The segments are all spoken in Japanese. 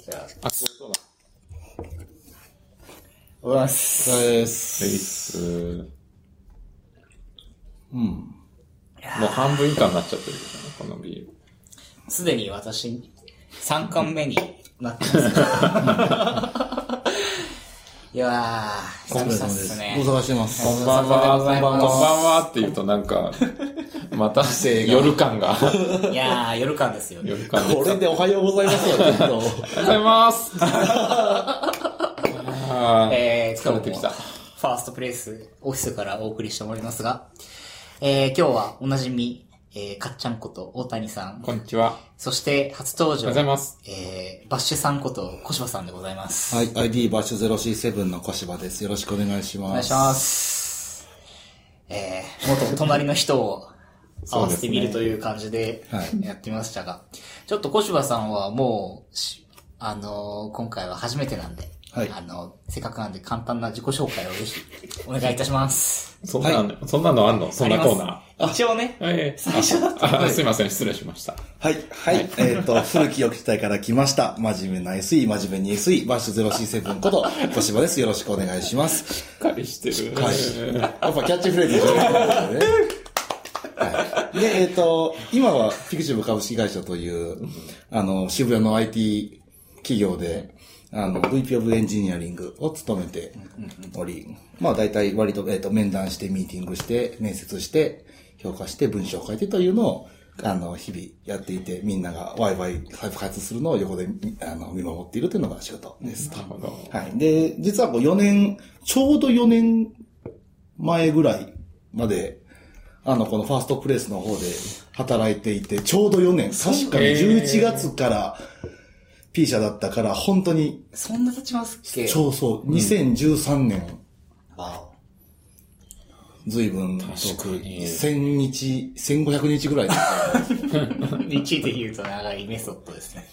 じゃあ、そうだ。 おはようございます。 おはようございます。もう半分以下になっちゃってるけどね、このビール。 すでに私、3巻目になってますから。いやー、久々っすね。 ご無沙汰してます。 こんばんは、こんばんはって言うとなんか、また夜感が。 いやー、夜感ですよ。 夜感です。 これでおはようございますよ、ちょっと。 おはようございます。疲れてきた。 ファーストプレイスオフィスからお送りしておりますが、今日はおなじみ、かっちゃんこと大谷さん。 こんにちは。 そして初登場。 おはようございます。 バッシュさんこと小柴さんでございます。 はい、ID バッシュ 0C7 の小柴です。よろしくお願いします。 お願いします。元隣の人を合わせてみるという感じでやってみましたが、ちょっと小柴さんはもう、今回は初めてなんで、 はい、 せっかくなんで簡単な自己紹介をぜひお願いいたします。 そんなのあんの？そんなコーナー。一応ね。 最初だった。すいません、失礼しました。 はい、はい。古き良き隊から来ました。真面目な SE、真面目に SE、バッシュ 0C7 こと小柴です。よろしくお願いします。 しっかりしてる。 はい。やっぱキャッチフレーズでしょね。はい。で、今はフィクシブ株式会社という、渋谷の IT 企業で、VP of エンジニアリングを務めており、まあ大体割と、面談してミーティングして、面接して、評価して文章を書いてというのを、日々やっていて、みんながワイワイ開発するのを横で、見守っているというのが仕事です。 なるほど。 はい。で、実はちょうど4年前ぐらいまで、このファーストプレイスの方で働いていて、ちょうど4年、確かに11月から、P 社だったから、本当に。 そんな経ちますっけ？ そう、2013年。随分遠く、1000日、1500日ぐらい。 日で言うと長いメソッドですね。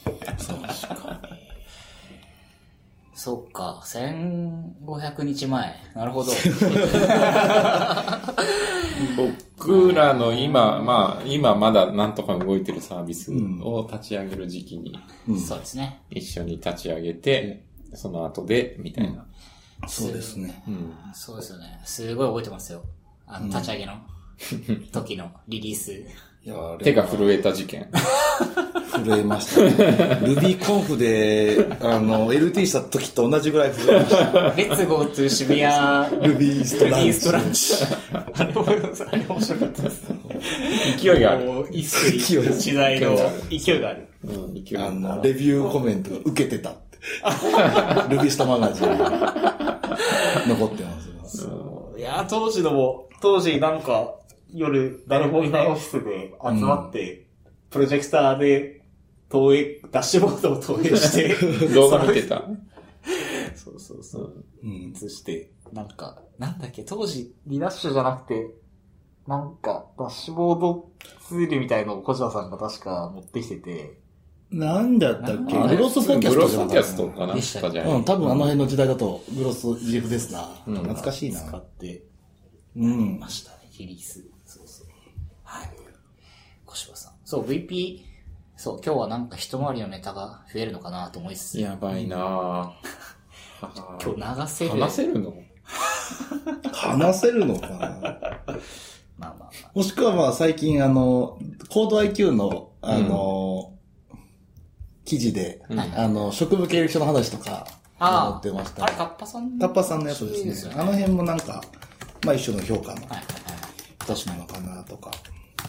そっか、1500日前。なるほど。 僕らの今まだなんとか動いてるサービスを立ち上げる時期に、 そうですね。 一緒に立ち上げて、その後で、みたいな。 そうですね。 そうですよね。すごい覚えてますよ。立ち上げの時のリリース。 いや手が震えた事件。 震えましたね。RubyConf で、LT した時と同じぐらい震えました。 レッツゴートゥ渋谷 Ruby ストランチ。 あれ面白かったです。 勢いがある。 時代の勢いがある。 レビューコメントが受けてたって。Ruby ストマガジンに残ってます。 いや、当時なんか、夜、誰もいないオフィスで集まって、プロジェクターで、ダッシュボードを投影して、 動画見てた。 そう。そして、なんだっけ、当時、リダッシュじゃなくて、なんか、ダッシュボードツールみたいのを小柴さんが確か持ってきてて、 なんだったっけ？グロスフォーキャストかな？ でしたっけ？ 多分あの辺の時代だと、グロス GF ですな。懐かしいな。 使って、ましたね、リリース。そう。はい。小柴さん。そう、VP、そう、今日はなんか一回りのネタが増えるのかなと思いつつ。 やばいなぁ。 今日流せる。 話せるの？ 話せるのかなまあ。 もしくはまあ最近コード IQ の記事で、職務経歴書の話とか、載ってました。 あれ、カッパさんのやつですね。あの辺もなんか、まあ一種の評価の一つなのかなとか。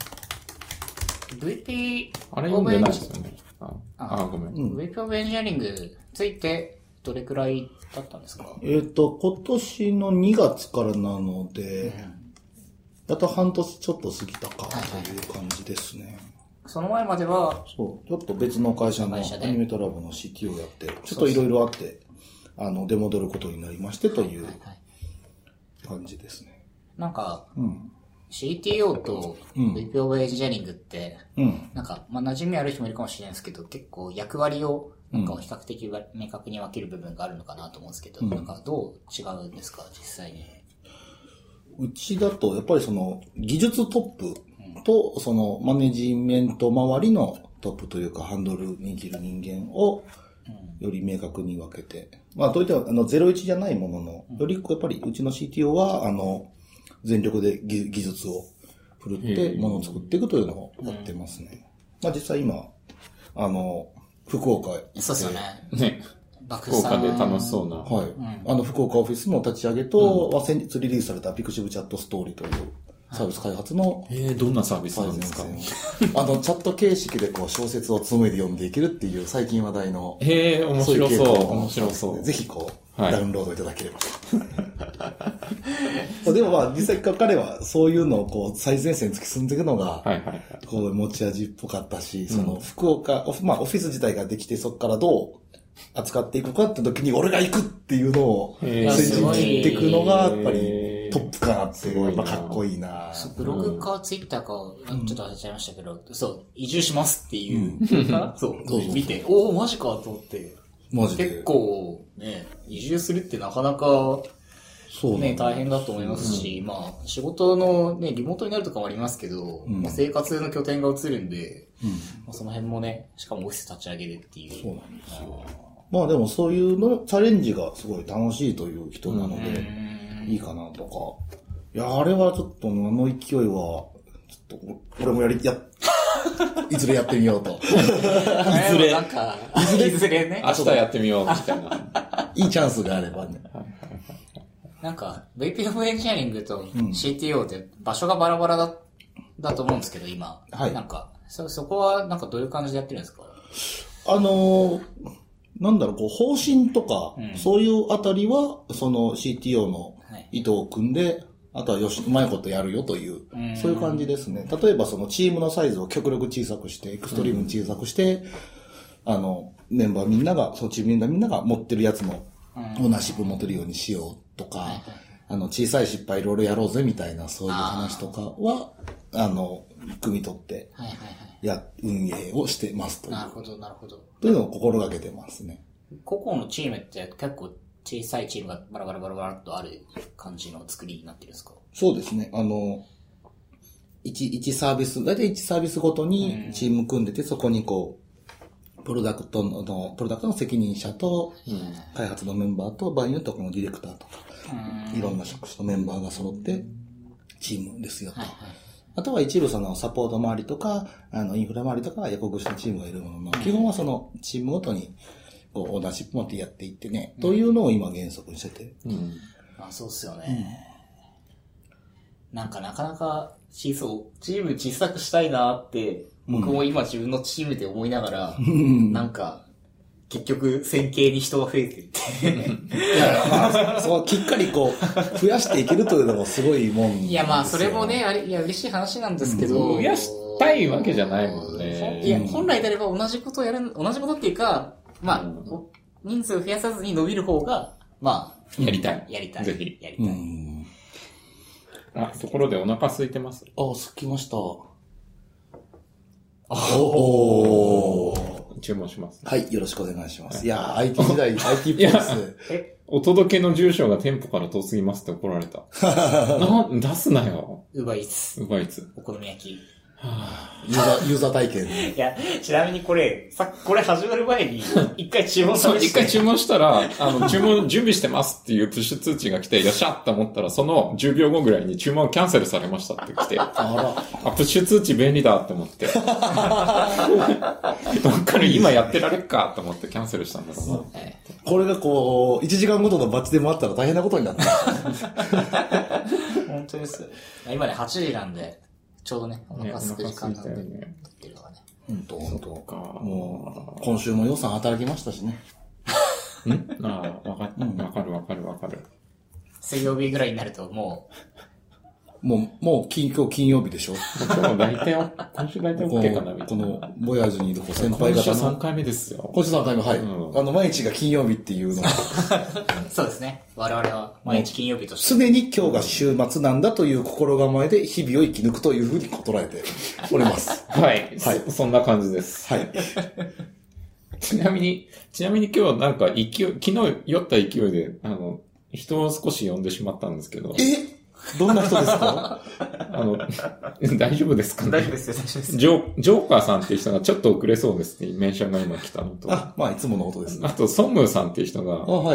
VP、 あれ読んでないですよね。ごめん。 VP of エンジニアリングついて、どれくらいだったんですか？ 今年の2月からなので、やっと半年ちょっと過ぎたかという感じですね。 その前までは、 そう、ちょっと別の会社のアニメートラボの CTO をやって、ちょっといろいろあって、出戻ることになりましてという感じですね。 なんか、CTO と VP of エンジニアリングって、なんか、まあ、馴染みある人もいるかもしれないですけど、結構役割を、なんか比較的明確に分ける部分があるのかなと思うんですけど、なんかどう違うんですか、実際に。 うちだと、やっぱりその、技術トップと、その、マネジメント周りのトップというか、ハンドル握る人間を、 より明確に分けて。まあ、といっては、01じゃないものの、よりやっぱりうちの CTO は、全力で技術を振るって、ものを作っていくというのをやってますね。まあ、実際今、福岡行って。 そうですよね。 ね。福岡で楽しそうな。 はい。福岡オフィスの立ち上げと、先日リリースされたピクシブチャットストーリーというサービス開発の。 どんなサービスなんですか？ チャット形式でこう小説を紡いで読んでいけるっていう最近話題の。 面白そう。面白そう。 ぜひダウンロードいただければ。でもまあ実際彼はそういうのを最前線に突き進んでいくのが、持ち味っぽかったし、その福岡、オフィス自体ができてそこからどう扱っていくかって時に俺が行くっていうのを先陣切っていくのがやっぱりトップかなってやっぱかっこいいな。 ブログかツイッターかちょっと忘れちゃいましたけど、移住しますっていう、見て、マジかと思って。 マジで。 結構ね、移住するってなかなかね、大変だと思いますし、まあ仕事のね、リモートになるとかもありますけど、生活の拠点が移るんで、その辺もね、しかもオフィス立ち上げるっていう。 そうなんですよ。まあでもそういうの、チャレンジがすごい楽しいという人なので、いいかなとか。いや、あれはちょっと勢いは、ちょっと、俺もいずれやってみようと。いずれ。なんか、いずれね。 明日やってみようみたいな。 いいチャンスがあればね。 なんか、VP of エンジニアリングと CTO って場所がバラバラだと思うんですけど、今。はい。なんか、そこはなんかどういう感じでやってるんですか？ なんだろう、方針とか、そういうあたりは、その CTO の意図を組んで、あとはうまいことやるよという、そういう感じですね。例えばそのチームのサイズを極力小さくして、エクストリームに小さくして、メンバーみんなが、そのチームみんなが持ってるやつのオーナーシップ持てるようにしようとか、小さい失敗いろいろやろうぜみたいな、そういう話とかは、汲み取って、運営をしてますという。 なるほど、なるほど。 というのを心がけてますね。 個々のチームって結構小さいチームがバラバラっとある感じの作りになってるんですか？ そうですね。1サービス、だいたい1サービスごとにチーム組んでて、そこにプロダクトの責任者と、開発のメンバーと、場合によってはこのディレクターとか、いろんな職種のメンバーが揃って、チームですよと。あとは一部そのサポート周りとか、インフラ周りとかは横串のチームがいるものの、基本はそのチームごとに、オーナーシップ持ってやっていってね、というのを今原則にしてて。 そうっすよね。なんかなかなかチーム小さくしたいなって、僕も今自分のチームで思いながら、なんか、結局、線形に人が増えていって。 いや、そう、きっかり増やしていけるというのもすごいもん。 いや、まあ、それもね、嬉しい話なんですけど。 増やしたいわけじゃないもんね。 いや、本来であれば同じことっていうか、まあ、人数を増やさずに伸びる方が、まあ、やりたい。 ぜひ。やりたい。 ところでお腹空いてます？ 空きました。 注文します。 はい、よろしくお願いします。いや、IT 時代、IT っぽいです。 お届けの住所が店舗から遠すぎますって怒られた。出すなよ。 ウーバーイーツ。お好み焼き。 ユーザー体験。 いや、ちなみにこれ始まる前に、一回注文一回注文したら、注文準備してますっていうプッシュ通知が来て、よっしゃって思ったら、その10秒後ぐらいに注文キャンセルされましたって来て、プッシュ通知便利だって思って。どっから今やってられっかって思ってキャンセルしたんです。 これが1時間ごとのバッチでもあったら大変なことになって本当です。今ね、8時なんで、ちょうどね、お腹すく時間なんで、っていうのがね。 本当か。もう、今週も予算働きましたしね。 わかる。 水曜日ぐらいになるともう今日金曜日でしょ？ 今週大体 OK かなみたいな。 この、ボヤージュにいる先輩方の。 今週3回目ですよ。 今週3回目、はい。毎日が金曜日っていうのが。 そうですね。我々は毎日金曜日として。 すでに今日が週末なんだという心構えで日々を生き抜くというふうに捉えております。 はい。そんな感じです。 はい。 ちなみに今日なんか昨日酔った勢いで、人を少し呼んでしまったんですけど。 どんな人ですか？ 大丈夫ですかね？ 大丈夫ですよ、大丈夫です。 ジョーカーさんっていう人がちょっと遅れそうですね。メンションが今来たのと。 まあ、いつものことですね。 あと、ソンムーさんっていう人が、 はい。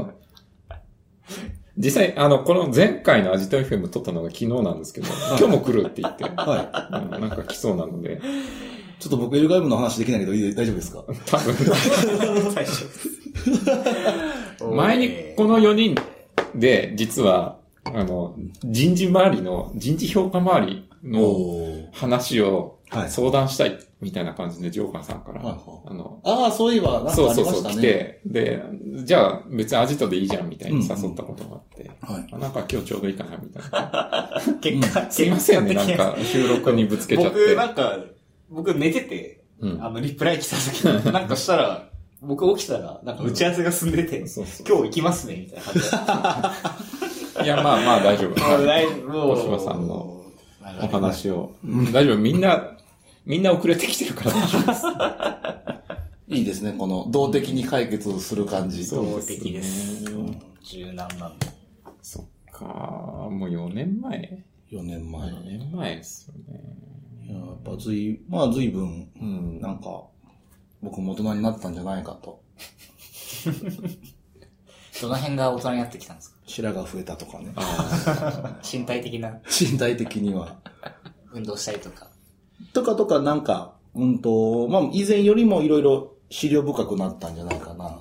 実際、この前回のアジト FM 撮ったのが昨日なんですけど、今日も来るって言って、 はい。 なんか来そうなので。 ちょっと僕、エルガイムの話できないけど、大丈夫ですか？ 多分。 大丈夫です。 前にこの4人で、実は、人事評価周りの話を相談したいみたいな感じで、ジョーカーさんから、 そういえば、なんかありましたね。 そう、来て、で、じゃあ別にアジトでいいじゃんみたいに誘ったことがあって、なんか今日ちょうどいいかなみたいな。 結果、 すいませんね、なんか収録にぶつけちゃって。 僕寝てて、リプライ来た時に、なんかしたら、僕起きたら、なんか打ち合わせが済んでて、今日行きますね、みたいな感じ。 いや、まあ大丈夫。 大丈夫。 大島さんのお話を。大丈夫、みんな遅れてきてるから大丈夫です。 いいですね、この動的に解決する感じ。 動的です。柔軟なんで。 そっか、もう4年前 ?4 年前。 4年前ですよね。 いや、やっぱ随分、なんか、僕も大人になったんじゃないかと。 どの辺が大人になってきたんですか？ 白が増えたとかね。 身体的な。 身体的には。 運動したりとか。 とかなんか、まあ、以前よりもいろいろ資料深くなったんじゃないかな。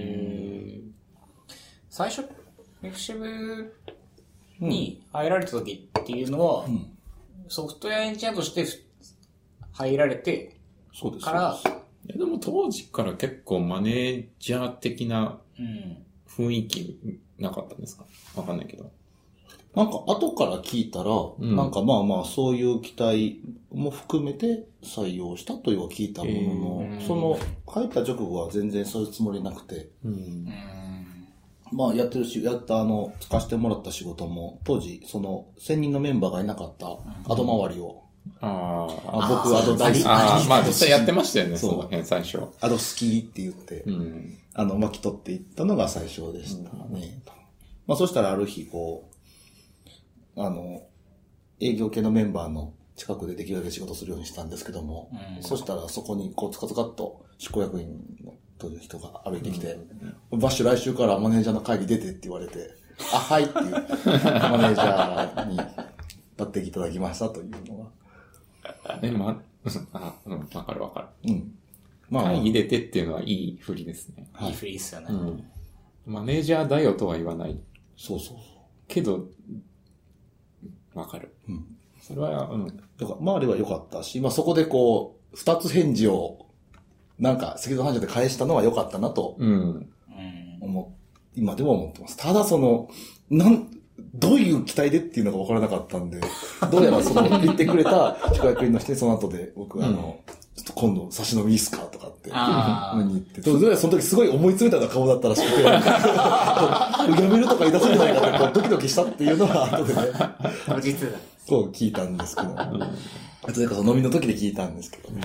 最初、エクシブに入られた時っていうのは、ソフトウェアエンジニアとして入られて、 そうです。 から、 でも当時から結構マネージャー的な雰囲気なかったんですか？わかんないけど。 なんか後から聞いたら、なんかまあそういう期待も含めて採用したというは聞いたものの、その入った直後は全然そういうつもりなくて、まあやってるし、使わせてもらった仕事も、当時その1000人のメンバーがいなかったアド周りを、僕アド大好き。 まあ実際やってましたよね、その辺最初。 アド好きって言って、巻き取っていったのが最初でしたね。まあそしたらある日営業系のメンバーの近くでできるだけ仕事するようにしたんですけども、そしたらそこにつかつかっと執行役員の人が歩いてきて、バッシュ来週からマネージャーの会議出てって言われて、はいっていうマネージャーに抜擢いただきましたというのは。 わかる。まあ、会議出てっていうのはいい振りですね。 いい振りですよね。 マネージャーだよとは言わない。 そう。 けど、わかる。それは、 だから、周りは良かったし、まあそこで二つ返事を、なんか、赤道繁盛で返したのは良かったなと、今でも思ってます。ただどういう期待でっていうのが分からなかったんで、どうやら言ってくれた執行役員の人にその後で、僕ちょっと今度差し飲みいいっすかとかって言って、どうやらその時すごい思い詰めたような顔だったらしくて、やめるとか言い出すんじゃないかってドキドキしたっていうのは後でね、 実はそう聞いたんですけど、というか飲みの時で聞いたんですけど、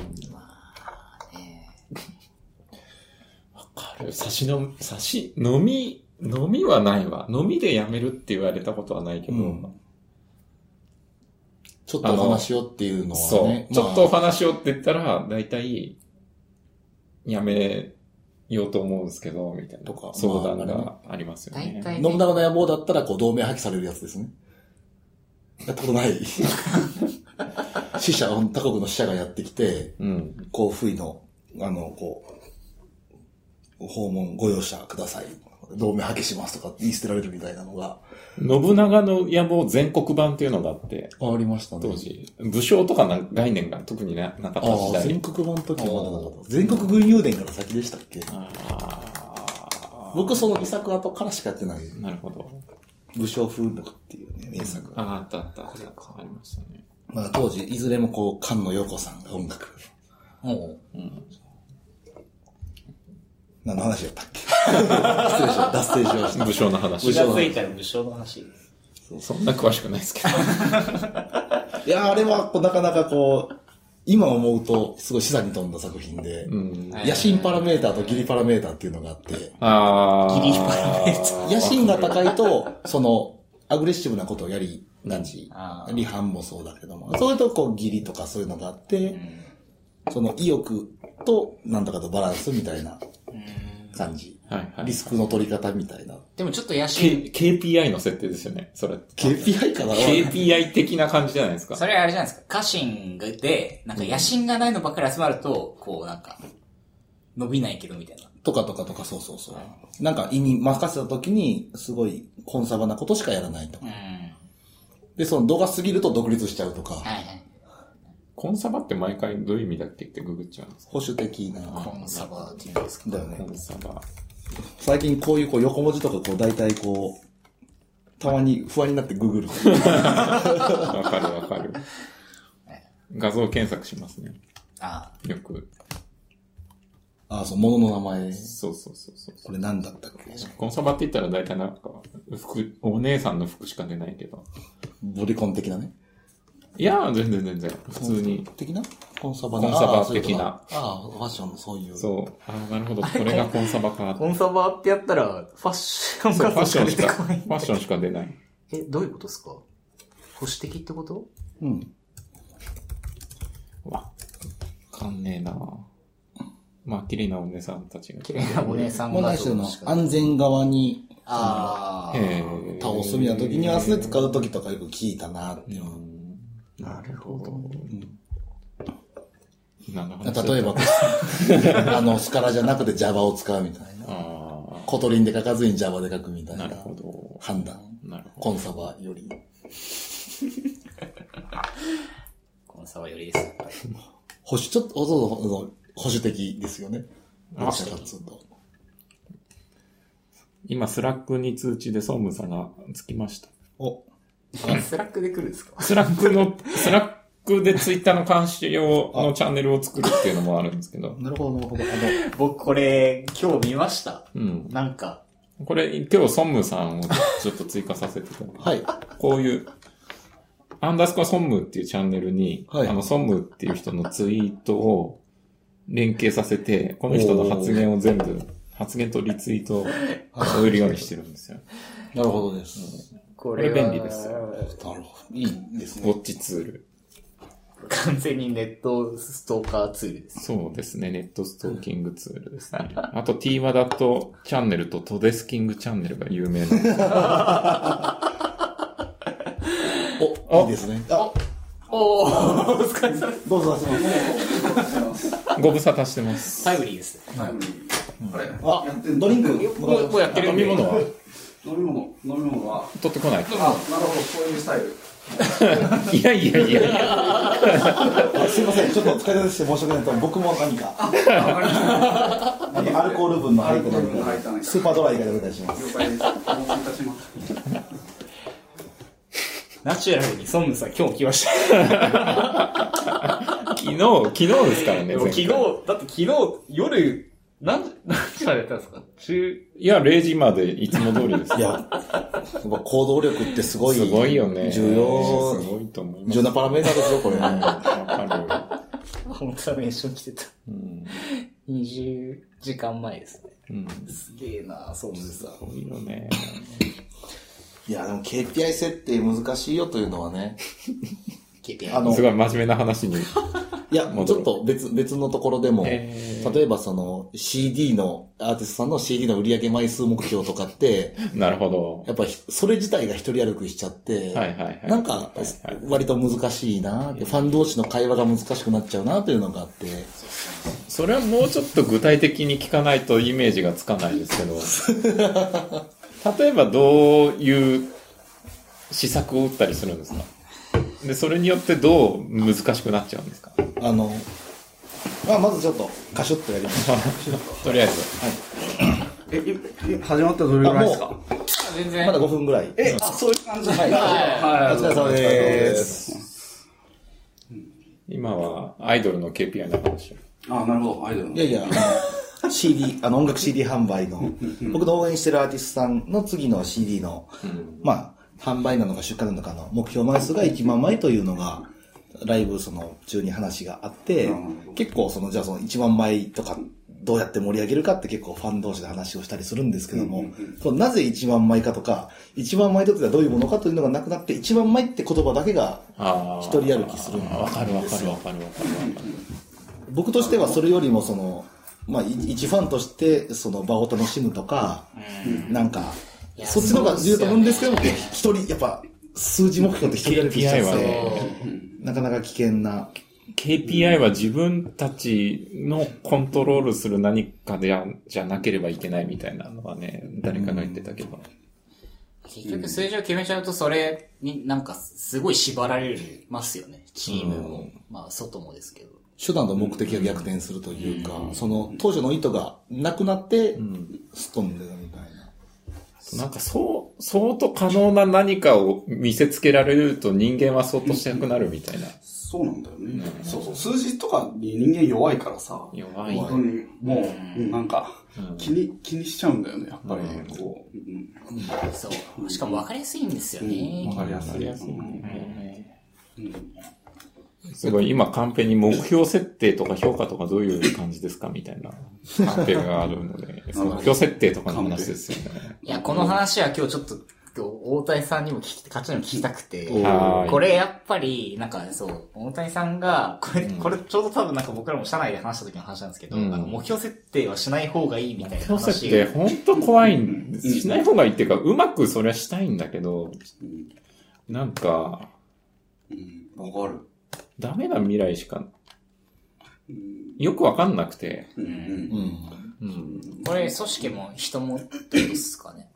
わかる。飲みはないわ。飲みでやめるって言われたことはないけど。 ちょっとお話をっていうのはね。 そう。ちょっとお話をって言ったら、だいたい、やめようと思うんですけど、みたいな。とか、相談がありますよね。 信長の野望だったら、同盟破棄されるやつですね。やったことない。他国の死者がやってきて、不意の、訪問ご容赦ください。同盟破棄しますとか言い捨てられるみたいなのが。 信長の野望全国版っていうのがあって。 ありましたね。 当時。武将とか概念が特になかった時代。 全国版の時はまだなかった。全国軍友伝から先でしたっけ？僕その遺作後からしかやってない。 なるほど。 武将風のっていうね、名作。 あった。ありましたね。 まあ当時、いずれも菅野陽子さんが音楽。何の話やったっけ？脱線しました。 武将の話。 気がついたら武将の話。 そんな詳しくないですけど。 いや、あれはなかなか今思うとすごい示唆に富んだ作品で、野心パラメーターとギリパラメーターっていうのがあって、 ギリパラメーター。 野心が高いと、 アグレッシブなことをやりがち。離反もそうだけども。そういうとこう、義理とかそういうのがあって、その意欲となんとかとバランスみたいな感じ。リスクの取り方みたいな。 でもちょっと野心。 KPI の設定ですよね、それ。 KPI かな ?KPI 的な感じじゃないですか。 それあれじゃないですか。家臣で、なんか野心がないのばっかり集まると、こうなんか、伸びないけどみたいな。 とか、そうそうそう。なんか意に任せた時に、すごいコンサバなことしかやらないとか。で、その度が過ぎると独立しちゃうとか。 コンサバって毎回どういう意味だっけってググっちゃうんですか？ 保守的な。 コンサバっていうんですか？ だよね。 コンサバ。 最近こういう横文字とか大体たまに不安になってググる。 わかる。画像検索しますね。よく。 そう、物の名前。 そう。 これ何だったっけ？ コンサバって言ったら大体なんか、お姉さんの服しか出ないけど。 ボディコン的なね。 いや全然。普通に。 的なコンサバ的な。 ファッションのそういう。 そう。なるほど。これがコンサバか。 コンサバってやったら、ファッションがしか出てこない。 ファッションしか出ない。 どういうことですか？保守的ってこと？ わかんねえな。綺麗なお姉さんたちが。 綺麗なお姉さんが。 安全側に、倒すみたいな時に合わせて使う時とかよく聞いたなっていうのは。 なるほど。 例えば、スカラじゃなくて Java を使うみたいな。コトリンで書かずに Java で書くみたいな判断。コンサバより。 コンサバよりです。 ちょっと、保守的ですよね。 今、スラックに通知で総務さんがつきました。 スラックで来るんですか？ スラックでツイッターの監視用のチャンネルを作るっていうのもあるんですけど。 なるほど。 僕これ、今日見ました。なんか。 これ、今日総務さんをちょっと追加させてください。こういう、アンダースコアソンムっていうチャンネルに、ソンムっていう人のツイートを連携させて、この人の発言を全部、発言とリツイートを追えるようにしてるんですよ。 なるほどです。 これ便利ですよ。 なるほど。いいですね。 ウォッチツール。 完全にネットストーカーツールです。 そうですね。ネットストーキングツールですね。あと T ワダットチャンネルとトデスキングチャンネルが有名なんです。 いいですね。 お疲れ様です。 どうぞ、すみません。ご無沙汰してます。 タイムリーです。 ドリンクもうやってる。 飲み物は飲み物は取ってこない。 なるほど、そういうスタイル。 いや。 すいません、ちょっと使い方して申し訳ないと、僕も何か。アルコール分の入ってないので、スーパードライがお願いします。 了解です。お待たせいたします。 ナチュラルにソンムさん今日来ました。 昨日ですからね。 だって昨日夜、何時までやったんですか？ いや、0時までいつも通りです。 いや、行動力ってすごい。 すごいよね。 重要。 すごいと思います。 重要なパラメーターですよ、これ。 わかる。本当は練習来てた。20時間前ですね。すげえな、そうですさ。 すごいよね。 いや、でも KPI 設定難しいよというのはね。 KPI。 すごい真面目な話に。 いや、ちょっと別のところでも、例えばその CD の、アーティストさんの CD の売上枚数目標とかって、 なるほど。 やっぱそれ自体が一人歩きしちゃって、なんか割と難しいなって、ファン同士の会話が難しくなっちゃうなというのがあって。 それはもうちょっと具体的に聞かないとイメージがつかないですけど、例えばどういう施策を打ったりするんですか？で、それによってどう難しくなっちゃうんですか？ まずちょっとカシュッとやります。 とりあえず。 はい。始まってどれぐらいですか？ 全然。 まだ5分ぐらい。 そういう感じで。 はい。お疲れ様です。 今はアイドルの KPI の話を。 なるほど、アイドルの。 いや、CD、音楽 CD 販売の、僕の応援してるアーティストさんの次の CD の、販売なのか出荷なのかの目標枚数が1万枚というのが、ライブ中に話があって、結構じゃあその1万枚とかどうやって盛り上げるかって結構ファン同士で話をしたりするんですけども、なぜ1万枚かとか、1万枚とってはどういうものかというのがなくなって、1万枚って言葉だけが一人歩きするんですよ。 わかる。 僕としてはそれよりも一ファンとして、場を楽しむとか、なんか、そっちの方が重要と思うんですけども、一人、やっぱ、数字目標って一人歩きしちゃって、なかなか危険な。 KPI は自分たちのコントロールする何かじゃなければいけないみたいなのはね、誰かが言ってたけど。 結局数字を決めちゃうとそれになんかすごい縛られますよね。チームも、外もですけど。 手段と目的が逆転するというか、当初の意図がなくなって、すっ飛んでるみたいな。 なんか相当可能な何かを見せつけられると人間は相当したくなるみたいな。 そうなんだよね。そう数字とかに人間弱いからさ。 弱い。 本当に、もう、なんか、気にしちゃうんだよね、やっぱりね、こう。 そう。しかも分かりやすいんですよね。 分かりやすい。 すごい、今カンペに目標設定とか評価とかどういう感じですかみたいなカンペがあるので、目標設定とかの話ですよね。 いや、この話は今日ちょっと、大谷さんにも勝ちにも聞きたくて、これやっぱり、なんかそう、大谷さんが、これちょうど多分なんか僕らも社内で話した時の話なんですけど、目標設定はしない方がいいみたいな話。 目標設定本当怖いんです。しない方がいいっていうか、うまくそれはしたいんだけど、なんか、 わかる。 ダメな未来しか、よくわかんなくて。 これ、組織も人もどうですかね。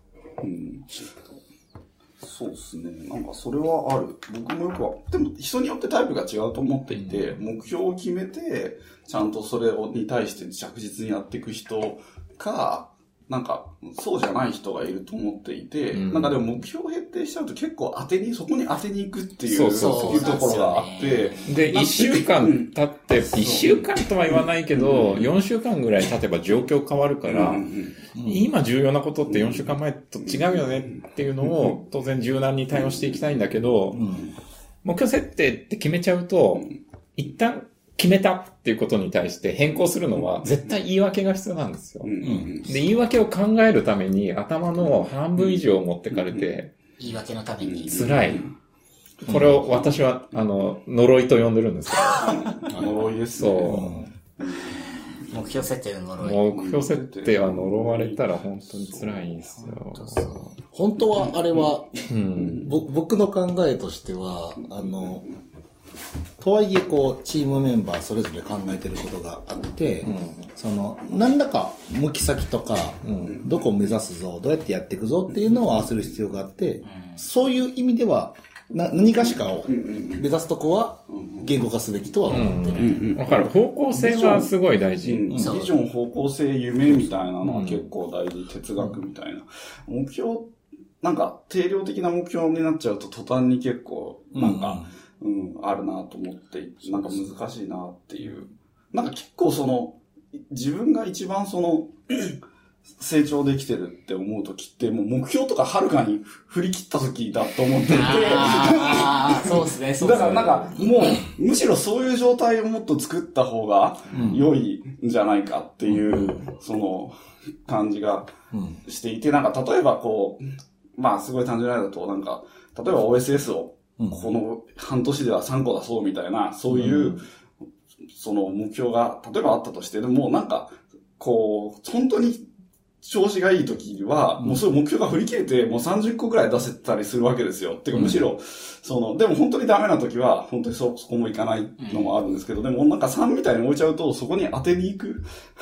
そうですね。なんかそれはある。僕もでも人によってタイプが違うと思っていて、目標を決めて、ちゃんとそれに対して着実にやっていく人か、なんか、そうじゃない人がいると思っていて、なんかでも目標を決定しちゃうと結構そこに当てに行くっていう、そういうところがあって。 で、1週間経って、1週間とは言わないけど、4週間ぐらい経てば状況変わるから、今重要なことって4週間前と違うよねっていうのを、当然柔軟に対応していきたいんだけど、目標設定って決めちゃうと、一旦、決めたっていうことに対して変更するのは絶対言い訳が必要なんですよ。で、言い訳を考えるために頭の半分以上を持ってかれて、 言い訳のために。 辛い。これを私は、呪いと呼んでるんですけど。呪いですね。そう。 目標設定の呪い。 目標設定は呪われたら本当に辛いんですよ。 本当はあれは、僕の考えとしては、とはいえチームメンバーそれぞれ考えてることがあって、何らか向き先とか、どこを目指すぞ、どうやってやっていくぞっていうのを合わせる必要があって、そういう意味では、何かしかを目指すとこは言語化すべきとは思ってる。 わかる。方向性はすごい大事。 ビジョン、方向性、夢みたいなのは結構大事。哲学みたいな。目標、なんか定量的な目標になっちゃうと途端に結構、なんか、あるなと思って、なんか難しいなっていう。なんか結構自分が一番成長できてるって思うときって、もう目標とかはるかに振り切ったときだと思っていて。 そうですね、そうですね。 だからなんか、もう、むしろそういう状態をもっと作った方が良いんじゃないかっていう、感じがしていて、なんか例えばすごい単純な例だと、なんか、例えば OSS を、この半年では3個出そうみたいな、そういう、目標が、例えばあったとして、でもなんか、本当に調子がいい時は、もうそういう目標が振り切れて、もう30個くらい出せたりするわけですよ。てかむしろ、でも本当にダメな時は、本当にそこもいかないのもあるんですけど、でもなんか3みたいに置いちゃうと、そこに当てに行く、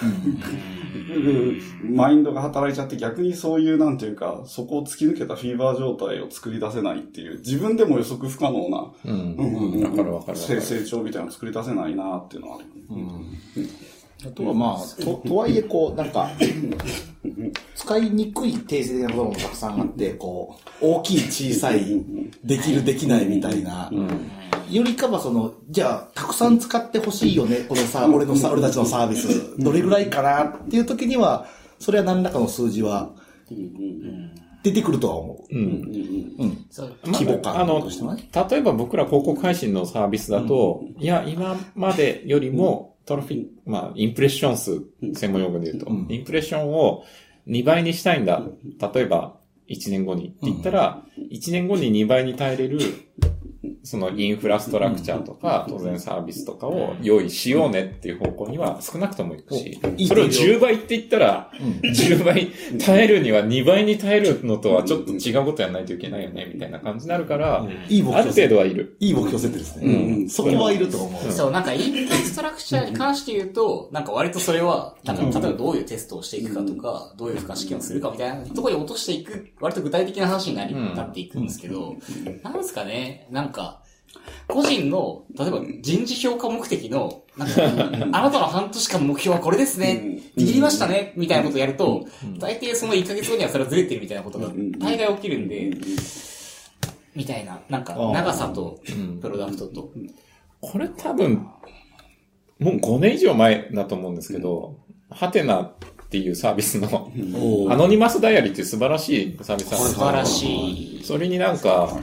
マインドが働いちゃって、逆にそういうなんていうか、そこを突き抜けたフィーバー状態を作り出せないっていう、自分でも予測不可能な、成長みたいなのを作り出せないなっていうのはある。 あとはとはいえなんか、使いにくい定性的なこともたくさんあって、大きい小さい、できるできないみたいな、よりかはじゃあ、たくさん使ってほしいよね、この俺たちのサービス、どれぐらいかなっていう時には、それは何らかの数字は、出てくるとは思う。規模感としてはね。 例えば僕ら広告配信のサービスだと、いや、今までよりも、 トロフィー、まあ、インプレッション数、専門用語で言うと、インプレッションを2倍にしたいんだ。例えば、1年後にって言ったら、1年後に2倍に耐えれる、そのインフラストラクチャーとか、当然サービスとかを用意しようねっていう方向には少なくともいくし、それを10倍って言ったら、10倍耐えるには2倍に耐えるのとはちょっと違うことやらないといけないよね、みたいな感じになるから、ある程度はいる。 いい目標設定ですね。そこはいると思う。 そう、なんかインストラクチャーに関して言うと、なんか割とそれは、なんか例えばどういうテストをしていくかとか、どういう付加試験をするかみたいなところに落としていく、割と具体的な話になっていくんですけど、なんですかね、なんか、個人の、例えば人事評価目的の、なんか、あなたの半年間の目標はこれですね、握りましたね、みたいなことをやると、大抵その1ヶ月後にはそれはずれてるみたいなことが大概起きるんで、みたいな、なんか、長さと、プロダクトと。 これ多分、もう5年以上前だと思うんですけど、ハテナっていうサービスの、アノニマスダイアリーっていう素晴らしいサービスなんですけど、 素晴らしい。 それになんか、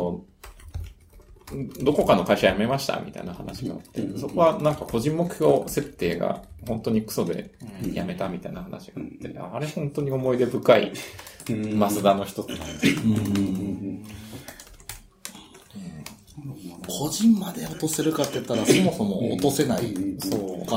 どこかの会社辞めましたみたいな話があって、そこはなんか個人目標設定が本当にクソで辞めたみたいな話があって、あれ本当に思い出深いマスダの一つなんです。 個人まで落とせるかって言ったらそもそも落とせないから、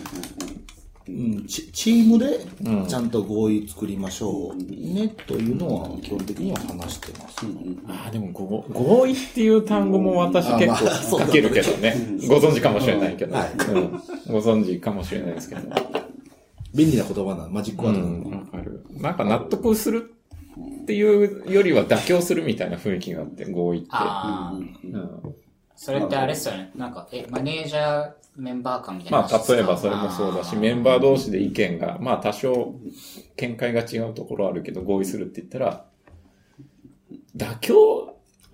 チームでちゃんと合意作りましょうねというのは基本的には話してます。 でも合意っていう単語も私結構書けるけどね。ご存知かもしれないけど。ご存知かもしれないですけど。 便利な言葉なマジックワードなのか。なんか納得するっていうよりは妥協するみたいな雰囲気があって、合意って。 それってあれっすよね。なんか、マネージャーメンバー間みたいな。 まあ、例えばそれもそうだし、メンバー同士で意見が、まあ多少、見解が違うところあるけど合意するって言ったら、妥協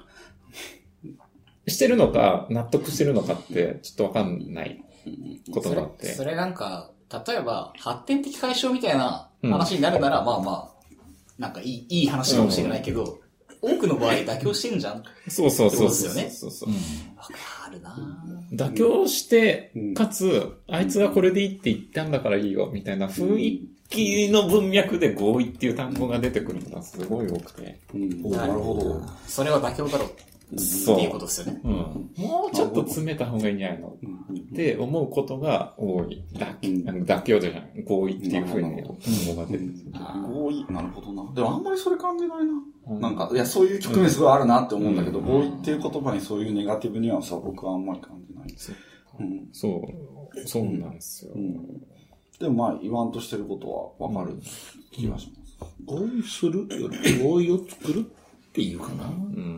してるのか、納得してるのかって、ちょっとわかんないことがあって。 それなんか、例えば、発展的解消みたいな話になるなら、まあまあ、なんかいい話かもしれないけど、多くの場合妥協してんじゃん。 そう。 わかるな妥協して、かつ、あいつがこれでいいって言ったんだからいいよ、みたいな雰囲気の文脈で合意っていう単語が出てくるのがすごい多くて。 なるほど。 それは妥協だろうっていうことですよね。 もうちょっと詰めた方がいいんじゃないのって思うことが多い。妥協じゃない。合意っていう風に単語が出てる。 合意、なるほどな。でもあんまりそれ感じないな。なんか、いや、そういう局面すごいあるなって思うんだけど、合意っていう言葉にそういうネガティブニュアンスは僕はあんまり感じないです。 そうなんですよ。 でもまあ、言わんとしてることはわかる気がします。 合意するより合意を作るっていうかな。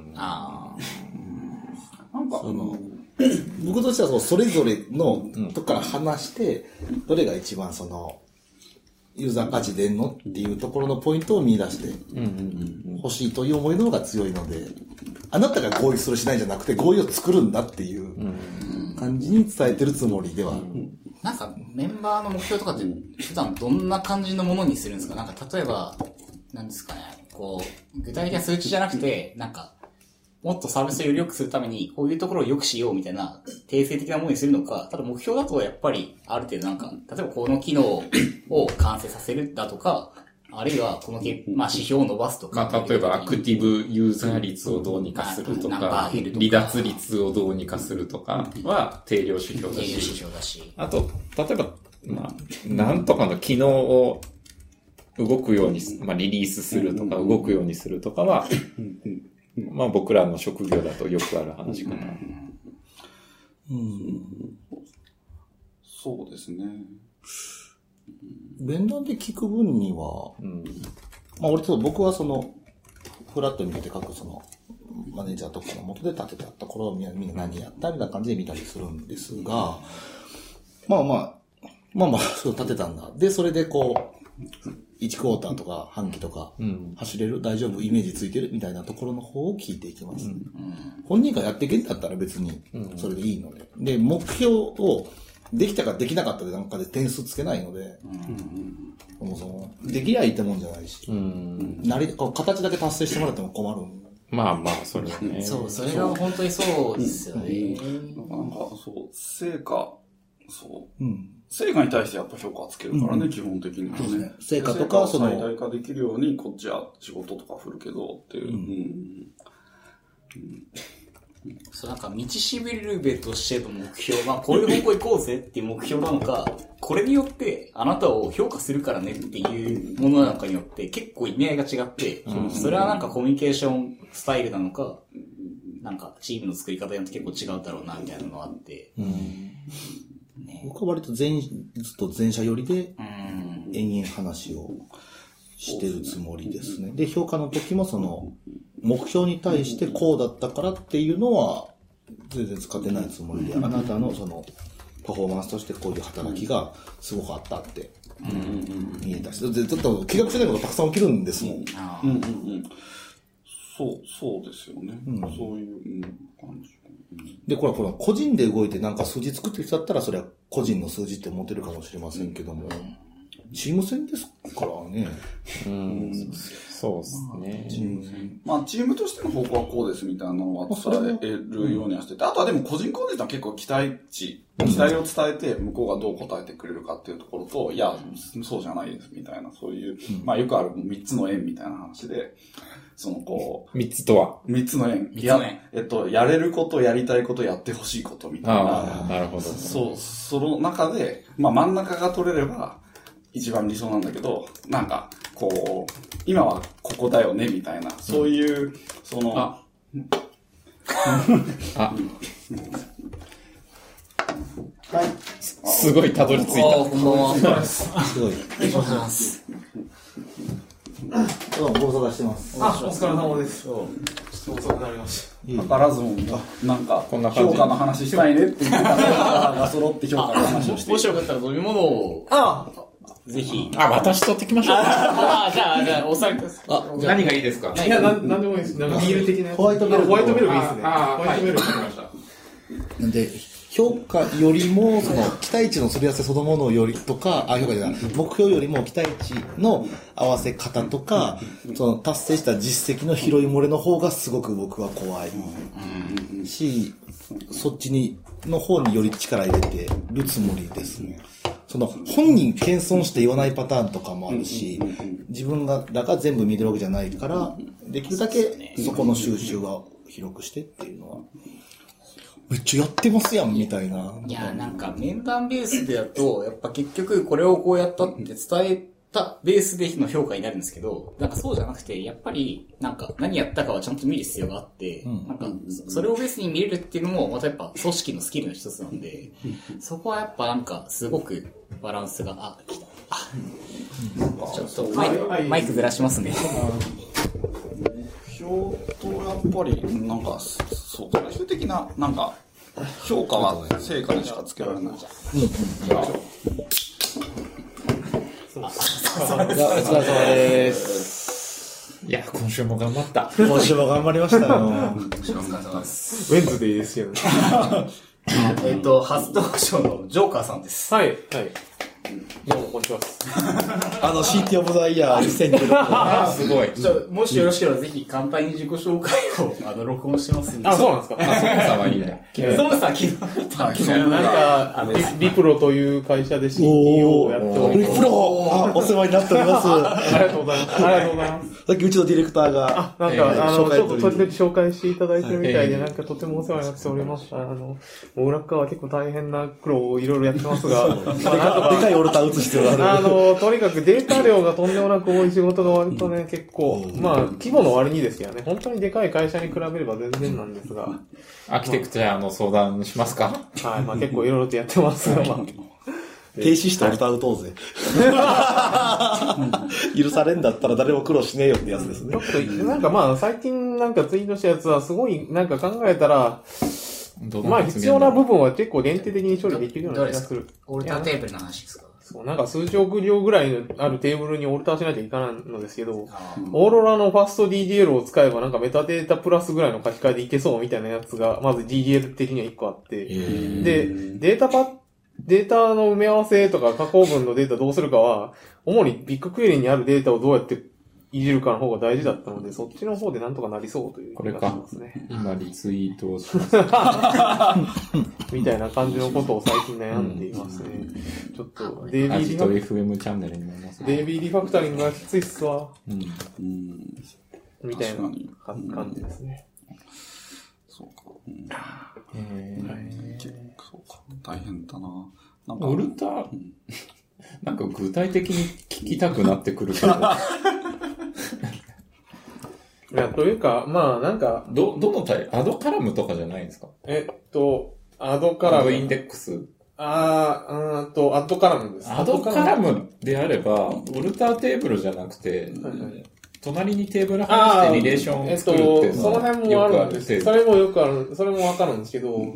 なんか、 僕としてはそれぞれのとこから話して、どれが一番ユーザー価値出んのっていうところのポイントを見出して欲しいという思いの方が強いので、あなたが合意するしないじゃなくて合意を作るんだっていう感じに伝えてるつもりでは。 なんかメンバーの目標とかって普段どんな感じのものにするんですか？なんか例えば、なんですかね、こう、具体的な数値じゃなくて、なんか、もっとサービスをより良くするために、こういうところを良くしようみたいな、定性的なものにするのか、ただ目標だとやっぱり、ある程度なんか、例えばこの機能を完成させるだとか、あるいはこの指標を伸ばすとか。 まあ、例えばアクティブユーザー率をどうにかするとか、離脱率をどうにかするとかは定量指標だし。あと、例えば、なんとかの機能を動くように、リリースするとか、動くようにするとかは、僕らの職業だとよくある話かな。 そうですね。 ベンダーで聞く分には、僕はフラットに見て各マネージャーとかの元で立てたところをみんな何やったみたいな感じで見たりするんですが、そう立てたんだ。で、それで1クォーターとか半期とか走れる、大丈夫、イメージついてるみたいなところの方を聞いていきます。本人がやっていけんだったら別にそれでいいので。で、目標をできたかできなかったでなんかで点数つけないので、そもそもできりゃいいってもんじゃないし、形だけ達成してもらっても困る。 それね。 そう、それが本当にそうですよね。 なんか、成果そう。成果に対してやっぱ評価をつけるからね、基本的にはね。 成果とか、 最大化できるように、こっちは仕事とか振るけど、っていう。 そう、なんか、道しるべとしての目標が、こういう方向行こうぜっていう目標なのか、これによってあなたを評価するからねっていうものなのかによって結構意味合いが違って、それはなんかコミュニケーションスタイルなのか、なんかチームの作り方によって結構違うだろうなみたいなのがあって、 僕は割とずっと前者寄りで延々話をしてるつもりですね。で、評価の時もその目標に対してこうだったからっていうのは全然使ってないつもりで、あなたのそのパフォーマンスとしてこういう働きがすごくあったって見えたし、ちょっと計画してないことたくさん起きるんですもん。 そうですよね。そういう感じ。 で、これは個人で動いてなんか数字作ってる人だったらそれは個人の数字って思ってるかもしれませんけども、チーム戦ですからね。 そうですね。 まあ、チームとしての方向はこうですみたいなのは伝えるようにはしてて、あとはでも個人個人は結構期待を伝えて向こうがどう答えてくれるかっていうところと、いや、そうじゃないですみたいな、そういう、まあよくある3つの円みたいな話で、その 3つとは ?3 つの円。やれること、やりたいこと、やってほしいことみたいな。 なるほど。 そう、その中で、まあ真ん中が取れれば、一番理想なんだけど、なんか、今はここだよね、みたいな、そういう、 はい。すごいたどり着いた。 こんばんは。 すごい。 ありがとうございます。 どうもご無沙汰してます。 お疲れ様です。遅くなりました。 図らずも、なんか、評価の話したいねって言ってたが揃って評価の話をして。 もしよかったら飲み物を。ぜひ。 私取ってきましょう。 じゃあ、お酒です。 何がいいですか？ いや、なんでもいいです。なんかビール的なやつ。 ホワイトベルホワイトベルがいいですね。 ホワイトベルわかりました。 なんで、評価よりも、その、期待値のすり合わせそのものよりとか、評価じゃない、目標よりも期待値の合わせ方とか、その、達成した実績の拾い漏れの方がすごく僕は怖い。し、そっちの方により力入れてるつもりですね。その、本人謙遜して言わないパターンとかもあるし、自分らが全部見てるわけじゃないから、できるだけそこの収集は広くしてっていうのは、めっちゃやってますやん、みたいな。 いや、なんか、面談ベースでだと、やっぱ結局これをこうやったって伝えたベースでの評価になるんですけど、なんかそうじゃなくて、やっぱり、なんか何やったかはちゃんと見る必要があって、なんか、それをベースに見れるっていうのも、またやっぱ組織のスキルの一つなんで、そこはやっぱなんか、すごくバランスが、来た。ちょっとマイクずらしますね。 目標とやっぱり、なんか、そう、最終的な、なんか、評価は成果にしかつけられない。 お疲れ様です。 いや、今週も頑張った。 今週も頑張りましたよ。 お疲れ様です。 ウェンズデーですけどね。 初登場のジョーカーさんです。 はい。どうも、こんにちは。 CT オブザイヤー2016。 すごい。 じゃあ、もしよろしければぜひ簡単に自己紹介を、録音しますんで。 そうなんですか。 ソムさんはいいね。 ソムさん昨日なんか、リプロという会社で CTO をやっております。 リプロお世話になっております。 ありがとうございます。ありがとうございます。 さっきうちのディレクターが、 なんか、ちょっと時々紹介していただいてるみたいで、なんかとてもお世話になっております。裏側は結構大変な苦労をいろいろやってますが、 でかいオルタ打つ必要がある。 とにかくデータ量がとんでもなく多い仕事が割とね、結構、規模の割にですけどね、本当にでかい会社に比べれば全然なんですが。 アーキテクチャの相談しますか？ はい、結構いろいろとやってますが、 停止してオルタ打とうぜ。許されんだったら誰も苦労しねえよってやつですね。 ちょっと、なんか最近なんかツイートしたやつはすごいなんか考えたら、必要な部分は結構限定的に処理できるような気がする。 オルターテーブルの話ですか？ そう、なんか数億量ぐらいあるテーブルにオルターしなきゃいかないのですけど、オーロラのファスト DDL を使えばなんかメタデータプラスぐらいの書き換えでいけそうみたいなやつが、まず DDL 的には1個あって、で、データの埋め合わせとか加工分のデータどうするかは、主にビッグクエリにあるデータをどうやっていじるかの方が大事だったので、そっちの方でなんとかなりそうという気がしますね。今リツイートをします。 みたいな感じのことを最近悩んでいますね。ちょっと、 デイビーリファクタリング。FM チャンネルになりますね。 デイビーリファクタリングがきついっすわ。みたいな感じですね。 そうか。そうか。大変だな。 なんかオルタ、なんか具体的に聞きたくなってくるけど。 いや、というか、まあなんか。 どのタイプアドカラムとかじゃないんですか？ アドカラム。 アドインデックス。 アドカラムです。 アドカラムであれば、オルターテーブルじゃなくて、隣にテーブル離してリレーションを作るっていうのはその辺もあるんです。それもよくある、それもわかるんですけど、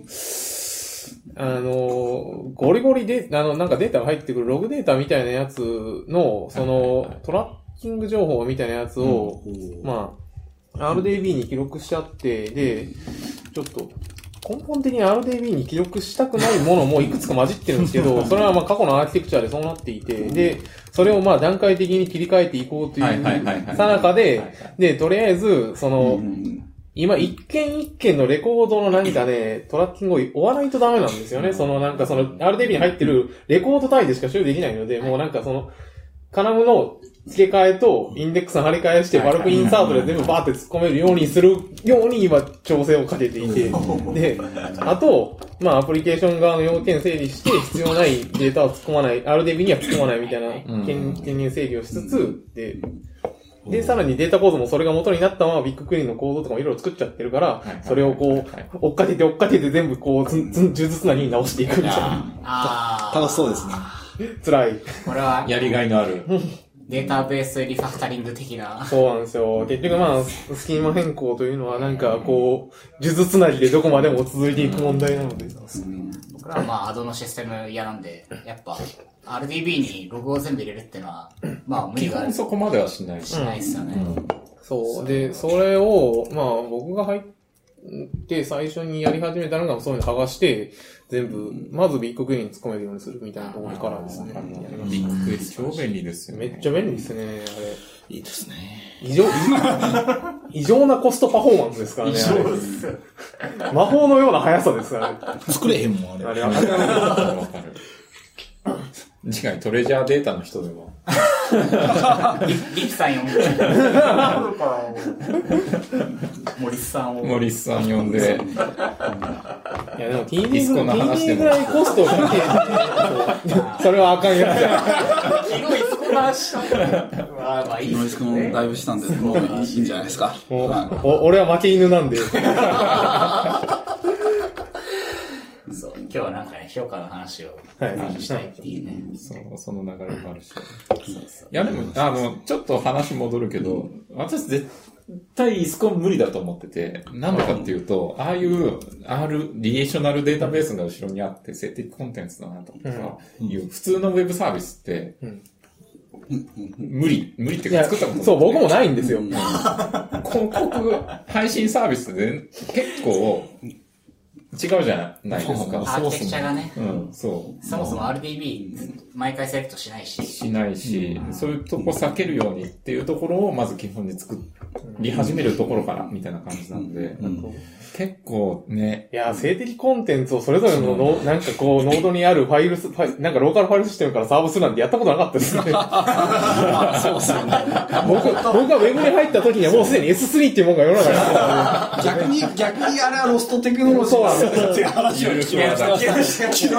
ゴリゴリで、なんかデータが入ってくるログデータみたいなやつの、トラッキング情報みたいなやつを、まあ、RDB に記録しちゃって、で、ちょっと、根本的に RDB に記録したくないものもいくつか混じってるんですけど、それはまあ過去のアーキテクチャでそうなっていて、で、それをまあ段階的に切り替えていこうというさなかで、で、とりあえず、今一件一件のレコードの何かね、トラッキングを追わないとダメなんですよね。RDB に入ってるレコード単位でしか処理できないので、もうなんかカラムの付け替えとインデックスの張り替えしてバルクインサートで全部バーって突っ込めるようにするように今調整をかけていて、で、あと、まあアプリケーション側の要件整理して必要ないデータを突っ込まない、RDB には突っ込まないみたいな権限整理をしつつ、で、さらにデータ構造もそれが元になったままビッグクリーンの構造とかもいろいろ作っちゃってるから、それをこう、追っかけて全部こう、数珠つなぎに直していくみたいな。 楽しそうですね。 辛い。 これは、 やりがいのある。 データベースリファクタリング的な。 そうなんですよ。結局まあ、スキーマ変更というのはなんかこう、数珠つなぎでどこまでも続いていく問題なので。 僕らはまあ、アドのシステム嫌なんで、やっぱ、RDB にログを全部入れるっていうのは、まあ無理がある。 基本そこまではしない。 しないですよね。 そう。で、それを、まあ僕が入って最初にやり始めたのがそういうの剥がして、全部、まずビッグクエリに突っ込めるようにするみたいなところからですね。 ビッグクエリ超便利ですよね。 めっちゃ便利ですね、あれ。 いいですね。 異常なコストパフォーマンスですからね、あれ。魔法のような速さですからね。 作れへんもん、あれ。 わかる。次回トレジャーデータの人でも。 リキさん呼んで。森さん呼んで。 いやでも TD ぐらいコストをかけそれはあかんやつだ。 昨日イスコの話したまあいいですね。ノイズだいぶしたんで、もういいんじゃないですか。 俺は負け犬なんで。 そう、今日はなんかね、評価の話をしたいっていうね。 その流れもあるし。いやでも、ちょっと話戻るけど、私絶対イスコン無理だと思ってて、なんでかっていうと、ああいうリレーショナルデータベースが後ろにあって、セティックコンテンツだなとかいう普通のウェブサービスって、無理っていうか作ったことない。 そう、僕もないんですよ。 広告配信サービスで結構、違うじゃないですか。 アーキテクチャがね。 そもそも RDB 毎回セレクトしないし。 そういうとこ避けるようにっていうところをまず基本に作り始めるところからみたいな感じなんで、結構ね。 いや、静的コンテンツをそれぞれのなんかこう、ノードにあるファイル、なんかローカルファイルシステムからサーブするなんてやったことなかったですね。 そうですよね。 僕がウェブに入った時にはもうすでに S3 っていうものが世の中にあった。逆にあれはロストテクノロジーだっていう話を聞きました。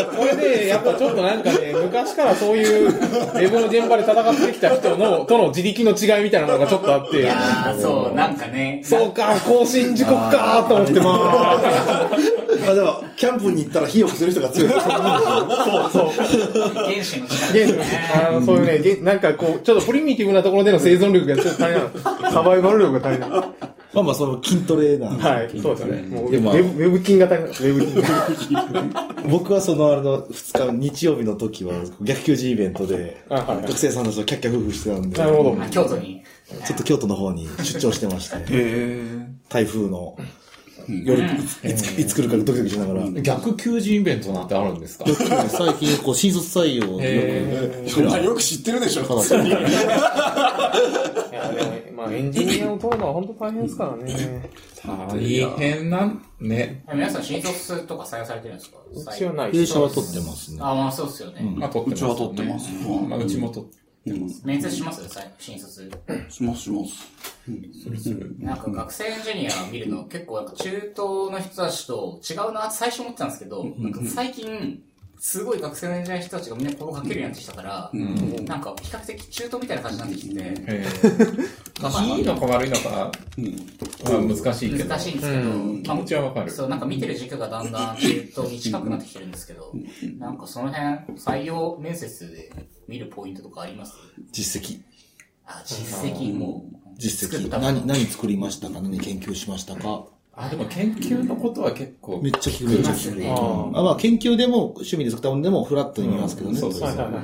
これで、やっぱちょっとなんかね、昔からそういうウェブの現場で戦ってきた人との自力の違いみたいなのがちょっとあって。 いやー、そう、なんかね。 そうか、更新時刻かーと思ってまあ、でも、キャンプに行ったら火をする人が強い。そう。 原始の力。 そういうね、なんかこう、ちょっとプリミティブなところでの生存力がちょっと足りない。サバイバル力が足りない。 まあその筋トレなんですね。 はい、そうですね。もうウェブ筋が足りない。ウェブ筋。 僕は2日、日曜日の時は逆球児イベントで、学生さんたちとキャッキャ夫婦してたんで。 なるほど。 京都に。 ちょっと京都の方に出張してまして。台風のよりいつ来るかドキドキしながら。 逆求人イベントなんてあるんですか？ 最近、新卒採用よく知ってるでしょ、 いや、でも、エンジニアを取るのは本当大変ですからね。 大変なんね。 皆さん新卒とか採用されてるんですか？ うちはない弊社は取ってますね。 まあそうっすよね。 うちは取ってます。 うちも取ってます。 面接します新卒。 します。 なんか学生エンジニア見るの結構なんか中東の人たちと違うなって最初思ってたんですけど、なんか最近、すごい学生のエンジニアの人たちがみんな声をかけるようになってきたから、なんか比較的中東みたいな感じになってきてて、 いいのか悪いのか、難しいけど。 難しいんですけど、 気持ちはわかる。 そう、なんか見てる軸がだんだん中東に近くなってきてるんですけど、なんかその辺、採用面接で見るポイントとかあります？ 実績。 実績も。 実績。何作りましたか？何研究しましたか？ でも研究のことは結構めっちゃ聞くね。まあ研究でも趣味で作ったものでもフラットに見ますけどね。 そう。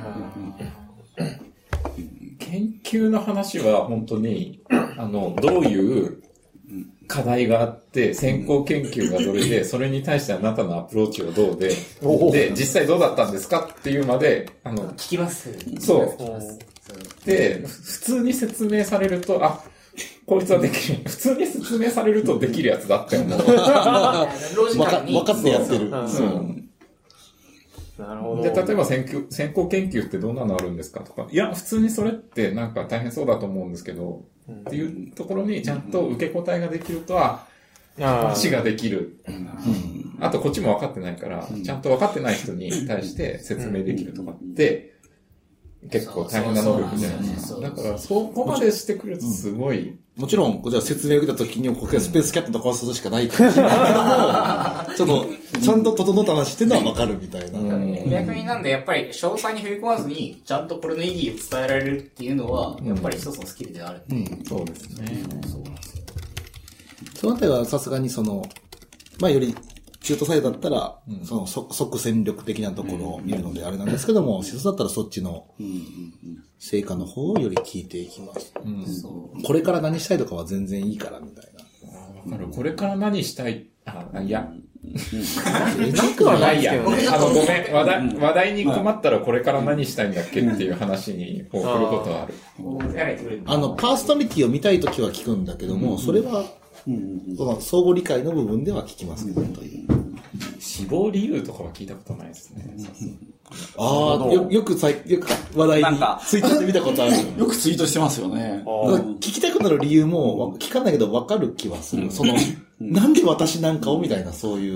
研究の話は本当にどういう課題があって先行研究がどれでそれに対してあなたのアプローチはどうで実際どうだったんですかっていうまで聞きます。 そう。で普通に説明されるとこいつはできる。普通に説明されるとできるやつだって思う。 分かってやってる。 なるほど。 で、例えば先行研究ってどんなのあるんですかとか、いや、普通にそれってなんか大変そうだと思うんですけど、っていうところにちゃんと受け答えができると話ができる。あとこっちも分かってないから、ちゃんと分かってない人に対して説明できるとかって、結構大変な能力じゃないですか。だから、そこまでしてくるとすごい。 もちろん、じゃあ説明を受けた時に、ここはスペースキャットとかわするしかないかもしれないけども、ちゃんと整った話っていうのはわかるみたいな。 逆になんで、やっぱり詳細に踏み込まずに、ちゃんとこれの意義を伝えられるっていうのは、やっぱり一つのスキルである。 そうですね。 そのあたりはさすがにより、中途採用だったら、即戦力的なところを見るのであれなんですけども、新卒だったらそっちの成果の方をより聞いていきます。これから何したいとかは全然いいからみたいな。 わかる。これから何したいいや。 なくはないや。 ごめん。話題に困ったらこれから何したいんだっけっていう話に振ることはある。 パーソナリティを見たいときは聞くんだけども、それは、相互理解の部分では聞きますけど、という。 死亡理由とかは聞いたことないですね。 よく話題にツイートして見たことある。 よくツイートしてますよね。 聞きたくなる理由も聞かないけど分かる気はする。なんで私なんかをみたいな、そういう、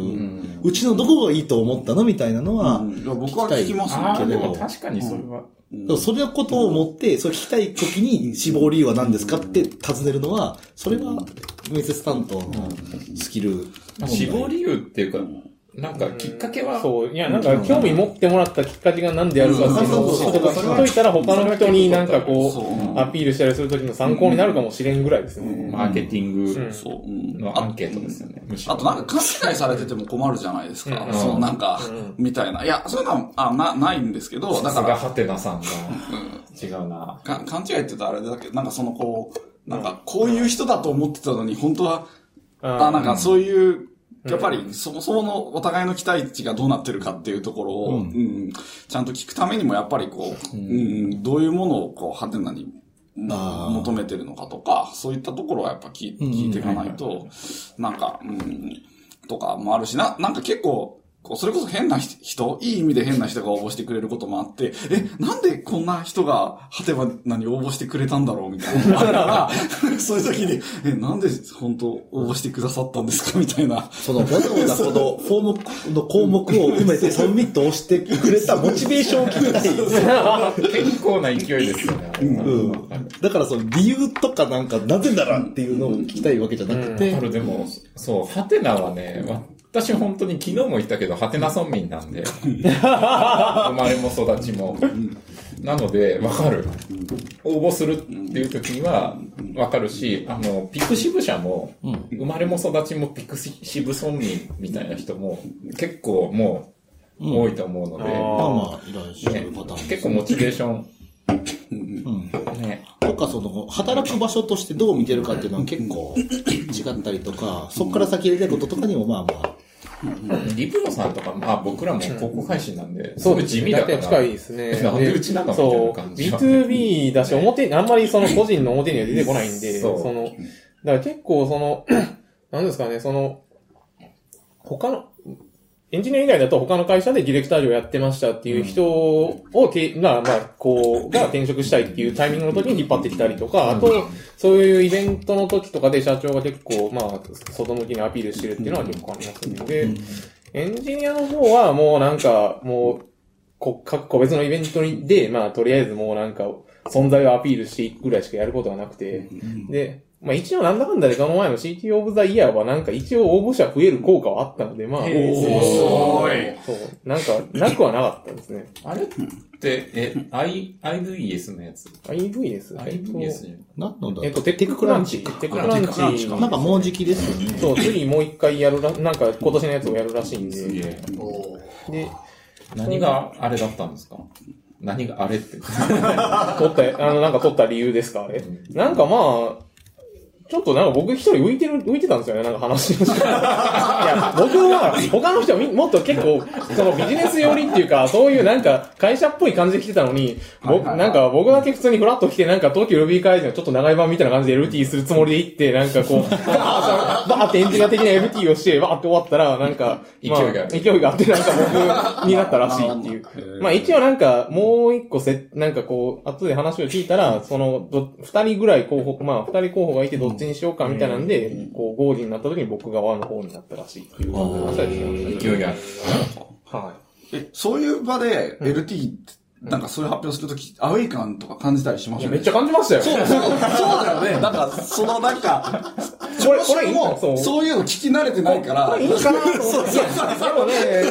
うちのどこがいいと思ったのみたいなのは、 僕は聞きますけど。でも確かにそれは。 それのことを思って、それ聞きたい時に死亡理由は何ですかって尋ねるのは、それは面接担当のスキル。 死亡理由っていうか、なんかきっかけは、 そう、いや、なんか興味持ってもらったきっかけが何であるかっていうのを知っといたら他の人になんかアピールしたりするときの参考になるかもしれんぐらいですね。 マーケティングのアンケートですよね。 あとなんか勘違いされてても困るじゃないですか。なんか、みたいな。いや、そういうのはないんですけど、だから。 ハテナさんが、違うな。 勘違いって言うとあれだけど、なんかなんかこういう人だと思ってたのに、本当は、なんかそういう、やっぱり、そもそものお互いの期待値がどうなってるかっていうところを、ちゃんと聞くためにも、やっぱりどういうものをハテナに求めてるのかとか、そういったところはやっぱ聞いていかないと、なんか、とかもあるしなんか結構、それこそ変な人、いい意味で変な人が応募してくれることもあって、なんでこんな人がハテナに応募してくれたんだろうみたいな。だから、そういう時に、なんで本当応募してくださったんですかみたいな。 わざわざこのフォームの項目を埋めてサブミットをしてくれたモチベーションを聞きたい。 結構な勢いですよね。 だから理由とかなんか、なぜならっていうのを聞きたいわけじゃなくて。 でも、そう、ハテナはね、私本当に昨日も言ったけど、ハテナ村民なんで。生まれも育ちも。なので、わかる。応募するっていう時には、わかるし、ピクシブ社も、生まれも育ちもピクシブ村民みたいな人も、結構もう、多いと思うので。 いらっしゃるパターン。 結構モチベーション。 こかその、働く場所としてどう見てるかっていうのは結構違ったりとか、そこから先入れてることとかにもまあまあ、 リプロさんとか、まあ僕らも広告配信なんで、 そう地味だから。 近いですね。 なんでうちなんだみたいな感じ。 そう、B2B だし、あんまりその個人の表には出てこないんで、だから結構なんですかね、他の、エンジニア以外だと他の会社でディレクター業やってましたっていう人が転職したいっていうタイミングの時に引っ張ってきたりとか、あと、そういうイベントの時とかで社長が結構、外向きにアピールしてるっていうのは結構ありますね。で、エンジニアの方はもう各個別のイベントで、とりあえずもう存在をアピールしていくぐらいしかやることがなくて、で、一応なんだかんだでこの前の CTO of the Year は一応応募者増える効果はあったので、すごい。そう、なくはなかったですね。 あれって、IVS のやつ ?IVS? IVS なんなんだテッククランチ。テッククランチ。 なんかもうじきですよね。 そう、次もう一回やる今年のやつをやるらしいんで。 で、何があれだったんですか？何があれって。 取った理由ですかあれ。ちょっと僕一人浮いてたんですよね、話のいや、僕は、他の人はもっと結構、ビジネス寄りっていうか、そういう会社っぽい感じで来てたのに、僕だけ普通にフラッと来て、東京 Ruby 会議のちょっと長い版みたいな感じで LT するつもりで行って、バーってエンジニア的な LT をして、バーって終わったら、勢いがあって、僕になったらしいっていう。一応もう一個後で話を聞いたら、二人ぐらい二人候補がいて、どっちにしようかみたいなんで、合議になった時に僕側の方になったらしいっていう話です勢いがある。 はい。 そういう場で LT、そういう発表するとき、アウェイ感とか感じたりしましたね。 めっちゃ感じましたよ。 そうだよね。これも、そういうの聞き慣れてないから。 いいかなと思って。でもね、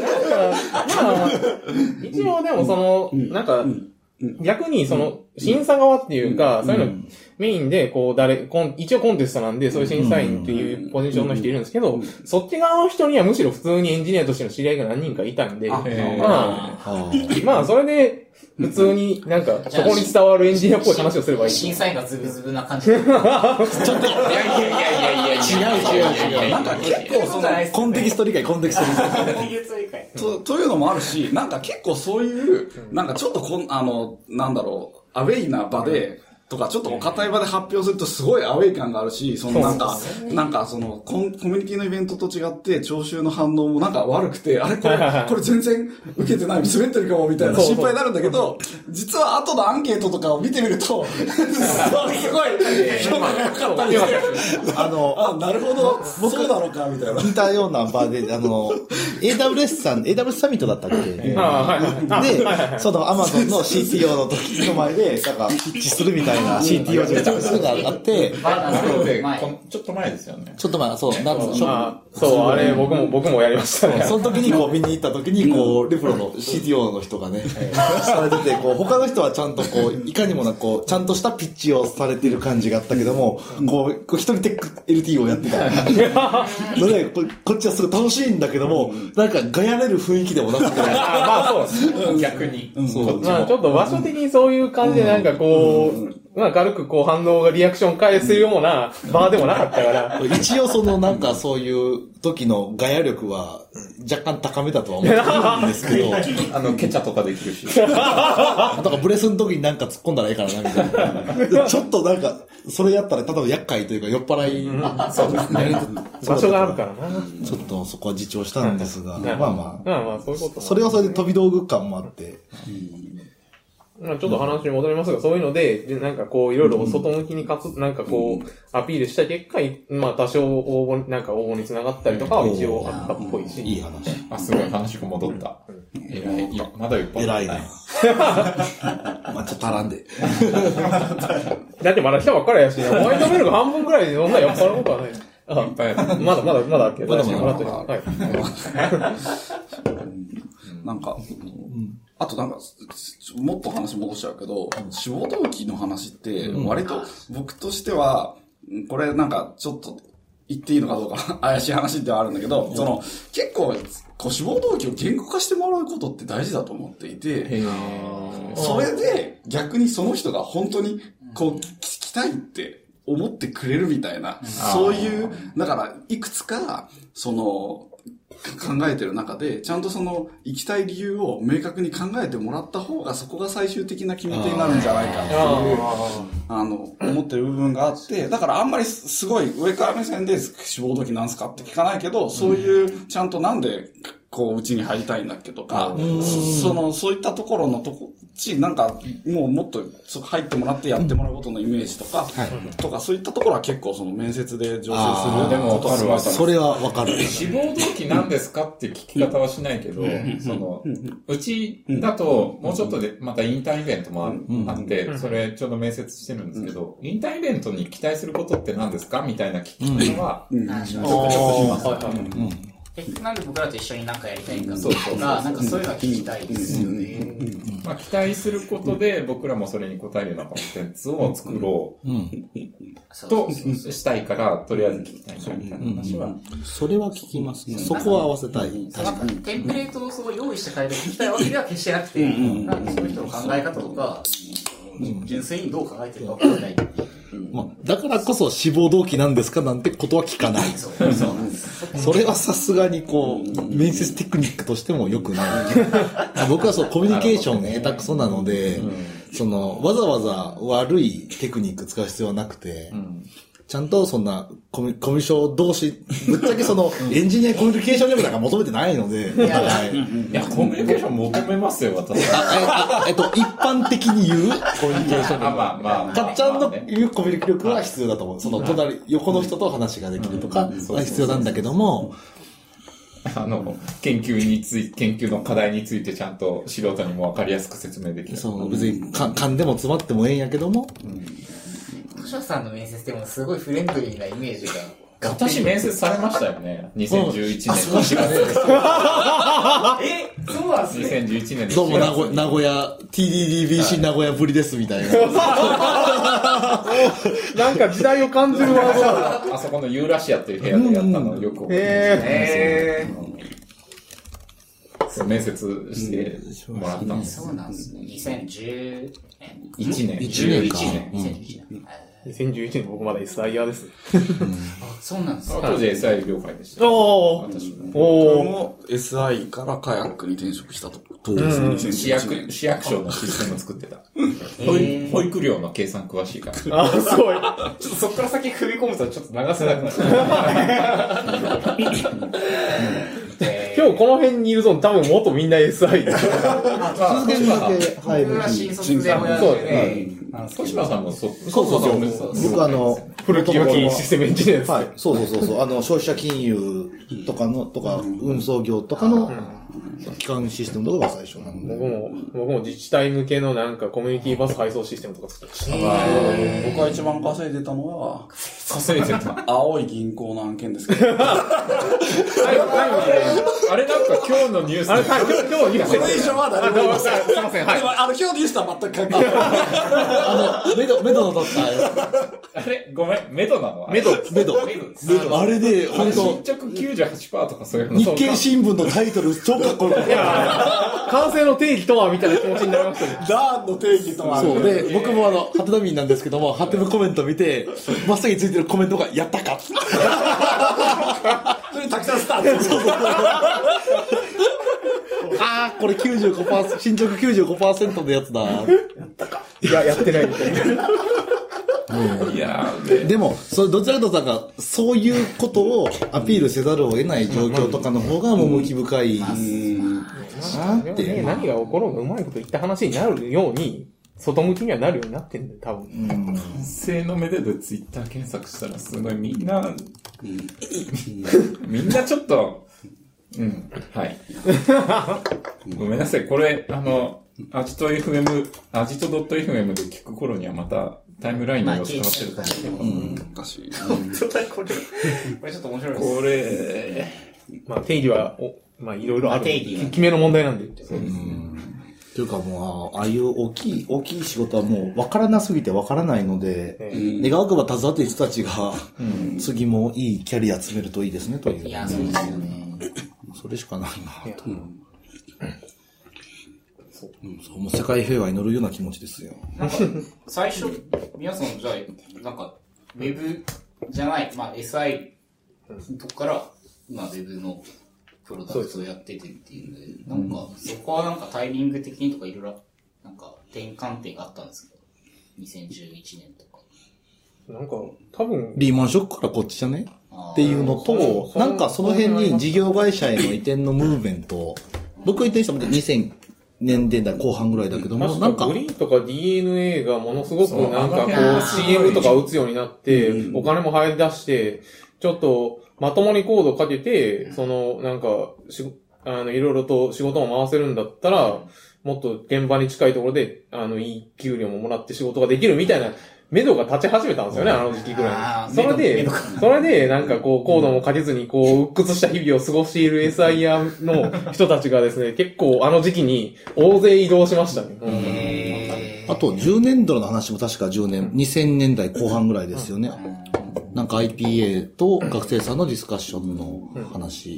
一応でも逆に審査側っていうか、そういうのメインで一応コンテストなんで、そういう審査員っていうポジションの人いるんですけど、そっち側の人にはむしろ普通にエンジニアとしての知り合いが何人かいたんで、それで、普通にそこに伝わるエンジニアっぽい話をすればいい。 審査員がズブズブな感じで。ちょっと、いや、 違う。結構コンテキスト理解。というのもあるし、結構そういう、ちょっとアウェイな場で、とか、ちょっとお堅い場で発表するとすごいアウェイ感があるし、コミュニティのイベントと違って、聴衆の反応も悪くて、あれこれ全然受けてない、滑ってるかもみたいな心配になるんだけど、実は後のアンケートとかを見てみると、すごい、評価が良かったりして、なるほど、そうなのか、みたいな。 似たような場で、AWS サミットだったっけで、Amazon の CTO の時の前で、ピッチするみたいな CTO じゃチャンスがあって、 ちょっと前ですよね。 ちょっと前、そう、 あれ、僕もやりましたね。 その時に見に行った時に、レプロの CTO の人がね、されてて、他の人はちゃんといかにもちゃんとしたピッチをされてる感じがあったけども、一人テック LT をやってたので、こっちはすごい楽しいんだけども、ガヤれる雰囲気でもなくて。 そう。 逆に。 ちょっと場所的にそういう感じで軽く反応がリアクション返せるような場でもなかったから。 一応そういう時のガヤ力は若干高めだとは思うんですけど。 ケチャとかできるし。 ブレスの時に突っ込んだらいいからな、みたいな。ちょっとそれやったら、例えば厄介というか酔っ払い。 そうですね。 場所があるからな。 ちょっとそこは自重したんですが、 まあ、そういうこと。 それはそれで飛び道具感もあって。 ちょっと話に戻りますが、そういうので、いろいろ外向きにアピールした結果、多少応募につながったりとかは一応あったっぽいし。 いい話。 すごい話が戻った。偉い。まだいっぱい。 偉いね。ちょっと足らんで。 だってまだ来たばっかりやし、ホワイトメールが半分ぐらいでそんな酔っ払うことはない。 いっぱいある。 まだあるけど。 はい。あともっと話戻しちゃうけど、志望動機の話って、割と僕としては、これちょっと言っていいのかどうか怪しい話ではあるんだけど、結構、志望動機を言語化してもらうことって大事だと思っていて、それで逆にその人が本当に、きたいって思ってくれるみたいな、そういう、だから、いくつか、考えてる中で、ちゃんと行きたい理由を明確に考えてもらった方が、そこが最終的な決め手になるんじゃないかっていう、思ってる部分があって、だからあんまりすごい上から目線で志望動機なんすかって聞かないけど、そういう、ちゃんとなんで、うちに入りたいんだっけとか、そういったところのなんか、もっと、入ってもらってやってもらうことのイメージとか、そういったところは結構面接で醸成する。 でも、 それはわかる。 志望動機何ですかって聞き方はしないけど、うちだと、もうちょっとで、またインターンイベントもあって、それちょうど面接してるんですけど、インターンイベントに期待することって何ですかみたいな聞き方は、ちょくちょくします。 なんで僕らと一緒に何かやりたいんだとか、なんかそういうのは聞きたいですよね。 まあ、期待することで、僕らもそれに応えるようなコンテンツを作ろうとしたいから、とりあえず聞きたいなみたいな話は。 それは聞きますね。そこは合わせたい。 確かに。テンプレートを用意して変えて聞きたいわけでは決してなくて、なんかその人の考え方とか、純粋にどう考えてるか分からない。 だからこそ志望動機なんですかなんてことは聞かない。それはさすがに面接テクニックとしても良くない。僕はコミュニケーション下手くそなので、わざわざ悪いテクニック使う必要はなくて、ちゃんとコミュ障同士、ぶっちゃけエンジニアコミュニケーションレベルなんか求めてないので。 いや、コミュニケーション求めますよ、私。 一般的に言うコミュニケーションレベル。かっちゃんの言うコミュニ力は必要だと思う。横の人と話ができるとか、は必要なんだけども、 研究の課題についてちゃんと素人にも分かりやすく説明できる。 別に勘でも詰まってもええんやけども、 図書さんの面接でもすごいフレンドリーなイメージが。 私面接されましたよね。2011年。 そうしかねそうなんですね。 2011年どうも名古屋、TDDBC 名古屋ぶりですみたいな。 なんか時代を感じるワードだ。 あそこのユーラシアっていう部屋でやったのをよく覚えてます。面接してもらったんです。 そうなんですね。2011 年。 2011年僕まだ SIR です。 そうなんですか。当時 SI 業界でした。 私も SI からカヤックに転職したと。 市役所のシステムを作ってた。保育料の計算詳しいから。 すごい。 ちょっとそこから先踏み込むとちょっと流せなくなる。 今日この辺にいるぞ多分元みんな SI です。 僕が新卒で親で、 小島さんもそう。 僕古き良きシステムエンジニアです。 はい。そう。消費者金融とか運送業とかの基幹システムとかが最初なんで。 僕も自治体向けのなんかコミュニティバス配送システムとか作ってました。 僕が一番稼いでたのは、 稼いでた青い銀行の案件ですけど。 あれなんか今日のニュース。 今日のニュース。 これ以上は誰も言いません。すいません。はい。今日のニュースとは全く関係ない。 メドの取った。 あれごめん、メドなのメド。あれで、本当進捗 98% とかそういうの。 日経新聞のタイトル超かっこよかった。 完成の定義とはみたいな気持ちになりましたね。 ダーンの定義とは。 そうで、僕もハテナミンなんですけども、ハテナコメント見て、真っ先についてるコメントが、やったかそれたくさんスタート。 これ95%、進捗 95% のやつだ。やったか。 いや、やってないみたいな。 いやでも、どちらかというと、そういうことをアピールせざるを得ない状況とかの方が趣深いなって。 何が起ころうがうまいこと言った話になるように、外向きにはなるようになってんだよ、多分。 完成の目でツイッター検索したらすごいみんなちょっと、はい。ごめんなさい、これ、アジト .fm で聞く頃にはまたタイムラインの様子変わってると思うけど。 おかしい。 これちょっと面白いです。 これ、 定義は、いろいろある。決めの問題なんで。 そうです。というかもう、ああいう大きい仕事はもう分からなすぎて分からないので、願わくば携わっている人たちが、次もいいキャリア積めるといいですね、という。 いや、そうですよね。 それしかないなと。 そう、もう世界平和に乗るような気持ちですよ。 なんか、最初、皆さんじゃあ、なんか、ウェブじゃない、まあ SI のとこから、今ウェブのプロダクトをやっててっていうんで、なんか、そこはなんかタイミング的にとかいろいろ、なんか、転換点があったんですけど、2011年とか。 なんか、多分。 リーマンショックからこっちじゃねっていうのと、なんかその辺に事業会社への移転のムーブメント、僕が移転したのって2000年代後半ぐらいだけども、 なんかグリーンとか DNA がものすごくなんかこう CM とか打つようになって、お金も入り出して、ちょっとまともにコードをかけて、そのなんかいろいろと仕事も回せるんだったら、もっと現場に近いところで、いい給料ももらって仕事ができるみたいな、目処が立ち始めたんですよね、あの時期ぐらいに。それで、なんかこう、コードもかけずに、こう、鬱屈した日々を過ごしている SIR の人たちがですね、結構あの時期に大勢移動しましたね。 あと、10年度の話も確か2000年代後半ぐらいですよね。なんか IPA と学生さんのディスカッションの話。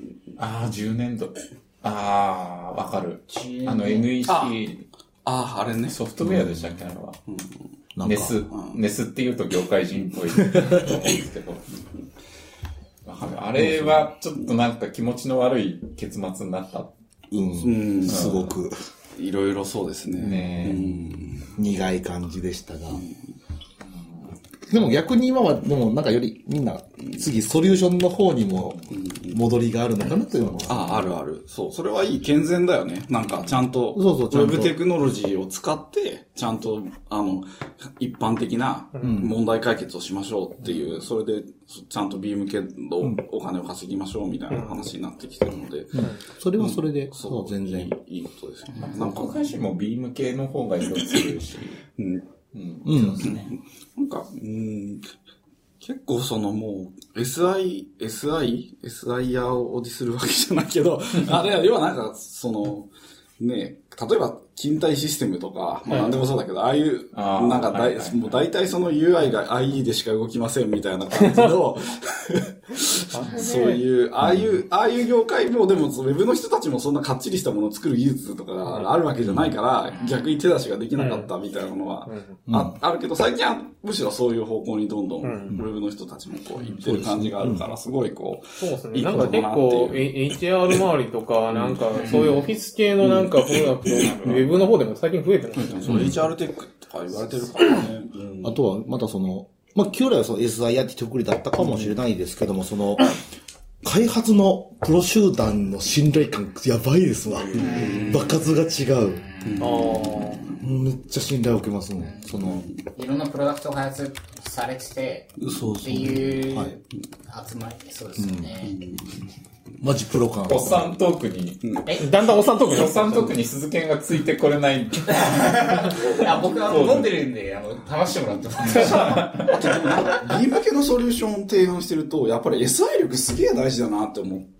10年度。わかる。NEC。 あれね。 ソフトウェアでしたっけ、あれは。ネスって言うと業界人っぽいと思うんですけど。あれはちょっとなんか気持ちの悪い結末になった。 すごく。 いろいろそうですね。 苦い感じでしたが。でも逆に今は、でもなんかよりみんな次ソリューションの方にも戻りがあるのかなというのは。 ある。そう。それはいい健全だよね。なんかちゃんと、ウェブテクノロジーを使って、ちゃんと、一般的な問題解決をしましょうっていう、それで、ちゃんとビーム系のお金を稼ぎましょうみたいな話になってきてるので。 それはそれで、そう、全然いいことですよね。 なんか、会社もビーム系の方が色強いし。 そうですね。 なんか、結構そのもう、SIR をディスるわけじゃないけど、あれは、要はなんか、その、ね、例えば、勤怠システムとか、まあ何でもそうだけど、ああいう、なんかもう大体その UI が IE でしか動きませんみたいな感じの、そういう、ああいう業界も、でも、ウェブの人たちもそんなかっちりしたものを作る技術とかがあるわけじゃないから、逆に手出しができなかったみたいなのは、あるけど、最近はむしろそういう方向にどんどん、ウェブの人たちもこう、行ってる感じがあるから、すごいこう、 そうですね。なんか結構、HR 周りとか、なんか、そういうオフィス系のなんか、プロダクト、ウェブの方でも最近増えてますね。 そう、HR テックとか言われてるからね。 あとは、またその、旧来はその SIR ってくりだったかもしれないですけども、その、開発のプロ集団の信頼感やばいですわ。爆発が違う。めっちゃ信頼を受けますね。その、 いろんなプロダクト開発されてて、っていう集まり、そうですよね。 マジプロ感。 おっさんトークに、 だんだんおっさんトークに鈴剣がついてこれない。 僕飲んでるんで、試してもらってます。 あとでもなんか、ビーム系のソリューションを提案してると、やっぱり SI 力すげえ大事だなって思って、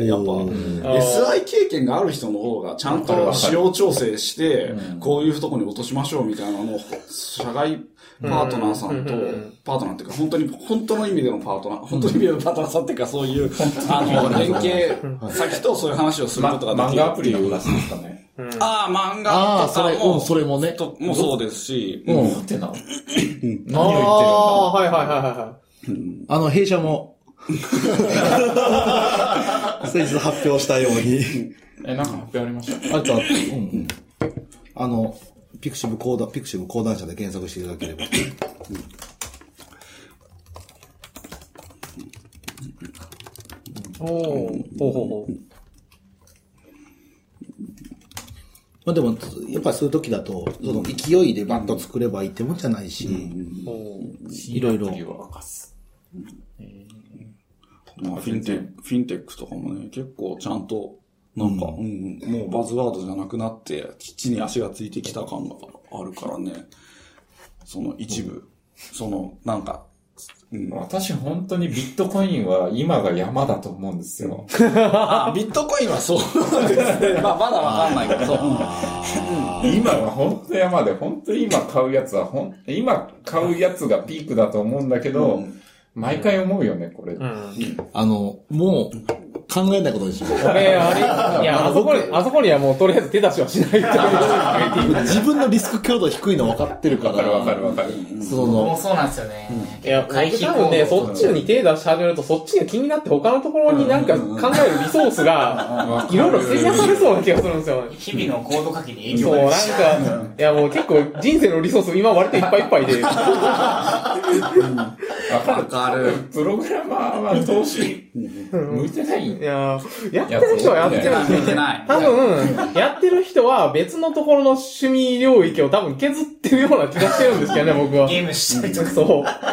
やっぱ、SI 経験がある人の方がちゃんと仕様調整して、こういうとこに落としましょうみたいなのを、社外パートナーさんと、パートナーっていうか、本当の意味でのパートナー、本当の意味でのパートナーさんっていうか、そういう、連携先とそういう話をすることができる。 漫画アプリの話ですかね。 漫画とかも、 それもね。 もそうですし、 何を言ってんだはい。 弊社も、先日発表したように。 なんか発表ありましたあと、ピクシブ講談社で検索していただければ。でも、やっぱりそういう時だと、その勢いでバンと作ればいいってもんじゃないし、いろいろ。 フィンテックとかもね、結構ちゃんと、なんか、もうバズワードじゃなくなって、地に足がついてきた感があるからね。その一部、なんか、 私本当にビットコインは今が山だと思うんですよ。 ビットコインはそうですね。まだわかんないけど。 今は本当山で、本当に今買うやつは今買うやつがピークだと思うんだけど、毎回思うよね、これ。 もう、 考えないことにしよう。 いや、あそこにはもうとりあえず手出しはしないっていう。 自分のリスク強度低いの分かってるから。 わかる。 もうそうなんですよね。 いや、多分ね、そっちに手出し始めると、そっちが気になって他のところになんか考えるリソースが、いろいろ制約されそうな気がするんですよ。 日々のコード書きに影響がある。そう、なんか、いやもう結構人生のリソース今割といっぱいいっぱいで。 わかる。プログラマーは投資、向いてない。 いや、やってる人はやってる。 向いてない。 多分、やってる人は別のところの趣味領域を多分削ってるような気がしてるんですけどね、僕は。 ゲームしたりとか。 そう。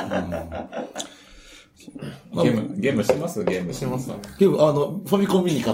ゲームしてます？ゲームしてます。 ゲーム、ファミコンミニ買った。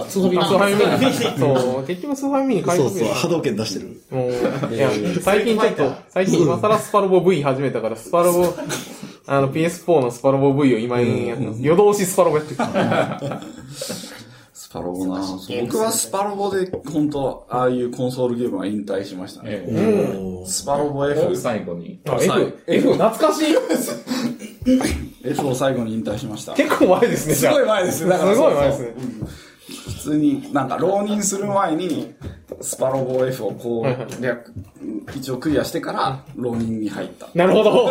スーファミミニ。そう、結局スーファミミニ買いそう、波動拳出してる。 もう、いや、最近今更スパロボ V 始めたから、スパロボ、PS4 のスパロボ V を今やってます。夜通しスパロボやってる。 スパロボな僕はスパロボで、本当ああいうコンソールゲームは引退しましたね。スパロボ F。 最後に。 F 懐かしい F を最後に引退しました。 結構前ですね、 すごい前ですね。 すごい前ですね。 普通になんか浪人する前にスパロボ F をこう一応クリアしてから浪人に入った。 なるほど。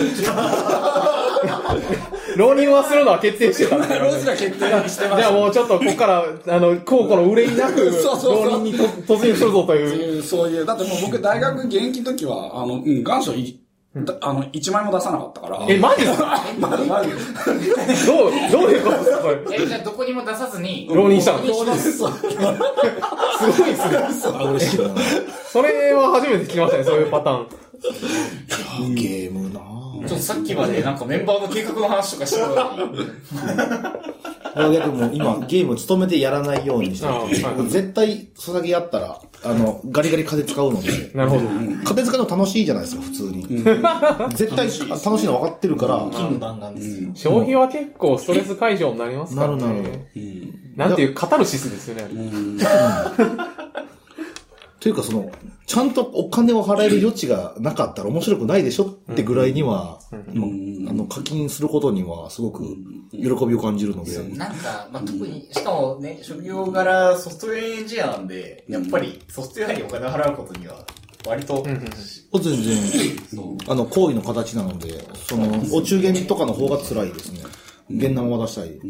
浪人はするのは決定してた。 浪人は決定してました。 じゃあもうちょっとここから高校の憂いなく浪人に突入するぞという。 そういうだってもう僕大学現役の時は願書1枚も出さなかったから。 マジですか？ マジどういうことですかこれ？ じゃあどこにも出さずに浪人したの？ そうです。 すごいっすね。 嬉しいな。 それは初めて聞きましたね、そういうパターン。ゲームなちょっとさっきまでなんかメンバーの計画の話とかしてたのに。 逆も今ゲーム勤めてやらないようにしてて、絶対それだけやったらガリガリ金使うので。 なるほど。 金使うの楽しいじゃないですか普通に。絶対楽しいの分かってるから。 金番なんですよ。 消費は結構ストレス解消になりますからね。 なる。 なんていうカタルシスですよね。 というかちゃんとお金を払える余地がなかったら面白くないでしょってぐらいには、課金することにはすごく喜びを感じるので。 なんか、特に、しかもね、職業柄ソフトウェアエンジニアなんで、やっぱりソフトウェアにお金を払うことには、割と。 全然、行為の形なので、お中元とかの方が辛いですね。現ナマ渡したい。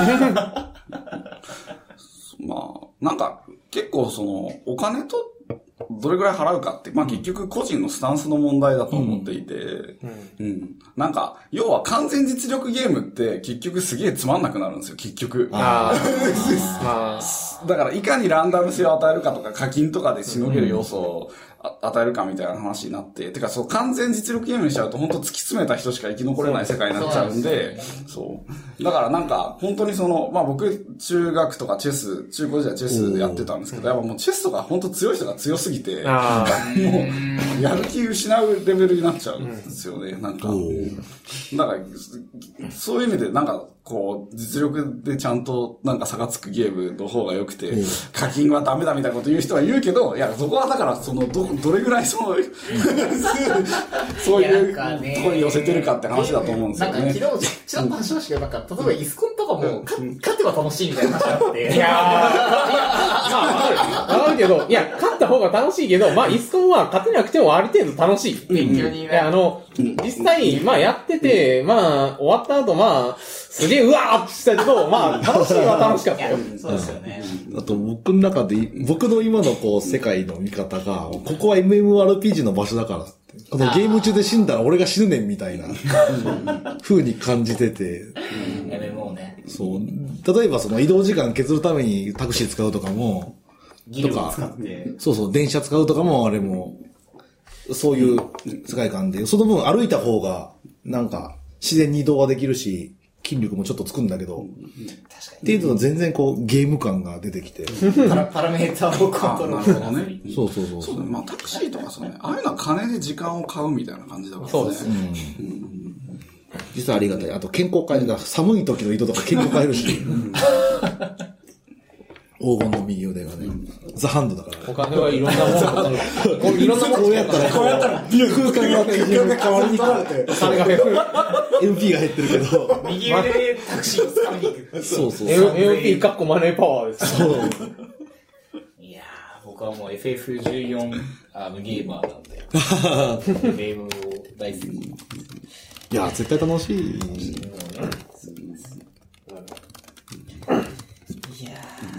なんか、結構お金と、どれぐらい払うかって、結局個人のスタンスの問題だと思っていて、なんか、要は完全実力ゲームって結局すげえつまんなくなるんですよ、結局。だから、いかにランダム性を与えるかとか、課金とかでしのげる要素を与えるかみたいな話になって、てか完全実力ゲームにしちゃうと本当突き詰めた人しか生き残れない世界になっちゃうんで、だからなんか、本当に僕、中学とか中高時代チェスやってたんですけど、やっぱもうチェスとか本当強い人が強すぎて、もう、やる気失うレベルになっちゃうんですよね、なんか。だから、そういう意味でなんか、実力でちゃんとなんか差がつくゲームの方が良くて、課金はダメだみたいなこと言う人は言うけど、いや、そこはだからどれぐらいそういうところに寄せてるかって話だと思うんですよね。 なんか昨日ちょっと話しましたけど、なんか例えばイスコンとかも勝てば楽しいみたいな話があって。 いやわかるけど、いや、勝った方が楽しいけど、イスコンは勝てなくてもある程度楽しい。 勉強にね。 実際、やってて、終わった後、すげえうわーってしたけど、楽しいは楽しかったよ。 そうですよね。 あと僕の中で、僕の今の世界の見方が、ここは MMORPG の場所だからって。ゲーム中で死んだら俺が死ぬねんみたいな風に感じてて。 MMO ね。 そう。例えば移動時間削るためにタクシー使うとかも、 ギルを使って。 そう、電車使うとかもあれも、そういう世界観で、その分歩いた方が、なんか、自然に移動はできるし、筋力もちょっとつくんだけど、っていうと全然ゲーム感が出てきて。 パラメーターをコントロールする。 なるほどね。 そう。 そうタクシーとかああいうのは金で時間を買うみたいな感じだからね。 そうですね。 実はありがたい。あと健康会が寒い時の移動とか健康買えるし。黄金の右腕がね、ザハンドだから。 お金はいろんなものいろんなものこうやったら、空間が変わりに来られて、 金が減る。 MP が減ってるけど。 右腕でタクシーを掴みに行く。 そうそう。 MP かっこマネーパワーです。 そう。 いやー、僕はもう FF14 ゲーマーなんで。ゲームを大好き。 いや、絶対楽しい。 いや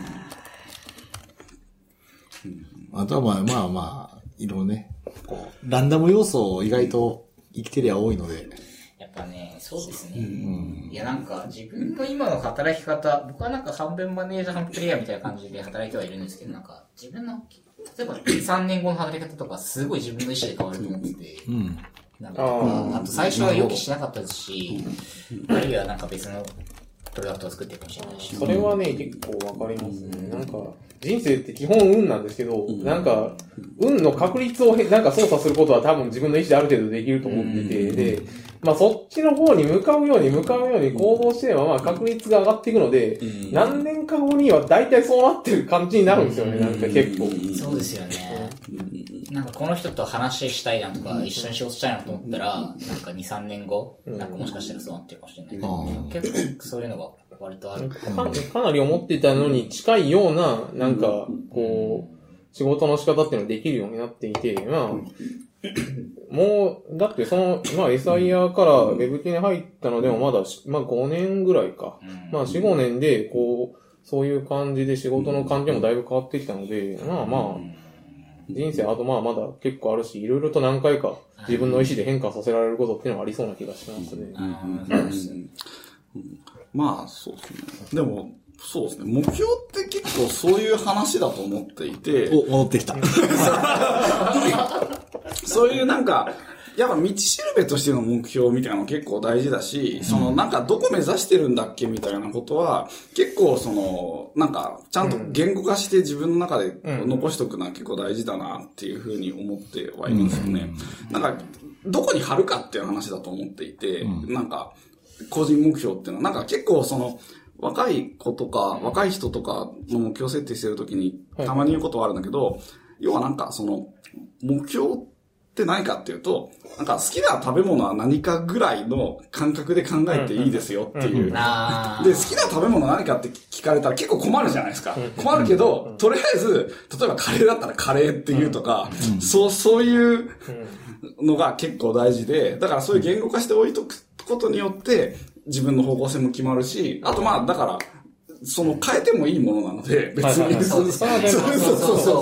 あとはまあ、いろいろね、ランダム要素意外と生きてりゃ多いので。 やっぱね、そうですね。いやなんか自分の今の働き方、僕はなんか半分マネージャー半分プレイヤーみたいな感じで働いてはいるんですけど、なんか自分の、例えば3年後の働き方とかすごい自分の意思で変わると思ってて、なんかあと最初は予期しなかったですし、あるいはなんか別のプロダクトを作ってるかもしれないし。 それはね、結構わかりますね。なんか、人生って基本運なんですけど、なんか、運の確率をなんか操作することは多分自分の意思である程度できると思ってて、で、まあそっちの方に向かうように行動してれば、まあ確率が上がっていくので、何年か後には大体そうなってる感じになるんですよね、なんか結構。 そうですよね。なんかこの人と話したいなとか、一緒に仕事したいなと思ったら、なんか2、3年後、なんかもしかしたらそうなってるかもしれないけど、結構そういうのが割とある。 かなり思っていたのに近いような、なんか、こう、仕事の仕方っていうのができるようになっていて、まあ、もう、だってその、まあ SIR から Web に入ったのでもまだ、まあ5年ぐらいか。まあ4、5年で、こう、そういう感じで仕事の感じもだいぶ変わってきたので、まあまあ、人生あとまあまだ結構あるし、いろいろと何回か自分の意思で変化させられることっていうのはありそうな気がしますね。 まあ、そうですね。でも、そうですね。目標って結構そういう話だと思っていて。 戻ってきた。 そういうなんか、やっぱ道しるべとしての目標みたいなの結構大事だし、そのなんかどこ目指してるんだっけみたいなことは、結構その、なんかちゃんと言語化して自分の中で残しとくのは結構大事だなっていうふうに思ってはいるんですよね。なんか、どこに貼るかっていう話だと思っていて、なんか、個人目標っていうのは、なんか結構その、若い子とか、若い人とかの目標設定してるときに、たまに言うことはあるんだけど、要はなんかその、目標って何かっていうと、なんか好きな食べ物は何かぐらいの感覚で考えていいですよっていう。で、好きな食べ物何かって聞かれたら結構困るじゃないですか。困るけど、とりあえず、例えばカレーだったらカレーっていうとか、そういうのが結構大事で、だからそういう言語化しておいとくことによって、自分の方向性も決まるし、あとまあ、だから、その変えてもいいものなので、別に。そう。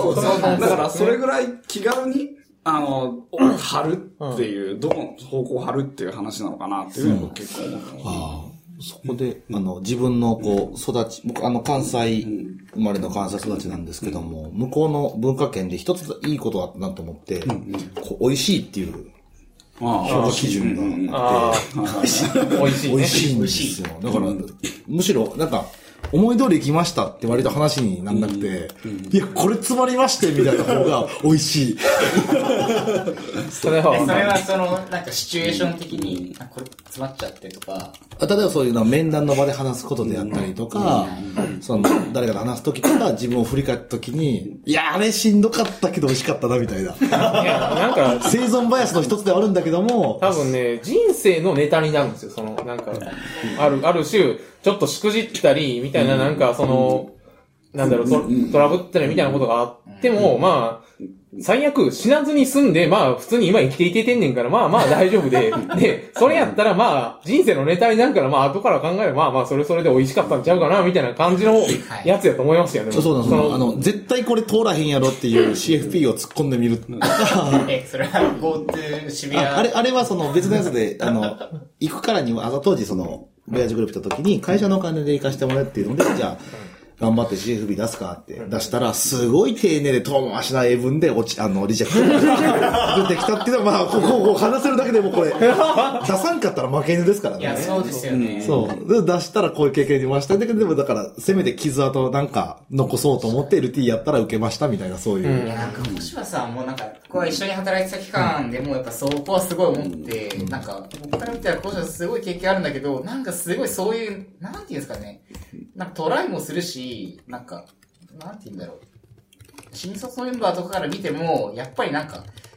だからそれぐらい気軽に、貼るっていう、どの方向を貼るっていう話なのかなっていうのを結構思ってます。 そこで、自分のこう、育ち、僕関西生まれの関西育ちなんですけども、向こうの文化圏で一ついいことだなと思って、こう美味しいっていう、評価基準があって、美味しいんですよ。だから、むしろ、なんか、思い通り行きましたって割と話になんなくて、いや、これ詰まりましてみたいな方が美味しい。 それはその、なんかシチュエーション的に、これ詰まっちゃってとか。 例えばそういうの面談の場で話すことであったりとか、その、誰かと話すときとか、自分を振り返ったときに、いや、あれしんどかったけど美味しかったなみたいな。いや、なんか、生存バイアスの一つではあるんだけども、 多分ね、人生のネタになるんですよ。その、なんか、ある種、ちょっとしくじったり、みたいな、なんか、その、なんだろう、トラブったりみたいなことがあっても、まあ、最悪死なずに済んで、まあ、普通に今生きていけてんねんから、まあまあ大丈夫で、で、それやったらまあ、人生のネタになるから、まあ、後から考えれば、まあまあ、それで美味しかったんちゃうかな、みたいな感じのやつやと思いますよね。 そうなんです。絶対これ通らへんやろっていう CFP を突っ込んでみる。 それは GoTo 渋谷。 あれはその別のやつで、行くからには、当時その、ベアージグループ行った時に会社のお金で行かしてもらうっていうので、じゃあ、頑張って CFP 出すかって出したら、すごい丁寧で遠回しな英文でリジェクト出てきたっていうのは、まあ、こう話せるだけでもこれ、出さんかったら負け犬ですからね。 いや、そうですよね。 そう。で、出したらこういう経験にましたんだけど、でもだから、せめて傷跡なんか残そうと思って LT やったら受けましたみたいな、そういう。 いや、なんか、星野さんもなんか、こう一緒に働いてた期間でもやっぱそこはすごい思って、なんか、僕から見たら星野さんすごい経験あるんだけど、なんかすごいそういう、なんていうんですかね。なんかトライもするし、なんか、なんて言うんだろう。新卒のメンバーとかから見ても、やっぱりなんか、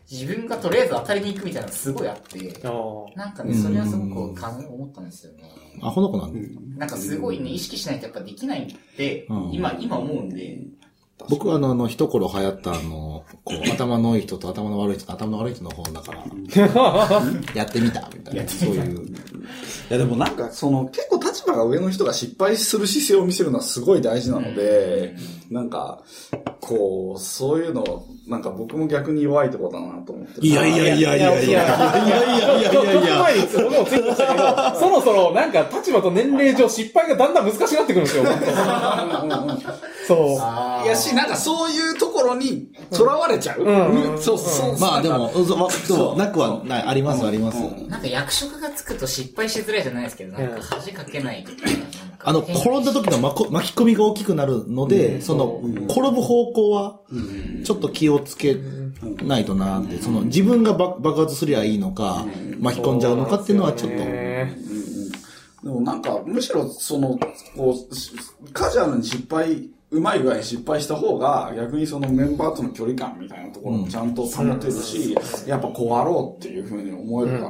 自分がとりあえず当たりに行くみたいなのがすごいあって、なんかね、それはすごく思ったんですよね。 アホの子なんで。 なんかすごいね、意識しないとやっぱできないって、今思うんで。 僕は一頃流行ったこう、頭のいい人と頭の悪い人の方だから、やってみた、みたいな、そういう。 いやでもなんか結構立場が上の人が失敗する姿勢を見せるのはすごい大事なので、なんか、そういうの、なんか僕も逆に弱いところだなと思って。 いや。 そろそろなんか立場と年齢上失敗がだんだん難しくなってくるんですよ。そう。 いやなんかそういうところに囚われちゃう。そう。 まあでも、なくはない、あります。 なんか役職がつくと失敗しづらいじゃないですけど、なんか恥かけないとか。 転んだ時の巻き込みが大きくなるので、転ぶ方向は、ちょっと気をつけないとなって、自分が爆発すりゃいいのか、巻き込んじゃうのかっていうのはちょっと。 でもなんか、むしろカジュアルにうまい具合に失敗した方が、逆にメンバーとの距離感みたいなところもちゃんと保てるし、やっぱこうあろうっていうふうに思えるから、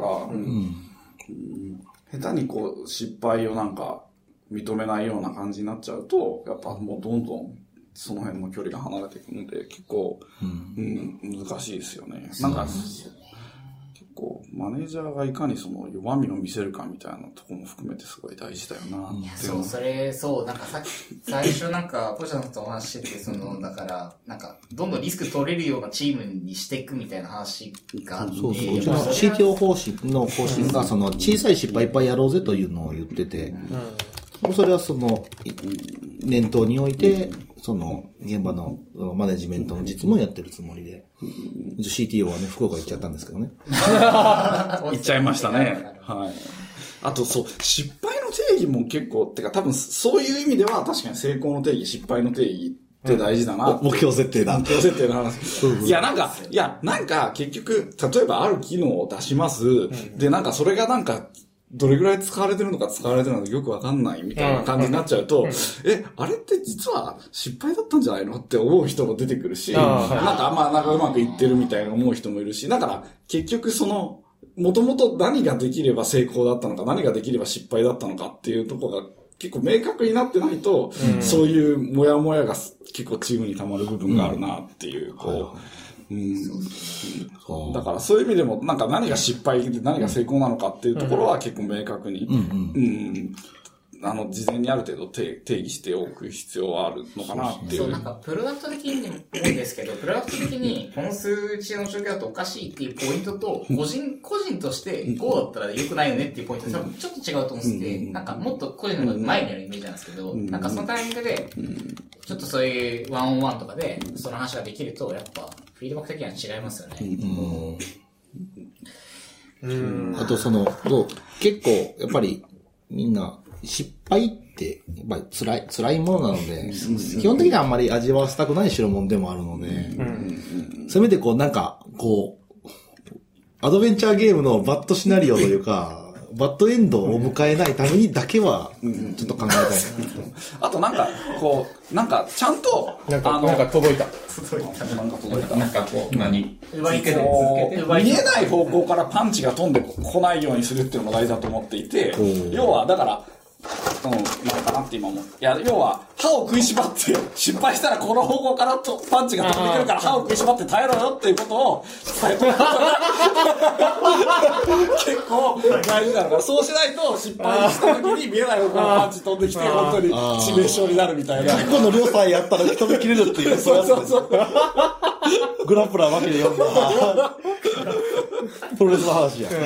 下手に失敗をなんか認めないような感じになっちゃうと、やっぱもうどんどんその辺の距離が離れていくので、結構、難しいですよね。なんか、マネージャーがいかに弱みを見せるかみたいなところも含めてすごい大事だよなっていう。 なんか最初なんか、ポジションとお話してて、だから、なんか、どんどんリスク取れるようなチームにしていくみたいな話があって。 そう。CTO 方針が、小さい失敗いっぱいやろうぜというのを言ってて、それは念頭において、現場のマネジメントの実務をやってるつもりで。CTO はね、福岡行っちゃったんですけどね。 行っちゃいましたね。はい。あと失敗の定義も結構、多分そういう意味では確かに成功の定義、失敗の定義って大事だな。 目標設定だ。 目標設定の話。なんか結局、例えばある機能を出します。で、なんかそれがなんか、どれぐらい使われてるのか使われてるのかよくわかんないみたいな感じになっちゃうと、あれって実は失敗だったんじゃないのって思う人も出てくるし、なんかうまくいってるみたいな思う人もいるし、だから結局もともと何ができれば成功だったのか、何ができれば失敗だったのかっていうところが結構明確になってないと、そういうモヤモヤが結構チームに溜まる部分があるなっていう、だからそういう意味でもなんか何が失敗で何が成功なのかっていうところは結構明確に、事前にある程度定義しておく必要はあるのかなっていう。 そう、なんかプロダクト的にも多いんですけど、プロダクト的にこの数値の状況だとおかしいっていうポイントと、個人としてこうだったら良くないよねっていうポイント多分ちょっと違うと思ってて、なんかもっと個人の前にあるイメージなんですけど、なんかそのタイミングで、ちょっとそういうワンオンワンとかでその話ができると、やっぱフィードバック的には違いますよね。 あと結構やっぱりみんな失敗ってやっぱり辛いものなので、基本的にはあんまり味わわせたくない代物でもあるので、せめてアドベンチャーゲームのバッドシナリオというか、バッドエンドを迎えないためにだけは、ちょっと考えたい。 あとなんかちゃんと、 なんか届いた。 なんか何見えない方向からパンチが飛んでこないようにするっていうのも大事だと思っていて、要はだから、なんかなって今も。要は、歯を食いしばって、失敗したらこの方向からパンチが飛んでくるから歯を食いしばって耐えろよっていうことを伝えておくことが結構大事なのから、そうしないと失敗した時に見えない方向からパンチ飛んできて、本当に致命傷になるみたいな。 過去の両さえやったら人目切れるっていう。 そう。 グラップラーわけで読んだ。プロレスの話や。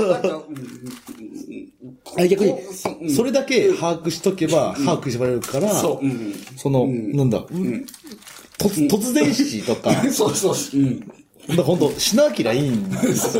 逆に、それだけ把握しとけば、歯を食いしばれるから、なんだ、突然死とか、本当死なわけりゃいいんだ。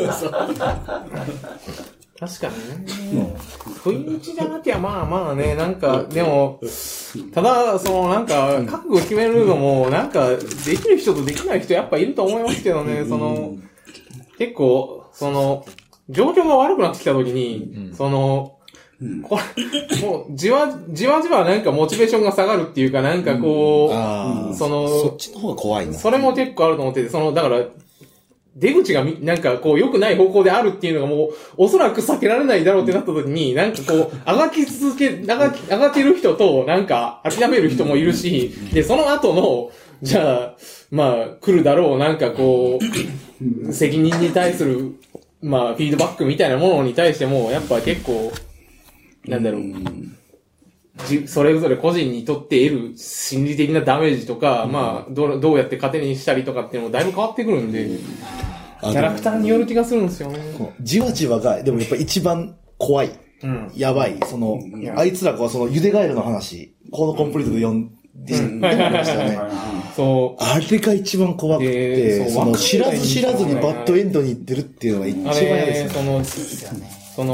確かにね。不意打ちじゃなきゃまあね、なんか、でも、ただ、なんか、覚悟決めるのも、なんか、できる人とできない人やっぱいると思いますけどね、結構、状況が悪くなってきたときに、これ、もう、じわじわなんかモチベーションが下がるっていうか、なんかこう、 そっちの方が怖いな。 それも結構あると思ってて、だから、 出口がなんかこう良くない方向であるっていうのがもうおそらく避けられないだろうってなった時に、なんかこう、あがける人となんか諦める人もいるし、で、その後の、じゃあ、まあ、来るだろう、なんかこう、責任に対する、まあ、フィードバックみたいなものに対しても、やっぱ結構、なんだろう、それぞれ個人にとって得る心理的なダメージとか、まあ、どうやって糧にしたりとかっていうのもだいぶ変わってくるんで、キャラクターによる気がするんですよね。 じわじわが、でもやっぱ一番怖い。やばい。あいつらがゆでガエルの話、このコンプリートで読んでましたね。そう。あれが一番怖くて、知らず知らずにバッドエンドに行ってるっていうのが一番嫌ですね。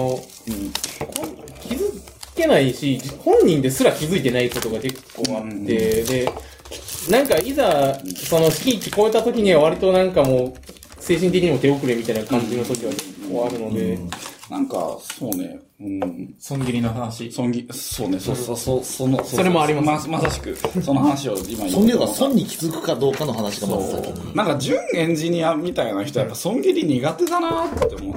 気づけないし、本人ですら気づいてないことが結構あって、で、なんかいざ、敷地超えた時には割となんかもう、精神的にも手遅れみたいな感じの時は結構あるので、 なんか、そうね、 損切りの話。 そうね、 それもあります。 まさしく、その話を今言う。 損切りが損に気づくかどうかの話がまず先に。 なんか、準エンジニアみたいな人はやっぱ損切り苦手だなって思って、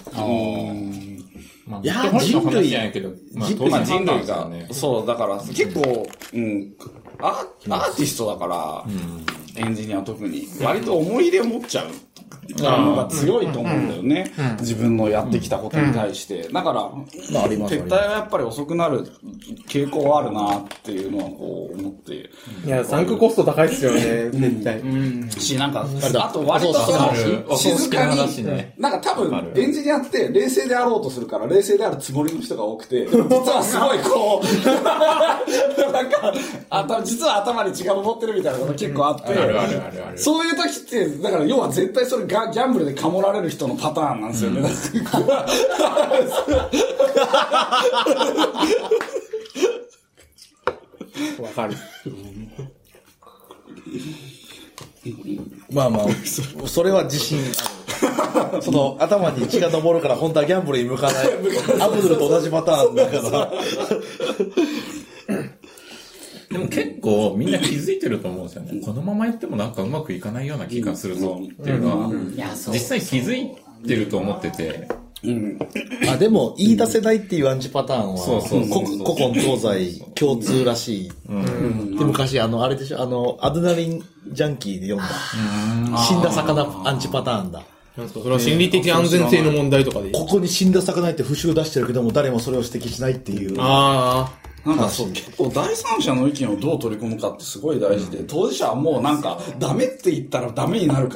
いや、人類じゃないけど、 人類が、そう、だから結構、アーティストだから、エンジニア特に、割と思い入れを持っちゃう。のが強いと思うんだよね。自分のやってきたことに対して。だから、撤退はやっぱり遅くなる傾向はあるなっていうのはこう思って。 いや、サンクコスト高いっすよね、絶対。 なんか、あと割と静かに、なんか多分、エンジニアって冷静であろうとするから、冷静であるつもりの人が多くて、実はすごいこう、なんか、実は頭に血が上ってるみたいなこと結構あって、そういう時って、だから要は絶対それギャンブルでかもられる人のパターンなんですよね。 わかる。 まあまあ、それは自信ある。頭に血が上るから本当はギャンブルに向かない。アブドゥルと同じパターンだから。 でも結構みんな気づいてると思うんですよね。このまま行ってもなんかうまくいかないような気がするぞっていうのは、実際気づいてると思ってて。 でも、言い出せないっていうアンチパターンは、古今東西共通らしい。で、昔、あれでしょ、アドナリンジャンキーで読んだ。死んだ魚アンチパターンだ。 それは心理的安全性の問題とかで。 ここに死んだ魚って節を出してるけども、誰もそれを指摘しないっていう。 なんかそう、結構第三者の意見をどう取り込むかってすごい大事で、当事者はもうなんか、ダメって言ったらダメになるから、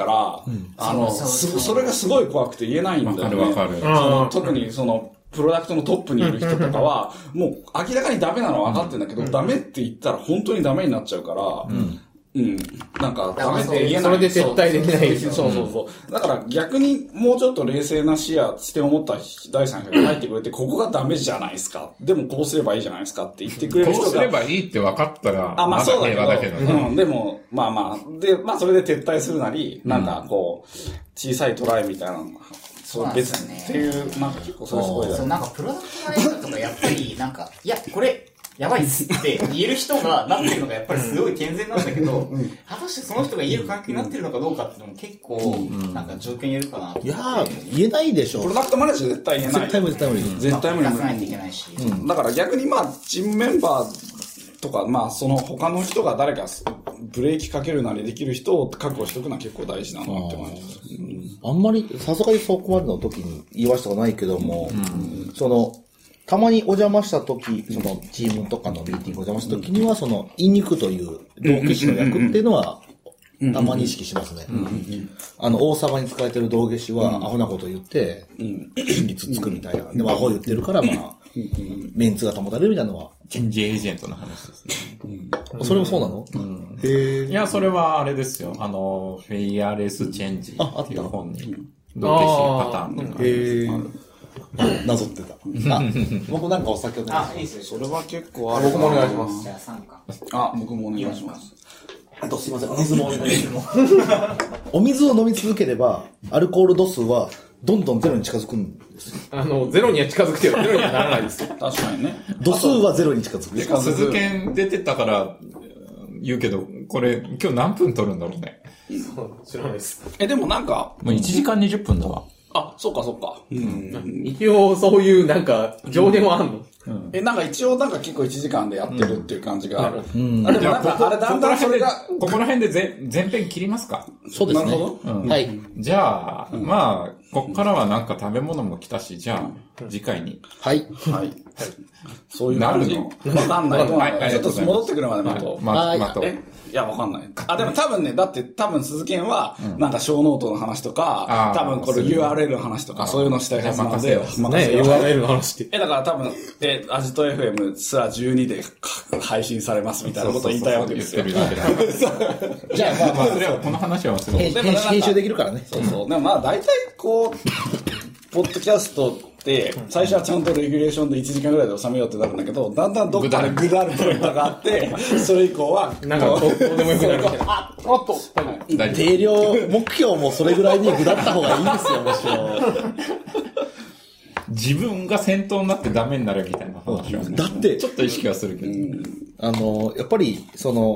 それがすごい怖くて言えないんだよね。 わかる。 特にプロダクトのトップにいる人とかは、もう明らかにダメなのは分かってるんだけど、ダメって言ったら本当にダメになっちゃうから、なんか、ダメって言えない。 それで撤退できない。 そう。だから逆にもうちょっと冷静な視点を持った第三者が入ってくれて、ここがダメじゃないですか。でもこうすればいいじゃないですかって言ってくれる人が。 こうすればいいって分かったら、 まだ平和だけどでも、で、それで撤退するなり、なんかこう、小さいトライみたいなのが、そう別っていう、なんか結構それすごいだそう、なんかプロダクトの映画とかやっぱり、なんか、いや、これ、やばいっすって言える人がなってるのがやっぱりすごい健全なんだけど、果たしてその人が言える環境になってるのかどうかっていうのも結構、なんか状況によるかなと。 いやー、言えないでしょ。 プロダクトマネージャー絶対言えない。 絶対無理。 絶対無理。 出さないといけないし。 だから逆にチームメンバーとか、その他の人が誰かブレーキかけるなりできる人を確保しておくのは結構大事だなって感じです。 あんまり、さすがにそこまでの時に言わしたことないけども、たまにお邪魔した時、チームとかのミーティングお邪魔した時には、言いに行くという道化師の役っていうのは、たまに意識しますね。大沢に使われてる道化師は、アホなこと言って、真実つくみたいな。でもアホ言ってるから、メンツが保たれるみたいなのは。 チェンジエージェントの話ですね。 それもそうなの？ いや、それはあれですよ。フェイアレスチェンジっていう本に、道化師パターンとか。 なぞってた。僕なんかお酒をいいですよ。 それは結構ある。 僕もお願いします。 じゃあ3か。 僕もお願いします。 あとすいません、お水もお願いします。お水を飲み続ければ、アルコール度数はどんどんゼロに近づくんですよ。 ゼロには近づくけど、ゼロにはならないですよ。 確かにね。 度数はゼロに近づく。 鈴剣出てたから言うけど、これ今日何分取るんだろうね。 知らないです。 でもなんか、 もう1時間20分だわ。 そっかそっか。 一応そういうなんか、上限はあんの？ なんか一応なんか結構1時間でやってるっていう感じがある。でもなんかあれだんだんそれが、 ここら辺で前編切りますか？ そうですね。 なるほど。 はい。 じゃあ、まあ、こっからはなんか食べ物も来たし、じゃあ、次回に。 はい。 はい。そういう感じ。わかんない。ちょっと戻ってくるまで待とう。 待とう。 いや、わかんない。でも多分ね、だって多分鈴研は、なんか小ノートの話とか、多分これ URL の話とか、そういうのしたいはずなので、 URL の話って。 だから多分、アジト FM すら12で配信されますみたいなことを言いたいわけですよ。 じゃあ、まあ、それは、この話は忘れて。 編集できるからね。 そうそう。でもまあ大体こう、ポッドキャストって、最初はちゃんとレギュレーションで1時間ぐらいで収めようってなるんだけど、だんだんどっかでぐだるポイントがあって、それ以降は、 なんか、どうでもよくなるみたいな。おっと定量目標もそれぐらいにぐだった方がいいんですよ、むしろ。 自分が先頭になってダメになるみたいな話は。 だって、 ちょっと意識はするけど。 やっぱり、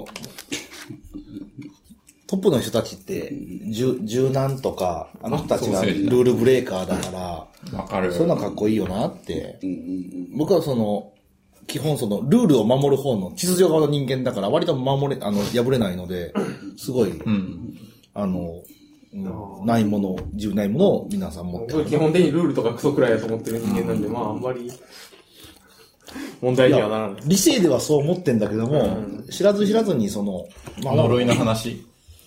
トップの人たちって、柔軟とか、あの人たちがルールブレーカーだから、 わかる。 そんなかっこいいよなって。僕は基本ルールを守る方の秩序側の人間だから、割と破れないので、すごい、ないもの、自由ないものを皆さん持ってる。 基本的にルールとかクソくらいだと思ってる人間なんで、まああんまり、問題にはならない。 理性ではそう思ってんだけども、知らず知らずに呪いの話。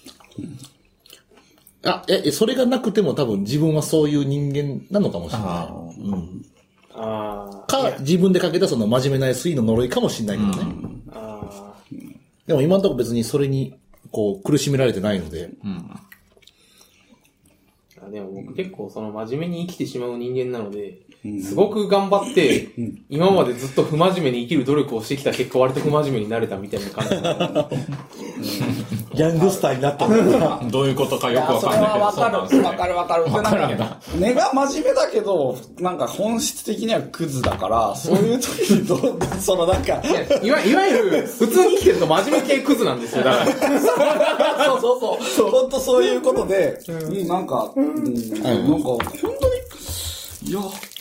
それがなくても多分自分はそういう人間なのかもしれない。自分でかけた真面目な SE の呪いかもしれないけどね。でも今のところ別にそれに苦しめられてないので。 でも僕結構真面目に生きてしまう人間なので、すごく頑張って、今までずっと不真面目に生きる努力をしてきた結果割と不真面目になれたみたいな感じ。 ギャングスターになったのどういうことかよくわかんないけど。それはわかる。根が真面目だけど、なんか本質的にはクズだから、そういう時にいわゆる、普通に生きてると真面目系クズなんですよ、だから。 そう。本当そういうことで、なんか、本当に、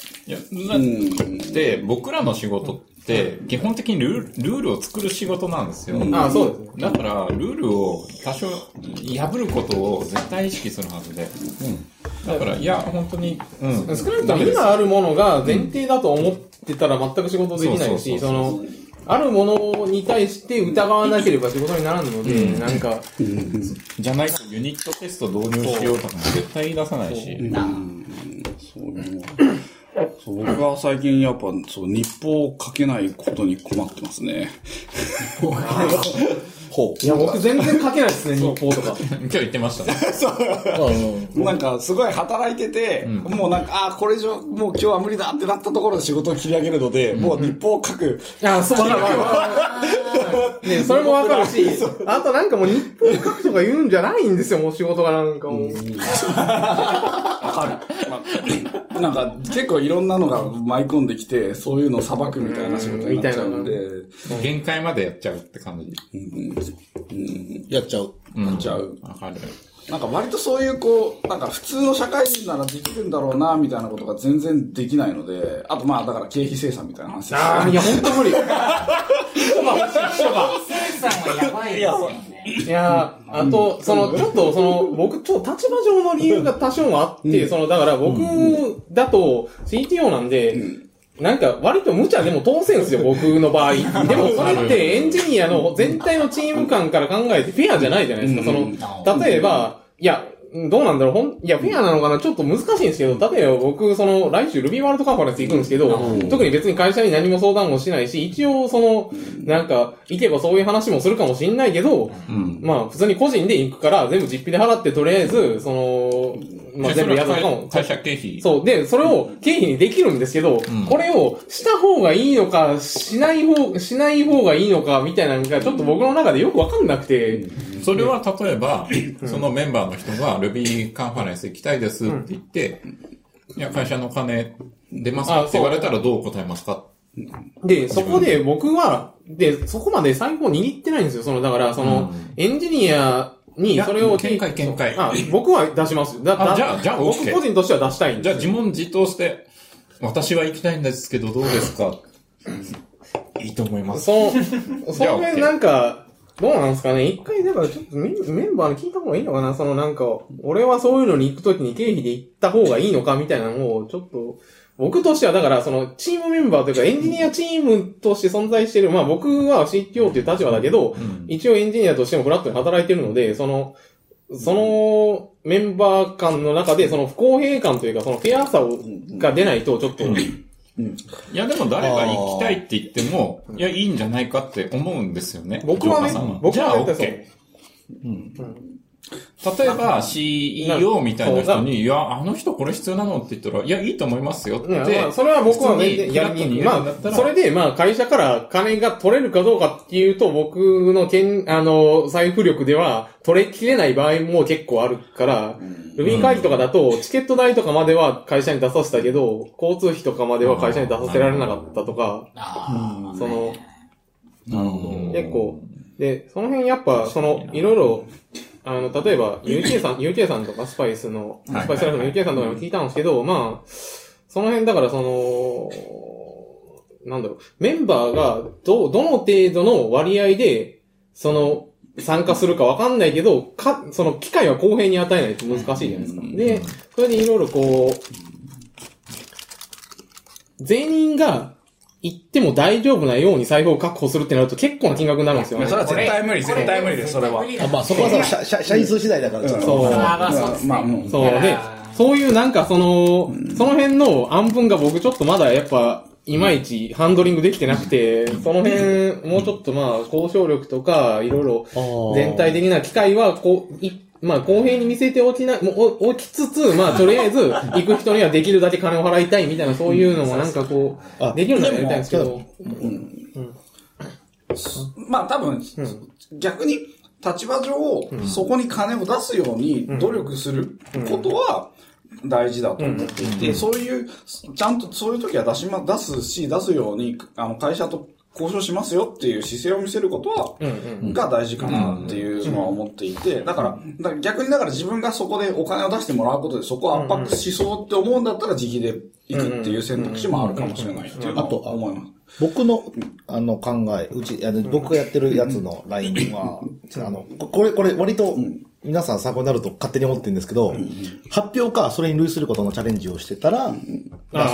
で、僕らの仕事って、基本的にルールを作る仕事なんですよ。 そうですね。 だから、ルールを多少破ることを絶対意識するはずで。だから、本当に、 少なくとも今あるものが前提だと思ってたら全く仕事できないし、あるものに対して疑わなければ仕事にならんので、なんか、 じゃないとユニットテスト導入しようとかも絶対言い出さないし。 僕は最近やっぱ日報を書けないことに困ってますね。 いや、僕全然書けないですね、日報とか。 今日言ってましたね。 なんかすごい働いてて、もうなんか、これ以上もう今日は無理だってなったところで仕事を切り上げるので、もう日報を書く。 そうわかる。ね、それもわかるし、あとなんかもう日報を書くとか言うんじゃないんですよ、もう仕事がなんかもう。 わかる。なんか結構いろんなのが舞い込んできて、そういうのを裁くみたいな仕事になっちゃうので。 限界までやっちゃうって感じ。 やっちゃう。 わかる。 なんか割とそういうなんか普通の社会人ならできるんだろうな、みたいなことが全然できないので、あとだから経費精算みたいな話です。 いや、ほんと無理。 生産はやばいですよね。 いやあと、ちょっと僕、立場上の理由が多少あって、だから僕だと CTO なんで、なんか割と無茶でも通せんすよ、僕の場合。でもそれってエンジニアの全体のチーム感から考えてフェアじゃないじゃないですか。例えば、どうなんだろうフェアなのかなちょっと難しいんですけど、例えば僕、来週 Ruby ワールドカンファレンス行くんですけど、特に別に会社に何も相談もしないし、一応なんか、行けばそういう話もするかもしんないけど、普通に個人で行くから、全部実費で払って、とりあえず、全部やるとかも。 会社経費。 そう。で、それを経費にできるんですけど、これをした方がいいのか、しない方がいいのか、みたいなのが、ちょっと僕の中でよくわかんなくて。 それは例えば、そのメンバーの人が Ruby カンファレンス行きたいですって言って、会社のお金出ますかって言われたらどう答えますか？ で、そこで僕は、そこまで最高握ってないんですよ。だから、エンジニアに、それを見解。 僕は出します。 じゃあ、 僕個人としては出したいんです。 じゃあ、自問自答して、私は行きたいんですけど、どうですか？いいと思います。 その辺なんか、どうなんですかね。一回、だからちょっとメンバーに聞いた方がいいのかな。なんか、俺はそういうのに行くときに経費で行った方がいいのかみたいなのを、ちょっと、僕としては、だから、チームメンバーというか、エンジニアチームとして存在している、まあ僕は CTO という立場だけど、一応エンジニアとしてもフラットに働いているので、そのメンバー間の中で、不公平感というか、フェアさが出ないと、ちょっと、 いや、でも誰が行きたいって言っても、いや、いいんじゃないかって思うんですよね。 僕はね、 じゃあ OK。例えば CEO みたいな人に、いや、あの人これ必要なのって言ったら、いや、いいと思いますよって。 まあ、それは僕はね、まあ、それで、まあ、会社から金が取れるかどうかっていうと、僕の財布力では取れきれない場合も結構あるから、ルビー会議とかだと、チケット代とかまでは会社に出させたけど、交通費とかまでは会社に出させられなかったとか、結構、で、その辺やっぱ、いろいろ、例えば、UK さんとかスパイスライフの UK さんとかにも聞いたんですけど、まあ、その辺だからなんだろう、メンバーがどの程度の割合で、参加するかわかんないけど、その機会は公平に与えないと難しいじゃないですか。で、それでいろいろ全員が行っても大丈夫なように財布を確保するってなると結構な金額になるんですよね。 それは絶対無理です、それは。 まあそこは社員数次第だからちょっと。 そう。そうで、そういうなんかその辺の案分が僕ちょっとまだやっぱ、いまいちハンドリングできてなくて、その辺、もうちょっとまあ、交渉力とか、いろいろ、全体的な機会は、まあ、公平に見せておきつつ、まあ、とりあえず、行く人にはできるだけ金を払いたいみたいな、そういうのもなんかできるんだやりたいんですけど。 まあ、多分、逆に、立場上、そこに金を出すように努力することは、大事だと思っていて、そういう、ちゃんとそういう時は出すように、会社と交渉しますよっていう姿勢を見せることは、が大事かなっていうのは思っていて、だから逆に自分がそこでお金を出してもらうことでそこを圧迫しそうって思うんだったら自費で行くっていう選択肢もあるかもしれないっていうのは思います。 僕の、考え、僕がやってるやつのラインは、これ割と、皆さん参考になると勝手に思ってるんですけど、発表かそれに類することのチャレンジをしてたら、そうですね。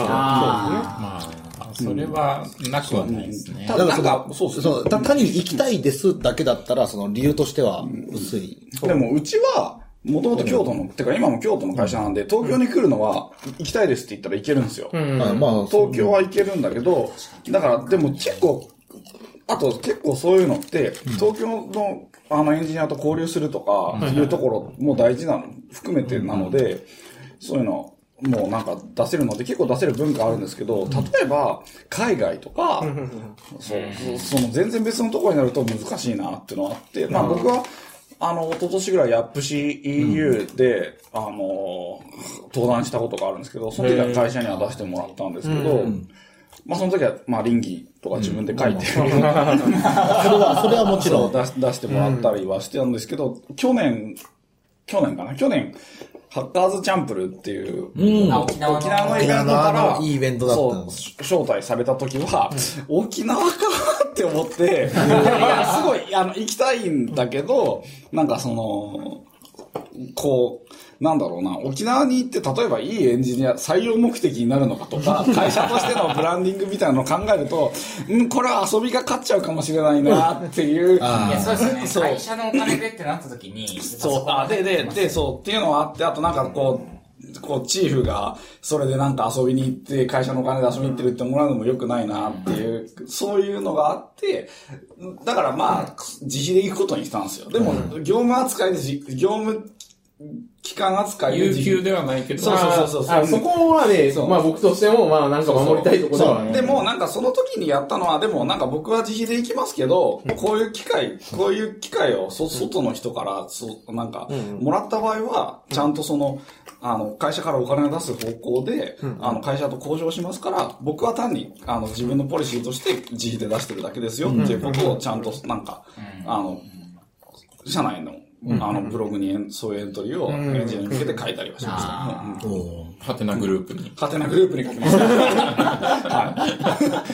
それはなくはないですね。 だから単に行きたいですだけだったら、その理由としては薄い。 でもうちは、もともと京都の、てか今も京都の会社なんで、東京に来るのは行きたいですって言ったら行けるんですよ。東京は行けるんだけど、だからでも結構そういうのって、東京のエンジニアと交流するとか、いうところも大事なの、含めてなので、そういうの、もうなんか出せるので、結構出せる文化あるんですけど、例えば、海外とか、全然別のところになると難しいなっていうのはあって、まあ僕は、一昨年ぐらいヤップシ EU で、登壇したことがあるんですけど、その時は会社には出してもらったんですけど、まあその時は、まあ倫理とか自分で書いて、それはもちろん出してもらったりはしてたんですけど、去年、ハッカーズチャンプルっていう、沖縄のイベントからいいイベントだった招待された時は、沖縄かって思って、すごい、行きたいんだけど、なんかなんだろうな、沖縄に行って例えばいいエンジニア、採用目的になるのかとか、会社としてのブランディングみたいなのを考えると、これは遊びが勝っちゃうかもしれないなっていう。いや、そうですね。会社のお金でってなった時に、 そうっていうのはあって、あとなんかチーフが、それでなんか遊びに行って、会社のお金で遊びに行ってるってもらうのも良くないなっていう、そういうのがあって、だからまあ、自費で行くことにしたんですよ。でも、業務扱いで、業務期間扱いで。有給ではないけど。 そう。そこはね、まあ僕としても、まあなんか守りたいところだわね。 でもなんかその時にやったのは、でもなんか僕は自費で行きますけど、こういう機会を外の人から、なんか、もらった場合は、ちゃんと会社からお金を出す方向で、会社と交渉しますから、僕は単に、自分のポリシーとして自費で出してるだけですよっていうことをちゃんと、なんか、社内のブログにそういうエントリーをエンジニアに向けて書いたりはしました。 ハテナグループに。 ハテナグループに書きました。はい。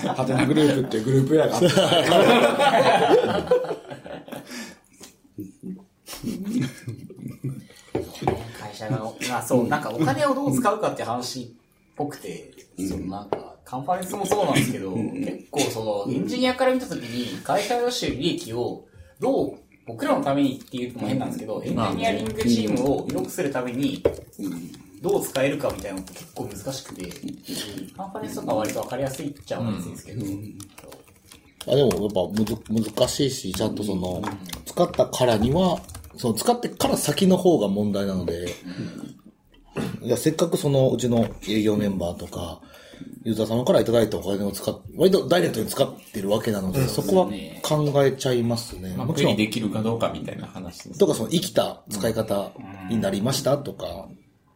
ハテナグループっていうグループエアがあった。 会社が、そう、なんかお金をどう使うかって話っぽくて、なんか、カンファレンスもそうなんですけど、結構エンジニアから見たときに、会社が出してる利益を、僕らのためにっていうのも変なんですけど、エンジニアリングチームを良くするために、どう使えるかみたいなのって結構難しくて、カンファレンスとか割と分かりやすいっちゃ分かりやすいんですけど。 でもやっぱ難しいし、ちゃんと使ったからには、使ってから先の方が問題なので、いや、せっかくうちの営業メンバーとか、ユーザー様からいただいたお金を割とダイレクトに使ってるわけなので、そこは考えちゃいますね。 もちろんできるかどうかみたいな話です。 とか生きた使い方になりましたとか、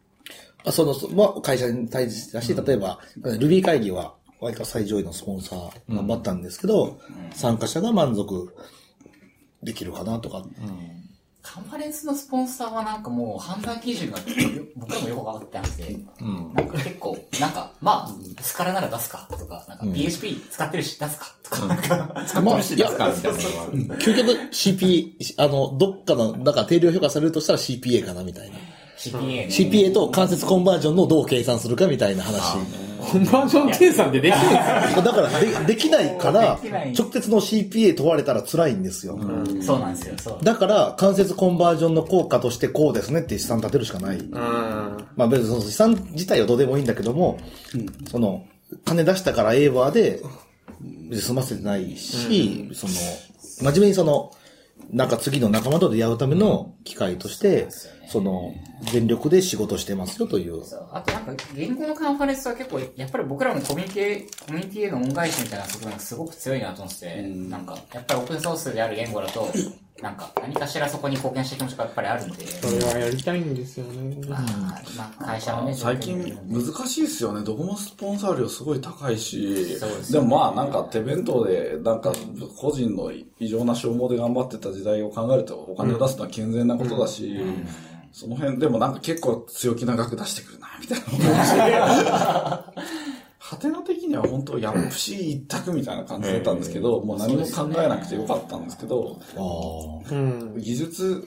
会社に対して、例えば、Ruby 会議は割と最上位のスポンサー頑張ったんですけど、参加者が満足できるかなとか。 カンファレンスのスポンサーはなんかもう判断基準が僕らもよく分かってなくて、なんか結構、スカラなら出すかとか、なんか PHP 使ってるし出すかとか、なんか、 使ってるし出すかみたいなのがある。 究極 CP、どっかの、定量評価されるとしたら CPA かなみたいな。CPA と間接コンバージョンのどう計算するかみたいな話。 コンバージョン計算ってできるんですか？ だからできないから、直接の CPA 問われたら辛いんですよ。 そうなんですよ。 だから、間接コンバージョンの効果としてこうですねっていう試算立てるしかない。別に試算自体はどうでもいいんだけども、金出したから AWA で済ませてないし、真面目になんか次の仲間と出会うための機会として、全力で仕事してますよという。 あとなんか、言語のカンファレンスは結構、やっぱり僕らもコミュニティへの恩返しみたいな側面がすごく強いなと思ってて、なんか、やっぱりオープンソースである言語だと、なんか、何かしらそこに貢献していく気持ちがやっぱりあるんで。 それはやりたいんですよね。 会社のね、 最近難しいですよね。どこもスポンサー料すごい高いし、でもなんか手弁当で、なんか個人の異常な消耗で頑張ってた時代を考えるとお金を出すのは健全なことだし、その辺でもなんか結構強気な額出してくるな、みたいな。ハテナ的には本当ヤップシー一択みたいな感じだったんですけど、もう何も考えなくてよかったんですけど、技術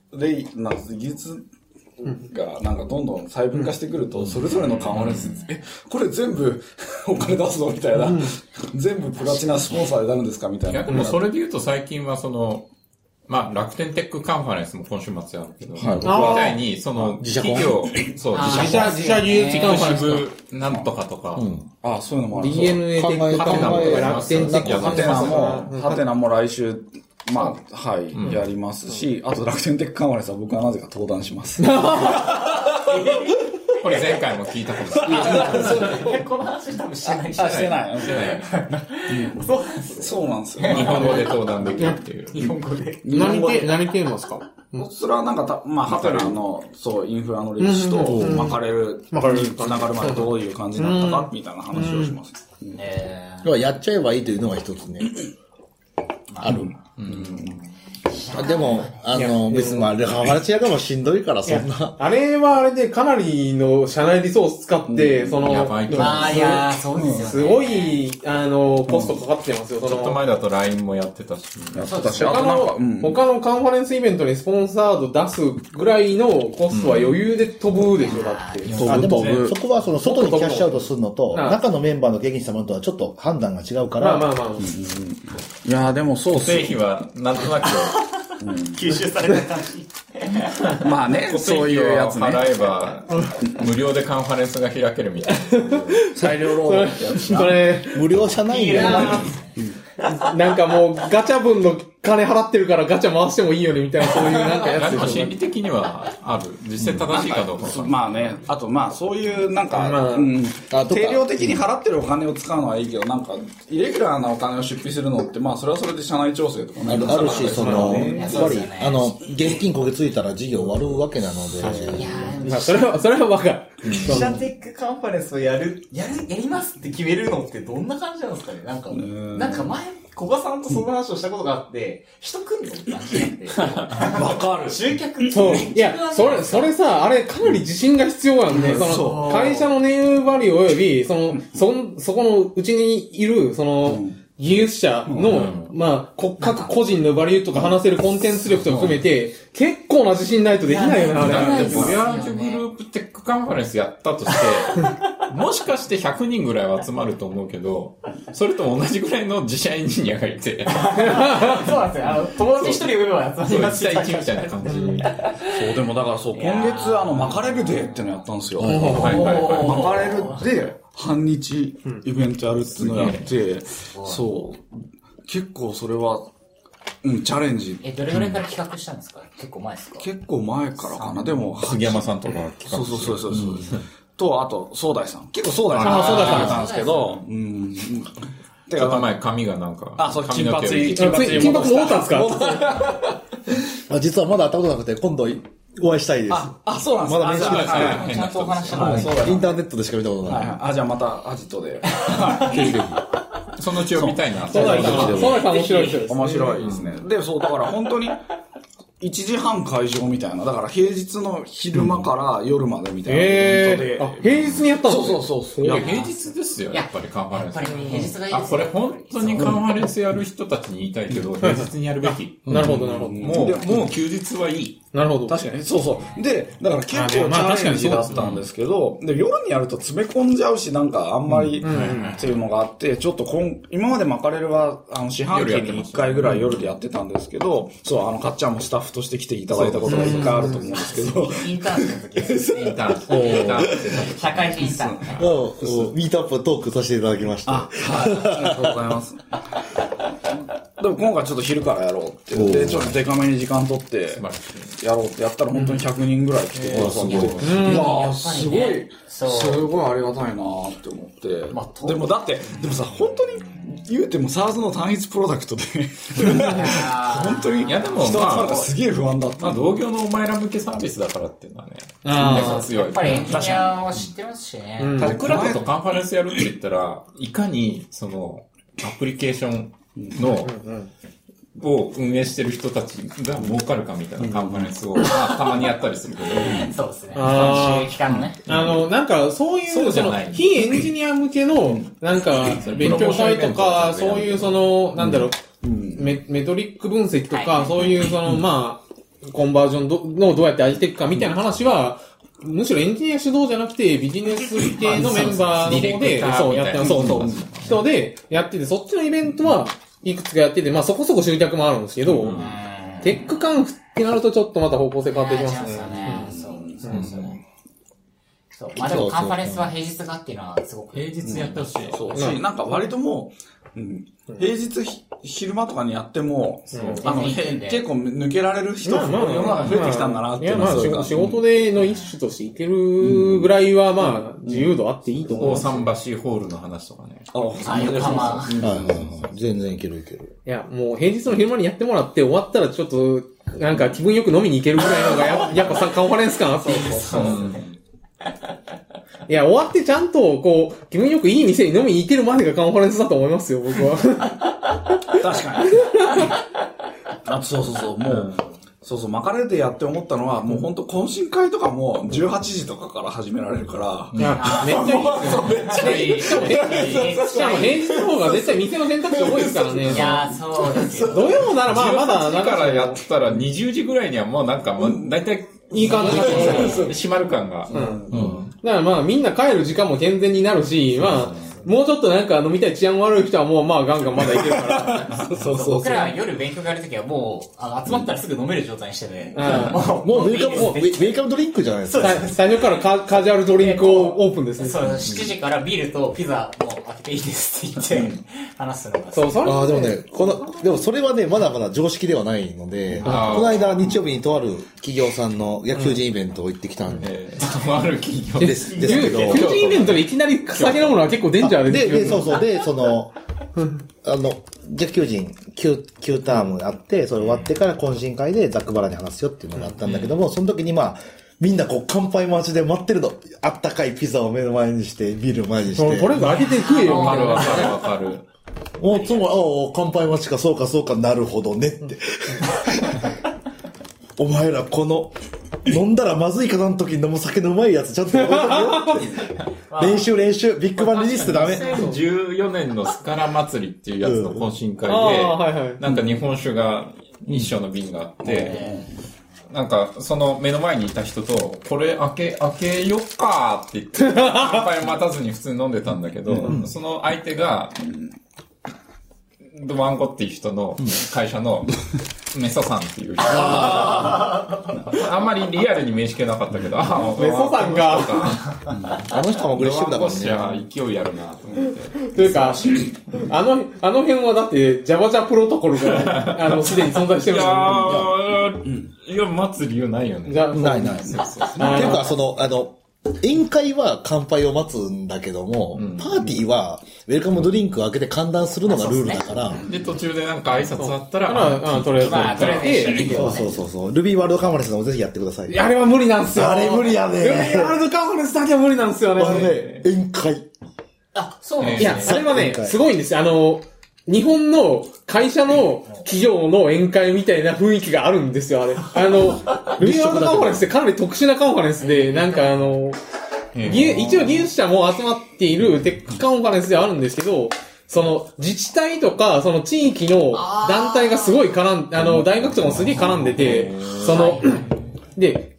がなんかどんどん細分化してくると、それぞれのカンファレンス、これ全部お金出すのみたいな、全部プラチナスポンサーでなるんですかみたいな。 いや、でもそれで言うと最近は楽天テックカンファレンスも今週末あるけど、みたいに、企業、 自社技術カンファレンス渋なんとかとか、 そういうのもある。 DNA テックカンファレンス、楽天テックカンファレンス。 ハテナも来週、やりますし、あと楽天テックカンファレンスは僕はなぜか登壇します。 これ前回も聞いたことない。 この話多分してない。 してない。そうなんですよ。 日本語で登壇できるっていう。 日本語で。 何テーマですか？ それはなんかハテナの、インフラの歴史と、巻かれる、つながるまでどういう感じになったか、みたいな話をします。 やっちゃえばいいというのが一つね。ある。でも、別にカンファレンスやかもしんどいから、そんな。 あれはあれでかなりの社内リソース使って、 やばいと思う。 そうですよね。 すごい、コストかかってますよ。 ちょっと前だと LINE もやってたし。 他のカンファレンスイベントにスポンサード出すぐらいのコストは余裕で飛ぶでしょ、だって。 でも、そこは外にキャッシュアウトするのと、中のメンバーの経験者様とはちょっと判断が違うから。 いやでもそう製費はなんとなく、 吸収された感じ。 そういうやつね。 払えば、無料でカンファレンスが開けるみたいな。 裁量労働ってやつ。 それ、 無料じゃないんだよ。 なんかもうガチャ分の金払ってるからガチャ回してもいいよねみたいなそういうなんかやつでも心理的にはある。実際正しいかどうか。 あとそういうなんか、定量的に払ってるお金を使うのはいいけど、なんか、イレギュラーなお金を出費するのって、それはそれで社内調整とかね。 あるし、やっぱり、現金焦げついたら事業終わるわけなので。 それはわかる。 自社テックカンファレンスをやりますって決めるのってどんな感じなんですかねなんか前小賀さんとその話をしたことがあって、人来んのって感じになって。わかる。集客そう。いや、それさ、あれかなり自信が必要なんで、その、会社のネームバリュー及び、そこのうちにいる、技術者の、まあ、各個人のバリューとか話せるコンテンツ力とか含めて、結構な自信ないとできないよな、あれ。 ビアージュグループテックカンファレンスやったとして、もしかして100人ぐらいは集まると思うけど、それと同じぐらいの自社エンジニアがいて。 そうなんですよ。友達一人呼べば集まります 1対1みたいな感じ。 そう、でもだからそう、今月マカレルデーってのやったんですよ。マカレルで、半日イベントやるっていうのをやって、そう。結構それは、チャレンジ。 どれぐらいから企画したんですか？結構前ですか？ 結構前からかな。でも、 杉山さんとか企画して。そう。と、あと、総大さん。結構総大さんやったんですけど、 ちょっと前髪がなんか。 そう、金髪戻ったんですか？実はまだ会ったことなくて、今度、お会いしたいです。 そうなんですまだ練習ですちゃんとお話したのインターネットでしか見たことない。 じゃあまた、アジトで。 ぜひ。 そのうちを見たいな。 そうだ、面白いです。 面白いですね。で、そう、だから本当に、1時半会場みたいな。だから平日の昼間から夜までみたいなイベントで。 平日にやったんですか？ そう。 いや、平日ですよ、やっぱりカンファレンス。 やっぱり平日がいいです。 これ本当にカンファレンスやる人たちに言いたいけど、平日にやるべき。 なるほど。 もう休日はいい。 なるほど。 確かに、そう。で、だから結構チャレンジだったんですけど、で、夜にやると詰め込んじゃうし、なんかあんまりっていうのがあって、ちょっと今までマカレルは、四半期に1回ぐらい夜でやってたんですけど、そう、かっちゃんもスタッフとして来ていただいたことが1回あると思うんですけど。 インターンの時です。インターン。社会人インターン。 ミートアップトークさせていただきました。 はい。ありがとうございます。でも今回ちょっと昼からやろうって言って、ちょっとデカめに時間取って、やろうってやったら本当に100人ぐらい来てくださって、いやー、すごいありがたいなーって思って。でもさ、本当に言うても SARS の単一プロダクトで、本当に、 いやでも人はなんかすげえ不安だった。 同業のお前ら向けサービスだからっていうのはね、 強い。やっぱりエンジニアは知ってますしね。 僕らとカンファレンスやるって言ったら、いかにアプリケーションを運営してる人たちが儲かるかみたいなカンファレンスを、たまにやったりするけど。 そうですね。収益化のね。 なんかそういう、非エンジニア向けの、なんか、勉強会とか、そういうなんだろう、メトリック分析とか、そういうまあ、コンバージョンのどうやって上げていくかみたいな話は、むしろエンジニア主導じゃなくて、ビジネス系のメンバーの方で、そうやってます。人でやってて、そっちのイベントはいくつかやってて、まあそこそこ集客もあるんですけど、テックカンフってなるとちょっとまた方向性変わってきますね。 そう。まあでもカンファレンスは平日がっていうのはすごく。 平日やってほしい。 そうし、なんか割ともう、平日昼間とかにやっても、結構抜けられる人世の中増えてきたんだなっていうのは。 仕事での一種としていけるぐらいはまあ自由度あっていいと思う。 大桟橋ホールの話とかね。 全然いける。 いや、もう平日の昼間にやってもらって終わったらちょっとなんか気分よく飲みに行けるぐらいのがやっぱカンファレンス感あったんですよ。いや、終わってちゃんと、気分よくいい店に飲みに行けるまでがカンファレンスだと思いますよ、僕は。 確かに。そう、もう、マカレルでやって思ったのは、もう本当懇親会とかも18時とかから始められるから。 いや、めっちゃいい。しかも平日の方が絶対店の選択肢多いですからね。 いや、そうですよ。 土曜ならまだ、 だからやったら20時ぐらいにはもうなんかだいたいいい感じになってます。 閉まる感が。 だからまあみんな帰る時間も健全になるし、まあ、もうちょっとなんか飲みたい治安悪い人はもうまあガンガンまだいけるから。 僕ら夜勉強がやるときはもう、集まったらすぐ飲める状態にしてね。 もうウェイカムドリンクじゃないですか。 最初からカジュアルドリンクをオープンですね。 そう、7時からビールとピザも開けていいですって言って話すのが。 そう、それ。 でもね、でもそれはね、まだまだ常識ではないので、この間日曜日にとある企業さんの野球人イベントを行ってきたんで。 とある企業ですけど。 野球人イベントでいきなり酒飲むのは結構デンジャーですよ。 で、野球人9タームあって、それ終わってから懇親会でざっくばらに話すよっていうのがあったんだけども、その時にまあ、みんな乾杯待ちで待ってるの。あったかいピザを目の前にして、ビールを前にして。 とりあえず開けて食えよ。 わかる。 乾杯待ちか、そうか、なるほどねって。お前らこの、飲んだらまずい方の時に飲む酒のうまいやつちゃんと覚えてるよって。練習、ビッグバンリリースってダメ。 2014年のスカラ祭りっていうやつの懇親会で、なんか日本酒が一升の瓶があって、なんか、その目の前にいた人と、これ開けよっかーって言って、乾杯待たずに普通に飲んでたんだけど、その相手が、ドワンゴっていう人の会社のメソさんっていう人。あんまりリアルに面識なかったけど、 メソさんが。 あの人もアグレッシブだからね。 ドワンゴ勢いあるなと思って。 というか、あの辺はだって、ジャバジャプロトコルが、すでに存在してるいや、待つ理由ないよね。 ない。っていうか、宴会は乾杯を待つんだけども、パーティーはウェルカムドリンクを開けて歓談するのがルールだから。 で、途中でなんか挨拶あったら、 とりあえず。 そう。ルビーワールドカンファレンスでもぜひやってください。 あれは無理なんですよ。 あれ無理やね。 ルビーワールドカンファレンスだけは無理なんですよね。 宴会。 そうなんですね。いや、それはね、すごいんですよ。日本の会社の企業の宴会みたいな雰囲気があるんですよ、あれ。ルビーワールドカンファレンスってかなり特殊なカンファレンスで、なんか一応技術者も集まっているテックカンファレンスではあるんですけど、自治体とか、地域の団体がすごい大学とかもすげえ絡んでて、で、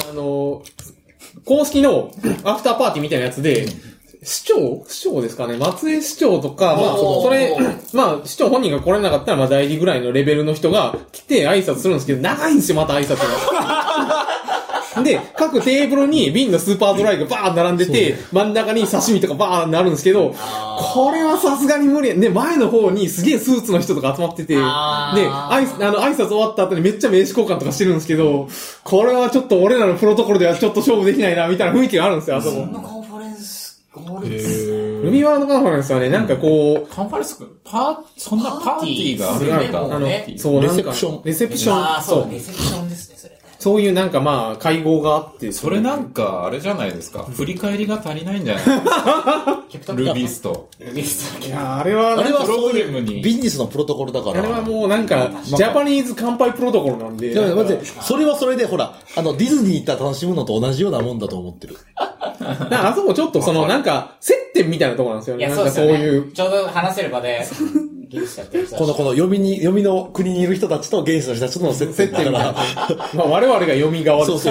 公式のアフターパーティーみたいなやつで、市長ですかね、松江市長とか、市長本人が来れなかったら、代理ぐらいのレベルの人が来て挨拶するんですけど、長いんですよ、また挨拶が。で、各テーブルに瓶のスーパードライがバーン並んでて、真ん中に刺身とかバーンなるんですけど、これはさすがに無理。で、前の方にすげえスーツの人とか集まってて、で、挨拶終わった後にめっちゃ名刺交換とかしてるんですけど、これはちょっと俺らのプロトコルではちょっと勝負できないな、みたいな雰囲気があるんですよ、あそこ。 ルビーワールドカンファレンスはね、なんかこう、 カンファレンス、そんなパーティーがあるんだ。 そう、 レセプション。 レセプションですね、それ。 そういうなんか会合があって。 それなんか、あれじゃないですか。振り返りが足りないんじゃないですか。ルビースト。 いや、あれはそういうビジネスのプロトコルだから。 あれはもうなんか、ジャパニーズ乾杯プロトコルなんで。 それはそれでほら、ディズニー行ったら楽しむのと同じようなもんだと思ってる。 あそこちょっとなんか、接点みたいなところなんですよね。なんかそういう。 ちょうど話せる場で、 この読みの国にいる人たちと現地の人たちとの接点だから。 我々が読み側です。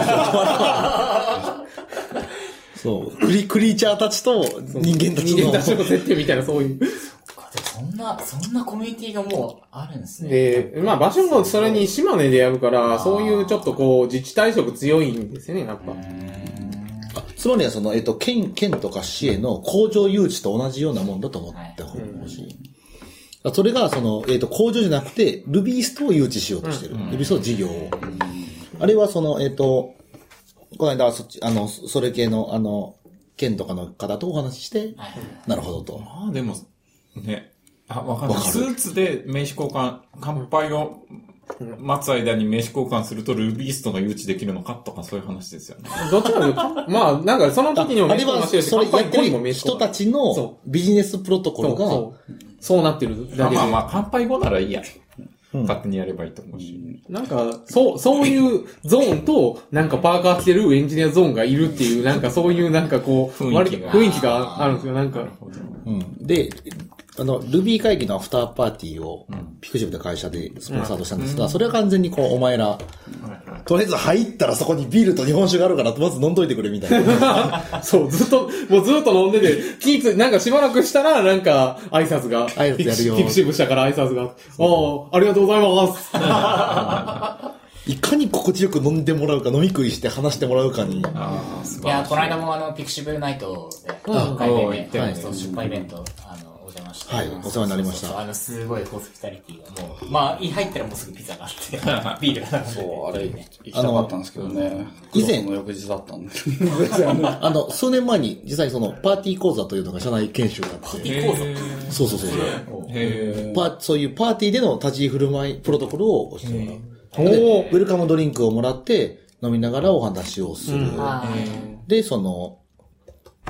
そう。クリーチャーたちと人間たちの接点みたいな、そういう。 そんなコミュニティがもうあるんですね。 で、場所もそれに島根でやるから、そういうちょっとこう、自治体色強いんですよね、やっぱ。 つまりは県とか市への工場誘致と同じようなもんだと思ってほしい。それが、工場じゃなくて、ルビーストを誘致しようとしてる。ルビースト事業を。あれはこの間、それ系の、県とかの方とお話しして、なるほどと。 でも、ね、わかんない。スーツで名刺交換、乾杯を待つ間に名刺交換するとルビーストが誘致できるのかとかそういう話ですよね。 どっちかというと、なんかその時にも名刺交換してるし、 乾杯後にも名刺交換。人たちのビジネスプロトコルが、 そうなってるだけで。 乾杯後ならいいや。勝手にやればいいと思うし。 なんか、そういうゾーンと、なんかパーカー着てるエンジニアゾーンがいるっていう、なんかそういうなんかこう、雰囲気があるんですよ、なんか。 で、ルビー会議のアフターパーティーを、ピクシブで会社でスポンサーとしたんですが、それは完全にお前ら、とりあえず入ったらそこにビールと日本酒があるから、まず飲んどいてくれみたいな。 そう、ずっと飲んでて、なんかしばらくしたら、なんか挨拶が、 挨拶やるよ。 ピクシブしたから挨拶が、ありがとうございます。 いかに心地よく飲んでもらうか、飲み食いして話してもらうかに。いや、この間もピクシブナイトで、1回目で、出版イベント、お邪魔して。 はい、お世話になりました。 すごいホスピタリティがもう、入ったらもうすぐピザがあって、ビールがあって。 そう、あれ、行きたかったんですけどね。以前の翌日だったんで。 数年前に実際パーティー講座というのが社内研修があって。パーティー講座そう。そういうパーティーでの立ち居振る舞い、プロトコルを教えてもらう。ウェルカムドリンクをもらって飲みながらお話をする。で、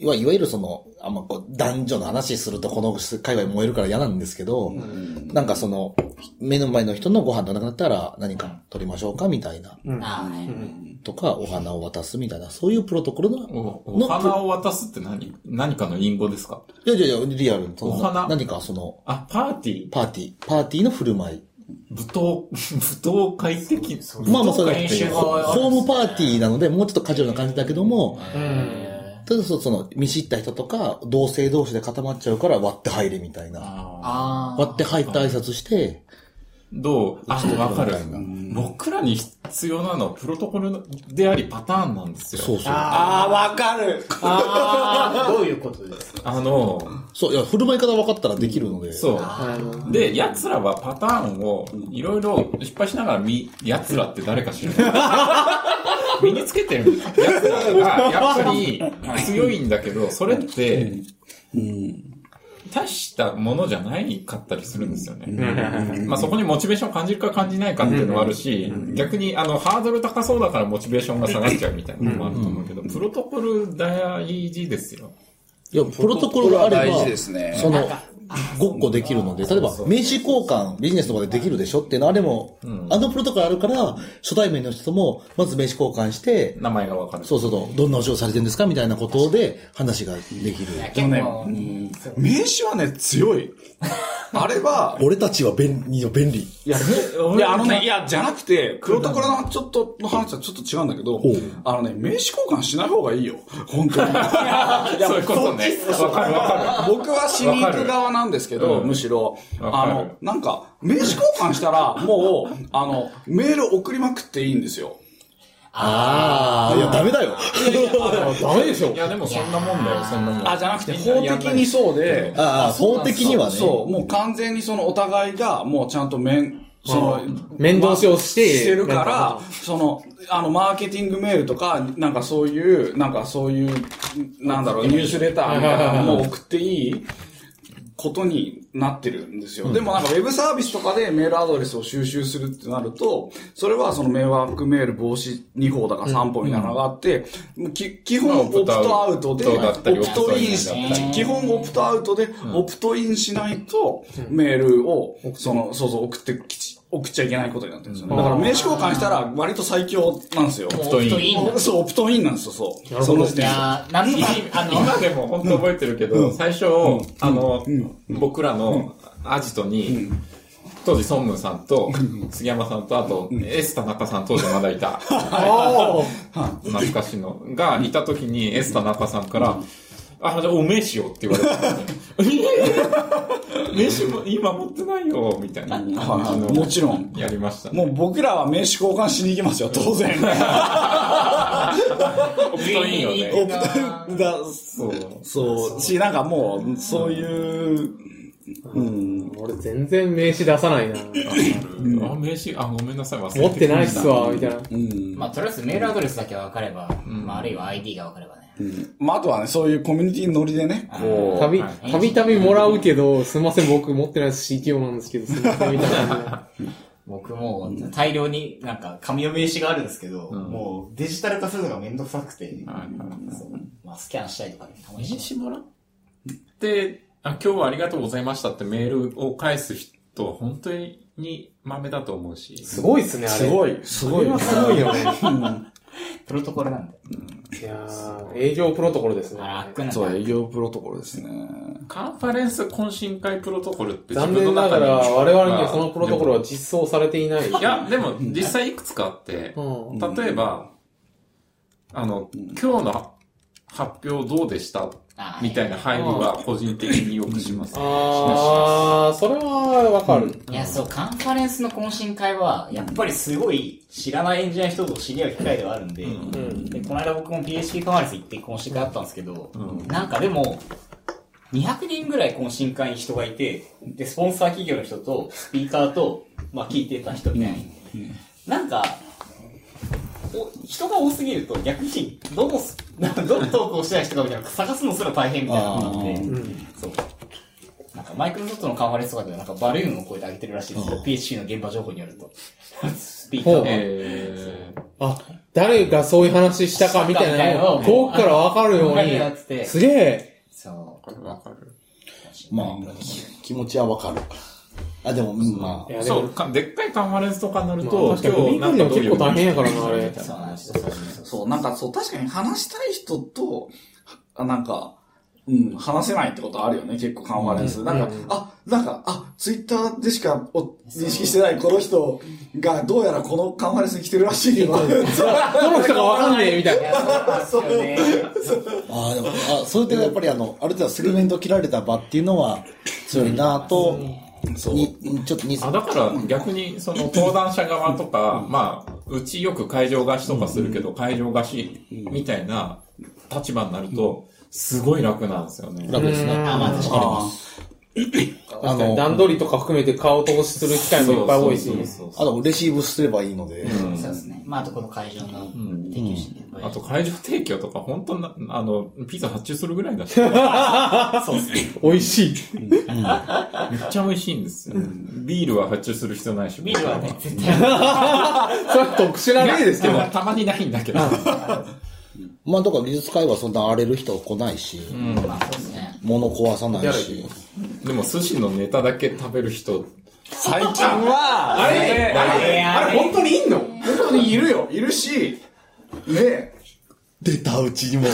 いわゆるその、男女の話するとこの界隈燃えるから嫌なんですけど、なんかその、目の前の人のご飯食べなくなったら何か取りましょうかみたいな。とか、お花を渡すみたいな、そういうプロトコルの。 お花を渡すって何かの隠語ですか？ いや、リアル。 お花何かその、 パーティーパーティーの振る舞い。 舞踏会的。 まあそれホームパーティーなので、もうちょっとカジュアルな感じだけども、ただその、見知った人とか、同性同士で固まっちゃうから割って入れみたいな。割って入って挨拶して、 わかる。僕らに必要なのはプロトコルでありパターンなんですよ。 そうそう。 わかる。 どういうことですか？ そう、いや、振る舞い方分かったらできるので。 そう。で、奴らはパターンをいろいろ失敗しながら奴らって誰か知らない身につけてる奴らがやっぱり強いんだけど、それって、大したものじゃないかったりするんですよね。まあそこにモチベーションを感じるか感じないかっていうのもあるし、逆にハードル高そうだからモチベーションが下がっちゃうみたいなのもあると思うけど、プロトコル大事ですよ。 いや、プロトコルがあれば、 大事ですね。 その、ごっこできるので、例えば名刺交換ビジネスとかでできるでしょっていうのあれも、あのプロトコルあるから、初対面の人とも、まず名刺交換して、 名前がわかる。 そう、どんなお仕事されてるんですかみたいなことで話ができる。 でもね、名刺はね、強い。あれは、 俺たちは便利。 いや、じゃなくて、プロトコルの話はちょっと違うんだけど、名刺交換しない方がいいよ。本当に。 そういうことね。わかる。 僕はしに行く側なんですけど、むしろ、なんか、名刺交換したら、もう、メール送りまくっていいんですよ。 いや、ダメだよ。 ダメでしょ。 いや、でもそんなもんだよ、そんなもん。 じゃなくて、法的にそうで、 法的にはね。 そう、もう完全にそのお互いが、もうちゃんと面通しをしてるから、マーケティングメールとか、なんかそういう、なんだろう、ニュースレターみたいなのも送っていいことになってるんですよ。でもなんかウェブサービスとかでメールアドレスを収集するってなると、それはその迷惑メール防止2法だか3法みたいなのがあって、基本オプトアウトで、オプトインし、基本オプトアウトでオプトインしないと、メールを、送っちゃいけないことになってるんですよね。だから名刺交換したら割と最強なんですよ。 オプトイン。 そう、オプトインなんですよ、そう。 その時点で。 今でも本当覚えてるけど、最初、僕らのアジトに、当時、孫武さんと、杉山さんと、あと、エス田中さん当時まだいた。懐かしいの。が、いた時に、エス田中さんから、じゃあお名刺よって言われた。名刺も今持ってないよ、みたいな。 もちろん。 やりました。 もう僕らは名刺交換しに行きますよ、当然。 オプトインよね。 オプトインだ、そう。なんかもう、そういう、 俺全然名刺出さないな。 名刺、ごめんなさい、忘れて持ってないっすわ、みたいな。 まあ、とりあえずメールアドレスだけ分かれば、あるいは ID が分かればね。 あとはね、そういうコミュニティノリでね、こう。 たびたびもらうけど、すいません、僕持ってないです CTO なんですけど、すいません、みたいな。 僕も大量になんか紙の名刺があるんですけど、もうデジタル化するのがめんどくさくて、まあスキャンしたりとかね、たまに名刺もらって、今日はありがとうございましたってメールを返す人、本当に豆だと思うし。 すごいっすね、あれ。 すごいよね。 プロトコルなんだよ。 いやー、営業プロトコルですね。 そう、営業プロトコルですね。 カンファレンス懇親会プロトコルって残念ながら我々にはそのプロトコルは実装されていない。 いや、でも実際いくつかあって、例えば、今日の発表どうでしたみたいな入りは個人的によくします。 それはわかる。 いや、そう、カンファレンスの懇親会は、やっぱりすごい知らないエンジニアの人と知り合う機会ではあるんで、でこの間僕も PHP カンファレンス行って懇親会あったんですけど、なんかでも、200人ぐらい懇親会に人がいて、で、スポンサー企業の人と、スピーカーと、まあ聞いてた人みたいに。なんか、人が多すぎると逆にどの投稿してない人かみたいな探すのすら大変みたいなので、そう。なんかマイクロソフトのカンファレンスとかでなんかバルーンの声で上げてるらしいですよ。PHP の現場情報によると。スピーカー誰がそういう話したかみたいなのを遠くからわかるように。すげえ。 そう。わかる。 まあ、気持ちはわかる。あ、でも、まあ。 そう、でっかいカンファレンスとかになると、 今日なんか結構大変やからな、あれ。 そう、なんかそう、確かに話したい人と、なんか、話せないってことあるよね、結構カンファレンス。なんか、ツイッターでしか認識してないこの人が、どうやらこのカンファレンスに来てるらしいよ。 どの人かわかんねえ、みたいな。 そうね。 でも、それでやっぱりある程度セグメント切られた場っていうのは強いなと、 そう。 ちょっとだから逆にその登壇者側とか、まあ、うちよく会場貸しとかするけど、会場貸しみたいな立場になると、すごい楽なんですよね。 楽ですね。 まあ確かに。段取りとか含めて顔通しする機会もいっぱい多いし。 あとレシーブすればいいので。 そうですね。まああとこの会場の提供してあと会場提供とか本当な、ピザ発注するぐらいだし。 そうですね。 美味しい。 めっちゃ美味しいんですよ。ビールは発注する必要ないし。 ビールはね、絶対。 それは特殊な例ですけど。 たまにないんだけど。 まあ、だから技術界はそんな荒れる人来ないし、 まあそうですね。 物壊さないし。 でも寿司のネタだけ食べる人、 最近は、 あれ本当にいんの？ 本当にいるよ。いるし、ね出たうちにも。 マジ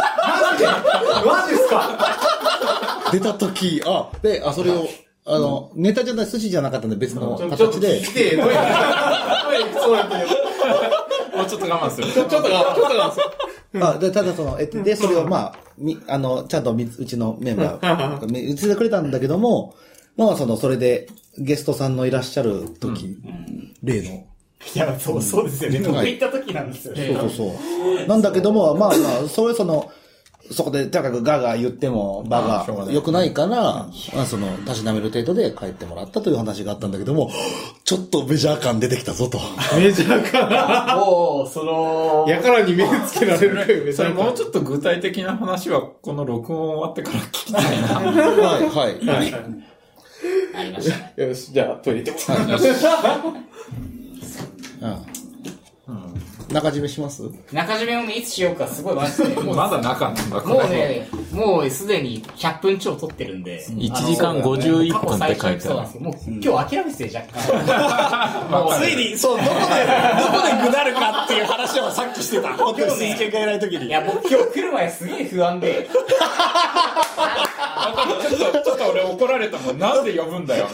ですか？ 出た時、それを、ネタじゃない、寿司じゃなかったんで別の形で。 ちょっと聞いて、トイレそうやったけど。 もうちょっと我慢する。 ちょっと我慢する。 ただで、それをまあ、ちゃんとうちのメンバーが見せてくれたんだけども、まあ、それで、ゲストさんのいらっしゃる時、例の。 いや、そうですよね。僕行った時なんですよね。 そう。なんだけども、まあ、そこで高くガーガー言っても場が良くないから、たしなめる程度で帰ってもらったという話があったんだけども、ちょっとメジャー感出てきたぞと。 メジャー感もう、 やからに目つけられるかよ、 それもうちょっと具体的な話は、この録音終わってから聞きたいな。 はい。 ありましたね。 よし、じゃあトイレ行って中締めします？ 中締めをいつしようかすごいマジで。 まだ中なんだ、 もうね、もうすでに100分超撮ってるんで。 1時間51分って書いてある。 そうなんですよ。もう今日諦めてて若干。もうついに、そう、どこでぐだるかっていう話をさっきしてた。本当に鈴木がいない時に。 いや、僕今日来る前すげえ不安で。 ちょっと俺怒られたもん。なんで呼ぶんだよ。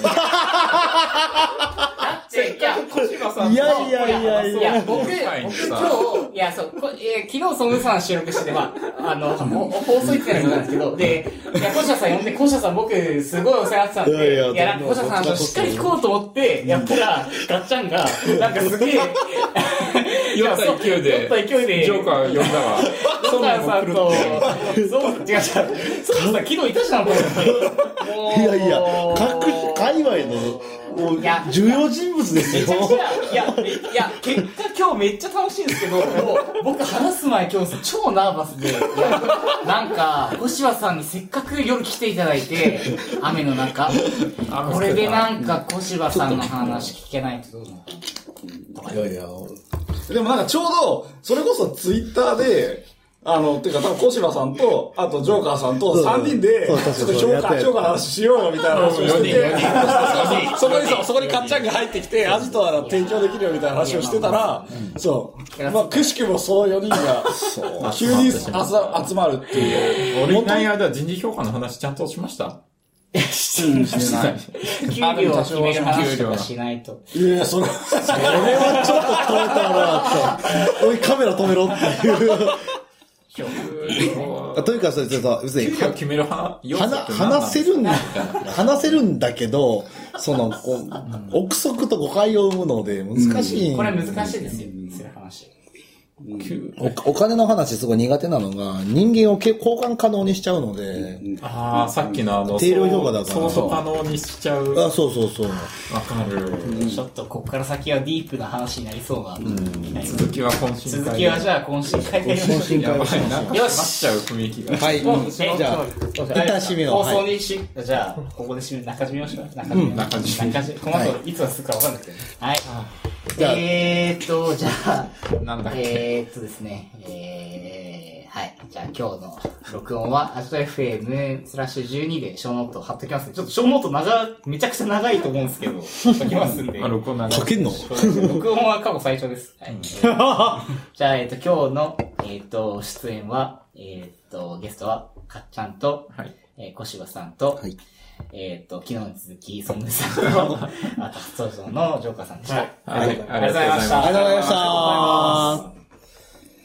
せっかく小島さん。 いや、 僕今日、いや、そう、昨日ソムさん収録してて、まあ、放送行ってないことなんですけど、で、いや、小島さん呼んで、小島さん僕、すごいお世話になってたんで、いや、なんか小島さんしっかり聞こうと思って、やったら、ガッチャンが、なんかすげえ、 酔った勢いで、ジョーカー呼んだわ。 ソムさんと、違う、ソムさん昨日いたじゃん、僕。 いや、界隈の、もう、重要人物ですよ。 いや、結果今日めっちゃ楽しいんですけど、僕話す前今日超ナーバスで、なんか、小柴さんにせっかく夜来ていただいて、雨の中、これでなんか小柴さんの話聞けないとどうなの？ いや。 でもなんかちょうど、それこそツイッターで、ていうか多分小柴さんと、あとジョーカーさんと3人で、ちょっと評価の話しようよみたいな話をしてて、そこにかっちゃんが入ってきて、アジトなら提供できるよみたいな話をしてたら、そう。まあ、くしくもその4人が、急に集まるっていう。 俺いない間人事評価の話ちゃんとしました？ してない。給料を決める話とかしないと。 いや、それはちょっと止めたら、おい、カメラ止めろっていう。というか、それちょっと、別に、 決める話せるんだけど、憶測と誤解を生むので、難しい。 これ難しいですよ、そういう話。 お金の話すごい苦手なのが、人間を交換可能にしちゃうので。 さっきの定量評価だから。 操作可能にしちゃう。 そう。 わかる。 ちょっとこっから先はディープな話になりそうな。 続きは懇親会。 続きはじゃあ懇親会で。 懇親会をしましょう。よし。待っちゃう雰囲気が。 はい。じゃあ、一旦締めを。 放送にじゃあ、ここで中締めましょう。中締め。この後、いつはするかわかんないけど。はい。 じゃあ、なんだっけ。ですね、はい。じゃあ今日の録音は、アジト FM/12 でショーノートを貼っときますね。ちょっとショーノートめちゃくちゃ長いと思うんですけど、貼っときますんで。 録音長い。 書けんの録音は過去最初です。はい。じゃあ、今日の、出演は、ゲストは、かっちゃんと、はい。小柴さんと、はい。昨日に続き、ソンヌさんと、あと初登場のジョーカーさんでした。 はい。 ありがとうございました。 ありがとうございました。